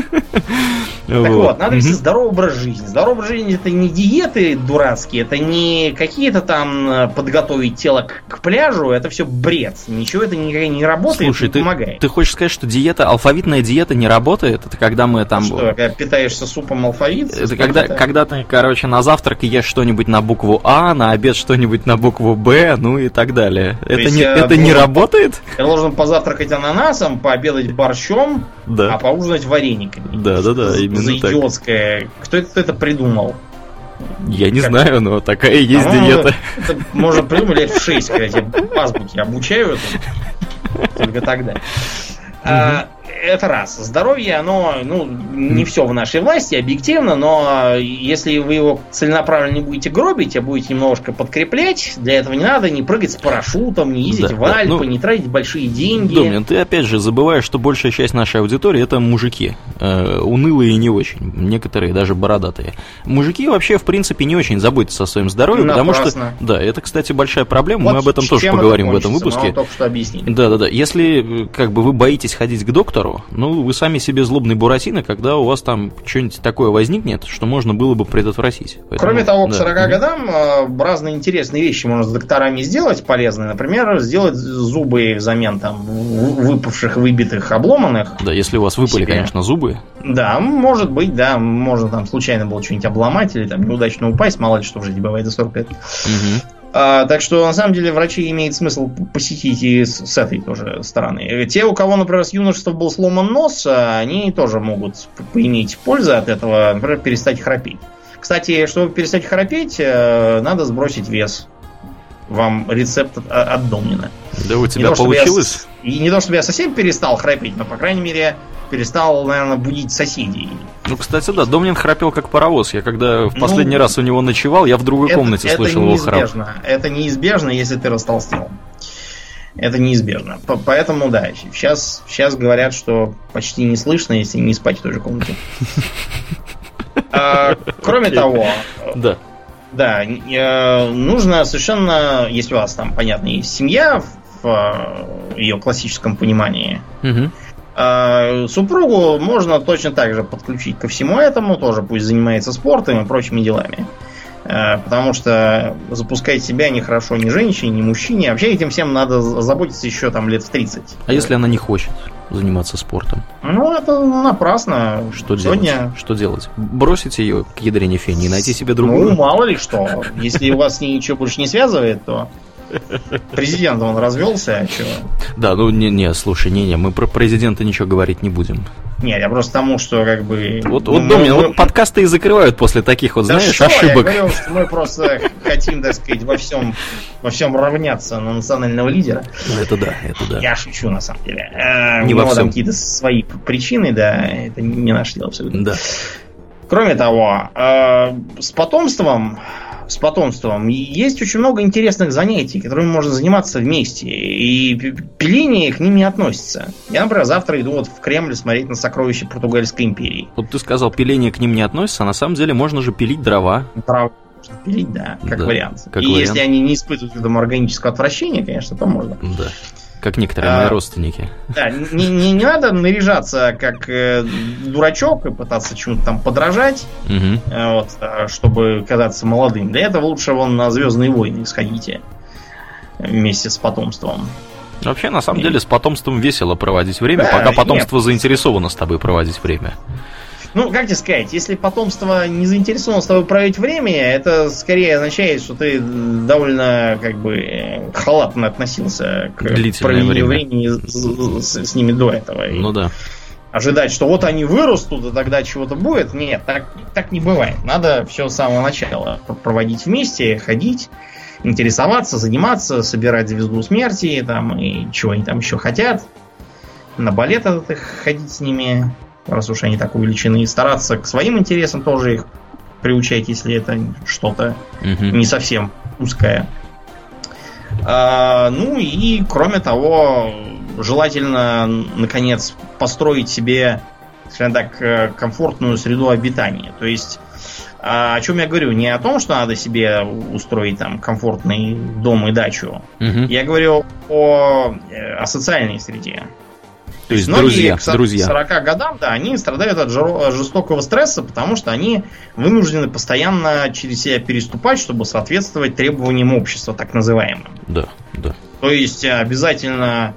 Speaker 2: Так вот, надо вести здоровый образ жизни. Здоровый образ жизни — это не диеты дурацкие, это не какие-то там подготовить тело к, к пляжу, это все бред. Ничего это никогда не работает.
Speaker 1: Слушай,
Speaker 2: не
Speaker 1: ты,
Speaker 2: помогает.
Speaker 1: Ты хочешь сказать, что диета, алфавитная диета не работает? Это когда мы там...
Speaker 2: Что, когда питаешься супом алфавит?
Speaker 1: Это когда, когда ты, короче, на завтрак ешь что-нибудь на букву А, на обед что-нибудь на букву Б, ну и так далее. То это не, это должен, не работает?
Speaker 2: Я должен позавтракать ананасом, пообедать борщом, да. а поужинать варениками.
Speaker 1: Да-да-да, именно
Speaker 2: за идиотское. Так. Кто это, кто это придумал?
Speaker 1: Я не как... знаю, но такая есть а диета.
Speaker 2: Это можно придумать лет в шесть, когда тебя азбуки обучают. Только тогда. А, это раз. Здоровье, оно, ну, не все в нашей власти, объективно, но если вы его целенаправленно не будете гробить, а будете немножко подкреплять, для этого не надо не прыгать с парашютом, не ездить да, в Альпы, да, ну, не тратить большие деньги.
Speaker 1: Домнин, ты опять же забываешь, что большая часть нашей аудитории — это мужики. Э, унылые и не очень. Некоторые даже бородатые. Мужики вообще, в принципе, не очень заботятся о своем здоровье, потому что... Да, это, кстати, большая проблема, вот мы об этом тоже поговорим в этом выпуске.
Speaker 2: Только что объяснили.
Speaker 1: Да-да-да. Если, как бы, вы боитесь ходить к доктору, ну, вы сами себе злобный Буратино, когда у вас там что-нибудь такое возникнет, что можно было бы предотвратить.
Speaker 2: Поэтому, кроме того, к да. сорока годам э, разные интересные вещи можно с докторами сделать полезные. Например, сделать зубы взамен там выпавших, выбитых, обломанных.
Speaker 1: Да, если у вас выпали, себе. Конечно, зубы.
Speaker 2: Да, может быть, да. Можно там случайно было что-нибудь обломать или там неудачно упасть, мало ли что в жизни бывает за сорок лет. Угу. А, так что, на самом деле, врачи имеет смысл посетить и с, с этой тоже стороны. Те, у кого, например, с юношества был сломан нос, они тоже могут поиметь пользу от этого, например, перестать храпеть. Кстати, чтобы перестать храпеть, надо сбросить вес. Вам рецепт от, от Домнина.
Speaker 1: Да у тебя не получилось?
Speaker 2: То, я, и не то, чтобы я совсем перестал храпеть, но, по крайней мере, перестал, наверное, будить соседей.
Speaker 1: Ну, кстати, да, Домнин храпел как паровоз. Я когда в последний ну, раз у него ночевал, я в другой это, комнате это слышал его храп.
Speaker 2: Это неизбежно, если ты растолстел. Это неизбежно. Поэтому, да, сейчас, сейчас говорят, что почти не слышно, если не спать в той же комнате. Кроме того...
Speaker 1: Да.
Speaker 2: Да, нужно совершенно, если у вас там, понятно, есть семья в ее классическом понимании, угу. супругу можно точно так же подключить ко всему этому, тоже пусть занимается спортом и прочими делами. Потому что запускать себя ни хорошо ни женщине, ни мужчине. Вообще этим всем надо заботиться еще там лет в тридцать.
Speaker 1: А если она не хочет заниматься спортом?
Speaker 2: Ну, это напрасно.
Speaker 1: Что
Speaker 2: Сегодня...
Speaker 1: делать? Что делать? Бросить ее к ядрене фени и найти себе другую?
Speaker 2: Ну, мало ли что. Если у вас с ней ничего больше не связывает, то... Президент, он развелся, а чего?
Speaker 1: Да, ну не, не, слушай, не, не, мы про президента ничего говорить не будем.
Speaker 2: Нет, я просто тому, что как бы...
Speaker 1: Вот, вот, Домнин, мы... вот подкасты и закрывают после таких вот, да знаешь, что? Ошибок.
Speaker 2: Я говорил, что мы просто хотим, так сказать, во всем, во всем равняться на национального лидера.
Speaker 1: Это да, это да.
Speaker 2: Я шучу, на самом деле. А,
Speaker 1: не
Speaker 2: у
Speaker 1: во
Speaker 2: него
Speaker 1: всем.
Speaker 2: Там какие-то свои причины, да, это не наше дело абсолютно.
Speaker 1: Да.
Speaker 2: Кроме того, э, с потомством... С потомством есть очень много интересных занятий, которыми можно заниматься вместе. И пиление к ним не относится. Я, например, завтра иду вот в Кремль смотреть на сокровища Португальской империи.
Speaker 1: Вот ты сказал, пиление к ним не относится, а на самом деле можно же пилить дрова.
Speaker 2: Дрова можно пилить, да, как да, вариант.
Speaker 1: Как
Speaker 2: и
Speaker 1: вариант.
Speaker 2: Если они не испытывают к этому органического отвращения, конечно, то можно.
Speaker 1: Да. Как некоторые мои а, родственники.
Speaker 2: Да, не, не, не надо наряжаться как э, дурачок и пытаться чему-то там подражать, угу. э, вот, чтобы казаться молодым. Для этого лучше вон на «Звездные войны» сходите вместе с потомством.
Speaker 1: Вообще, на самом и... деле, с потомством весело проводить время, да, пока потомство нет. заинтересовано с тобой проводить время.
Speaker 2: Ну, как тебе сказать, если потомство не заинтересовано с тобой проводить время, это скорее означает, что ты довольно как бы халатно относился к проведению времени с, с, с ними до этого.
Speaker 1: Ну да.
Speaker 2: Ожидать, что вот они вырастут, и тогда чего-то будет. Нет, так, так не бывает. Надо все с самого начала проводить вместе, ходить, интересоваться, заниматься, собирать звезду смерти, там, и чего они там еще хотят. На балет этот ходить с ними, раз уж они так увлечены, стараться к своим интересам тоже их приучать, если это что-то угу. не совсем узкое. А, ну и, кроме того, желательно, наконец, построить себе, скажем так, комфортную среду обитания. То есть А о чем я говорю? Не о том, что надо себе устроить там комфортный дом и дачу. Угу. Я говорю о, о социальной среде.
Speaker 1: То есть друзья,
Speaker 2: к сорока годам, да, они страдают от жестокого стресса, потому что они вынуждены постоянно через себя переступать, чтобы соответствовать требованиям общества, так называемым.
Speaker 1: Да, да.
Speaker 2: То есть обязательно,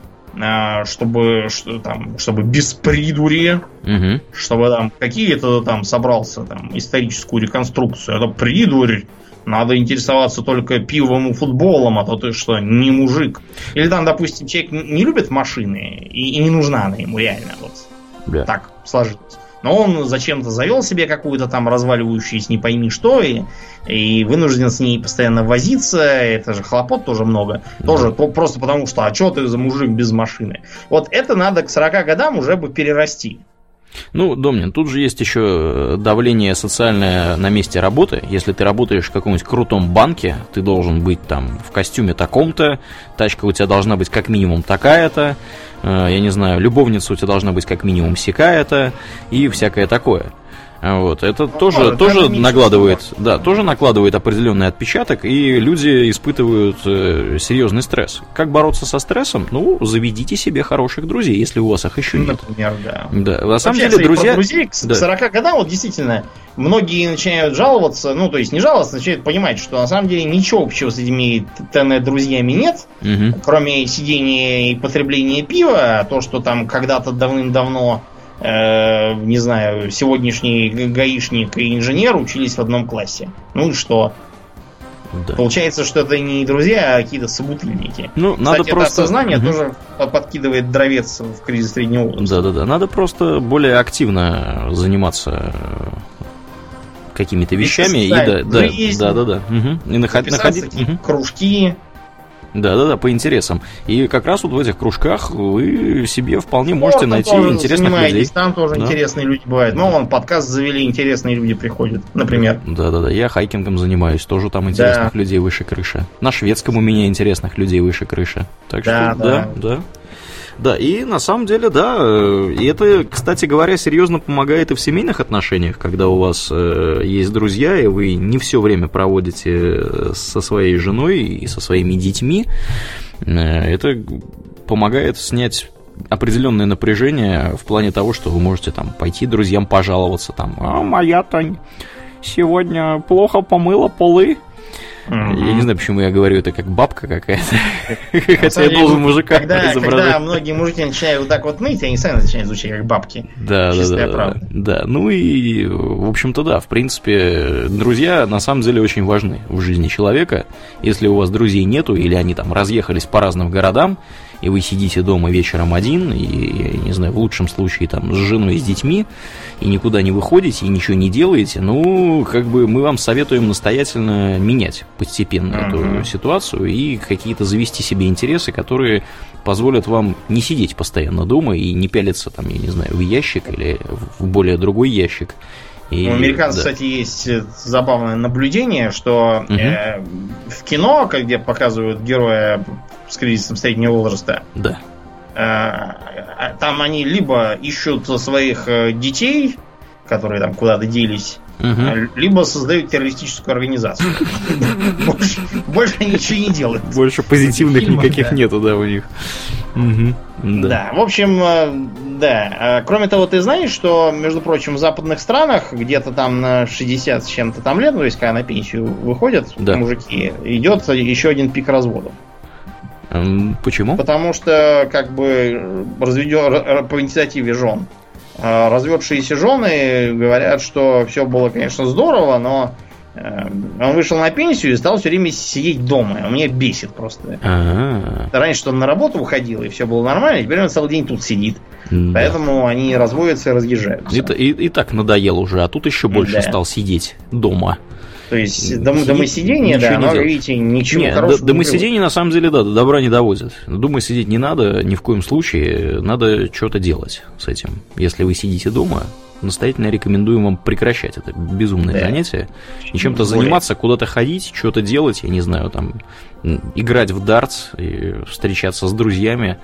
Speaker 2: чтобы, что, там, чтобы без придури, угу. чтобы там какие-то там собрался там историческую реконструкцию, это придурь. Надо интересоваться только пивом и футболом, а то ты что, не мужик. Или там, допустим, человек не любит машины, и, и не нужна она ему реально. Вот yeah. так сложилось. Но он зачем-то завел себе какую-то там разваливающуюся не пойми что, и, и вынужден с ней постоянно возиться. Это же хлопот тоже много. Yeah. Тоже то, просто потому что, а что ты за мужик без машины? Вот это надо к сорока годам уже бы перерасти.
Speaker 1: Ну, Домнин, тут же есть еще давление социальное на месте работы. Если ты работаешь в каком-нибудь крутом банке, ты должен быть там в костюме таком-то, тачка у тебя должна быть как минимум такая-то, я не знаю, любовница у тебя должна быть как минимум сякая-то и всякое такое. Вот. Это ну, тоже, может, тоже накладывает, да, тоже накладывает определенный отпечаток, и люди испытывают э, серьезный стресс. Как бороться со стрессом? Ну, заведите себе хороших друзей, если у вас их еще нет.
Speaker 2: Например, да.
Speaker 1: Да. На самом деле, друзья...
Speaker 2: друзей к да. сорока годам, вот действительно, многие начинают жаловаться, ну, то есть не жаловаться, начинают понимать, что на самом деле ничего общего с этими друзьями нет, угу. кроме сидения и потребления пива, а то, что там когда-то давным-давно Э, не знаю, сегодняшний гаишник и инженер учились в одном классе. Ну и что? Да. Получается, что это не друзья, а какие-то собутыльники.
Speaker 1: Ну,
Speaker 2: Кстати,
Speaker 1: надо
Speaker 2: это
Speaker 1: просто...
Speaker 2: осознание угу. тоже подкидывает дровец в кризис среднего возраста.
Speaker 1: Да-да-да, надо просто более активно заниматься какими-то вещами. И да, да, да, да, да. Угу. И
Speaker 2: находить угу. кружки.
Speaker 1: Да-да-да, по интересам. И как раз вот в этих кружках вы себе вполне можете найти интересных людей.
Speaker 2: Там тоже да? интересные люди бывают. Ну, вон, подкаст завели, интересные люди приходят, например.
Speaker 1: Да-да-да, я хайкингом занимаюсь, тоже там интересных да. людей выше крыши. На шведском у меня интересных людей выше крыши. Так
Speaker 2: да,
Speaker 1: что, да, да. Да, и на самом деле, да, и это, кстати говоря, серьезно помогает и в семейных отношениях, когда у вас э, есть друзья, и вы не все время проводите со своей женой и со своими детьми. Э, это помогает снять определенное напряжение в плане того, что вы можете там пойти друзьям пожаловаться, там, а моя Тань сегодня плохо помыла полы. Mm-hmm. Я не знаю, почему я говорю это как бабка какая-то. Хотя я должен мужика
Speaker 2: изображать. Когда многие мужики начинают вот так вот ныть, они сами начинают звучать как бабки.
Speaker 1: Да, да, да. Да, ну и, в общем-то, да, в принципе, друзья на самом деле очень важны в жизни человека. Если у вас друзей нету, или они там разъехались по разным городам, и вы сидите дома вечером один, и, я не знаю, в лучшем случае там с женой и с детьми, и никуда не выходите, и ничего не делаете, ну, как бы мы вам советуем настоятельно менять постепенно uh-huh. эту ситуацию и какие-то завести себе интересы, которые позволят вам не сидеть постоянно дома и не пялиться там, я не знаю, в ящик или в более другой ящик. И,
Speaker 2: у американцев, да. кстати, есть забавное наблюдение, что uh-huh. э, в кино, где показывают героя с кризисом среднего возраста,
Speaker 1: да.
Speaker 2: э, там они либо ищут своих детей, которые там куда-то делись, uh-huh. либо создают террористическую организацию. Больше ничего не делают.
Speaker 1: Больше позитивных никаких нету, да, у них.
Speaker 2: Да, в общем, да. Кроме того, ты знаешь, что, между прочим, в западных странах где-то там на шестьдесят с чем-то там лет, то есть когда на пенсию выходят мужики, идет еще один пик разводов.
Speaker 1: Почему?
Speaker 2: Потому что, как бы, разведен по инициативе жен. Разведшиеся жены говорят, что все было, конечно, здорово, но он вышел на пенсию и стал все время сидеть дома. Он меня бесит просто. А-а-а. Раньше он на работу уходил, и все было нормально, теперь он целый день тут сидит. Да. Поэтому они разводятся и разъезжаются.
Speaker 1: И, и, и так надоело уже, а тут еще больше да. стал сидеть дома.
Speaker 2: То есть дом, домосидение, да, но, видите, ничего
Speaker 1: Нет,
Speaker 2: хорошего.
Speaker 1: Домосидение, на самом деле, да, до добра не доводит. Дома сидеть не надо, ни в коем случае. Надо что-то делать с этим. Если вы сидите дома, настоятельно рекомендуем вам прекращать это безумное да. занятие. И чем-то заниматься, куда-то ходить, что-то делать, я не знаю, там, играть в дартс, встречаться с друзьями,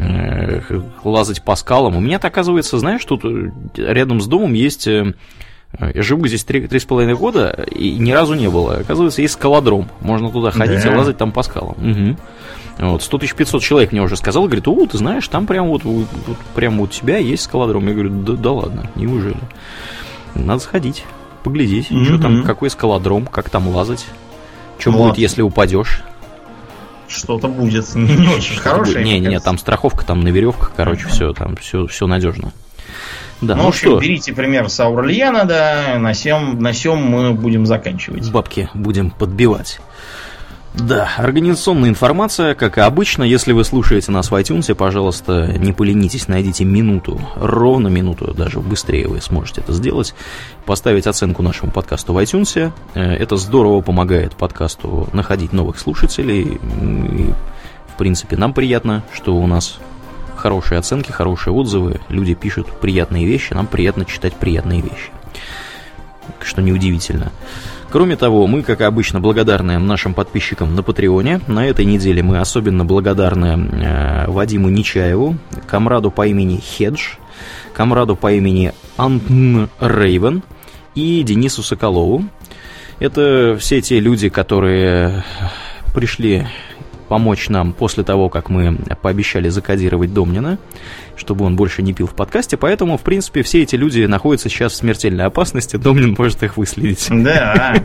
Speaker 1: лазать по скалам. У меня-то, оказывается, знаешь, тут рядом с домом есть Я живу здесь три с половиной года, и ни разу не было. Оказывается, есть скалодром. Можно туда ходить да. и лазать там по скалам. Угу. Вот, сто тысяч пятьсот человек мне уже сказал, говорит, о, ты знаешь, там прям вот, вот, прям вот у тебя есть скалодром. Я говорю, да, да ладно, неужели? Надо сходить, поглядеть, mm-hmm. что там, какой скалодром, как там лазать. Что вот. будет, если упадешь?
Speaker 2: Что-то будет не очень хорошее.
Speaker 1: Не, не, не, там страховка, там на веревках, короче, mm-hmm. все, там все, все надежно.
Speaker 2: Да, ну, ну, в общем, что? Берите пример с Аурельяна, да, на сем, на сем мы будем заканчивать.
Speaker 1: Бабки будем подбивать. Да, организационная информация, как и обычно. Если вы слушаете нас в iTunes, пожалуйста, не поленитесь, найдите минуту, ровно минуту, даже быстрее вы сможете это сделать, поставить оценку нашему подкасту в iTunes. Это здорово помогает подкасту находить новых слушателей. И, в принципе, нам приятно, что у нас хорошие оценки, хорошие отзывы, люди пишут приятные вещи, нам приятно читать приятные вещи, что неудивительно. Кроме того, мы, как обычно, благодарны нашим подписчикам на Патреоне. На этой неделе мы особенно благодарны э, Вадиму Нечаеву, комраду по имени Хедж, комраду по имени Антн Рейвен и Денису Соколову. Это все те люди, которые пришли помочь нам после того, как мы пообещали закодировать Домнина, чтобы он больше не пил в подкасте. Поэтому, в принципе, все эти люди находятся сейчас в смертельной опасности. Домнин может их выследить.
Speaker 2: Да.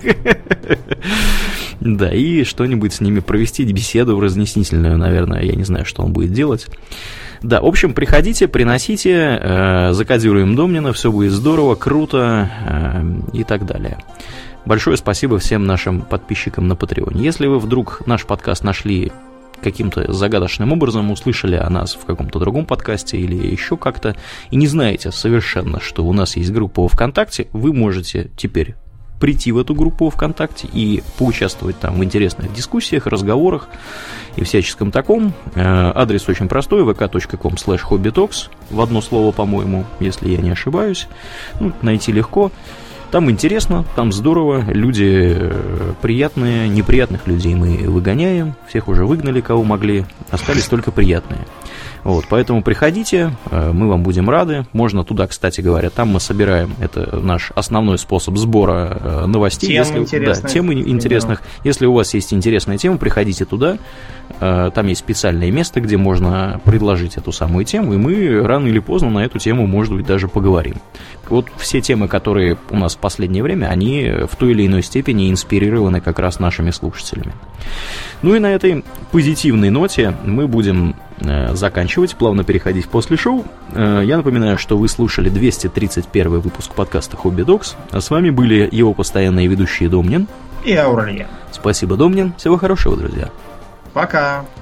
Speaker 1: Да, и что-нибудь с ними провести, беседу разъяснительную, наверное. Я не знаю, что он будет делать. Да, в общем, приходите, приносите, э, закодируем Домнина, все будет здорово, круто э, и так далее. Большое спасибо всем нашим подписчикам на Патреоне. Если вы вдруг наш подкаст нашли каким-то загадочным образом, услышали о нас в каком-то другом подкасте или еще как-то, и не знаете совершенно, что у нас есть группа во ВКонтакте, вы можете теперь прийти в эту группу во ВКонтакте и поучаствовать там в интересных дискуссиях, разговорах и всяческом таком. Адрес очень простой, вэ ка точка ком слэш хобби токс, в одно слово, по-моему, если я не ошибаюсь. Ну, найти легко. Там интересно, там здорово, люди приятные, неприятных людей мы выгоняем, всех уже выгнали, кого могли, остались только приятные. Вот, поэтому приходите, мы вам будем рады. Можно туда, кстати говоря, там мы собираем, это наш основной способ сбора новостей.
Speaker 2: Тем
Speaker 1: если,
Speaker 2: интересных.
Speaker 1: Да, тем интересных. Если у вас есть интересная тема, приходите туда. Там есть специальное место, где можно предложить эту самую тему, и мы рано или поздно на эту тему, может быть, даже поговорим. Вот все темы, которые у нас в последнее время, они в той или иной степени инспирированы как раз нашими слушателями. Ну и на этой позитивной ноте мы будем э, заканчивать, плавно переходить после шоу. Э, я напоминаю, что вы слушали двести тридцать первый выпуск подкаста Hobby Dogs, а с вами были его постоянные ведущие Домнин
Speaker 2: и Аурельян.
Speaker 1: Спасибо, Домнин. Всего хорошего, друзья.
Speaker 2: Пока.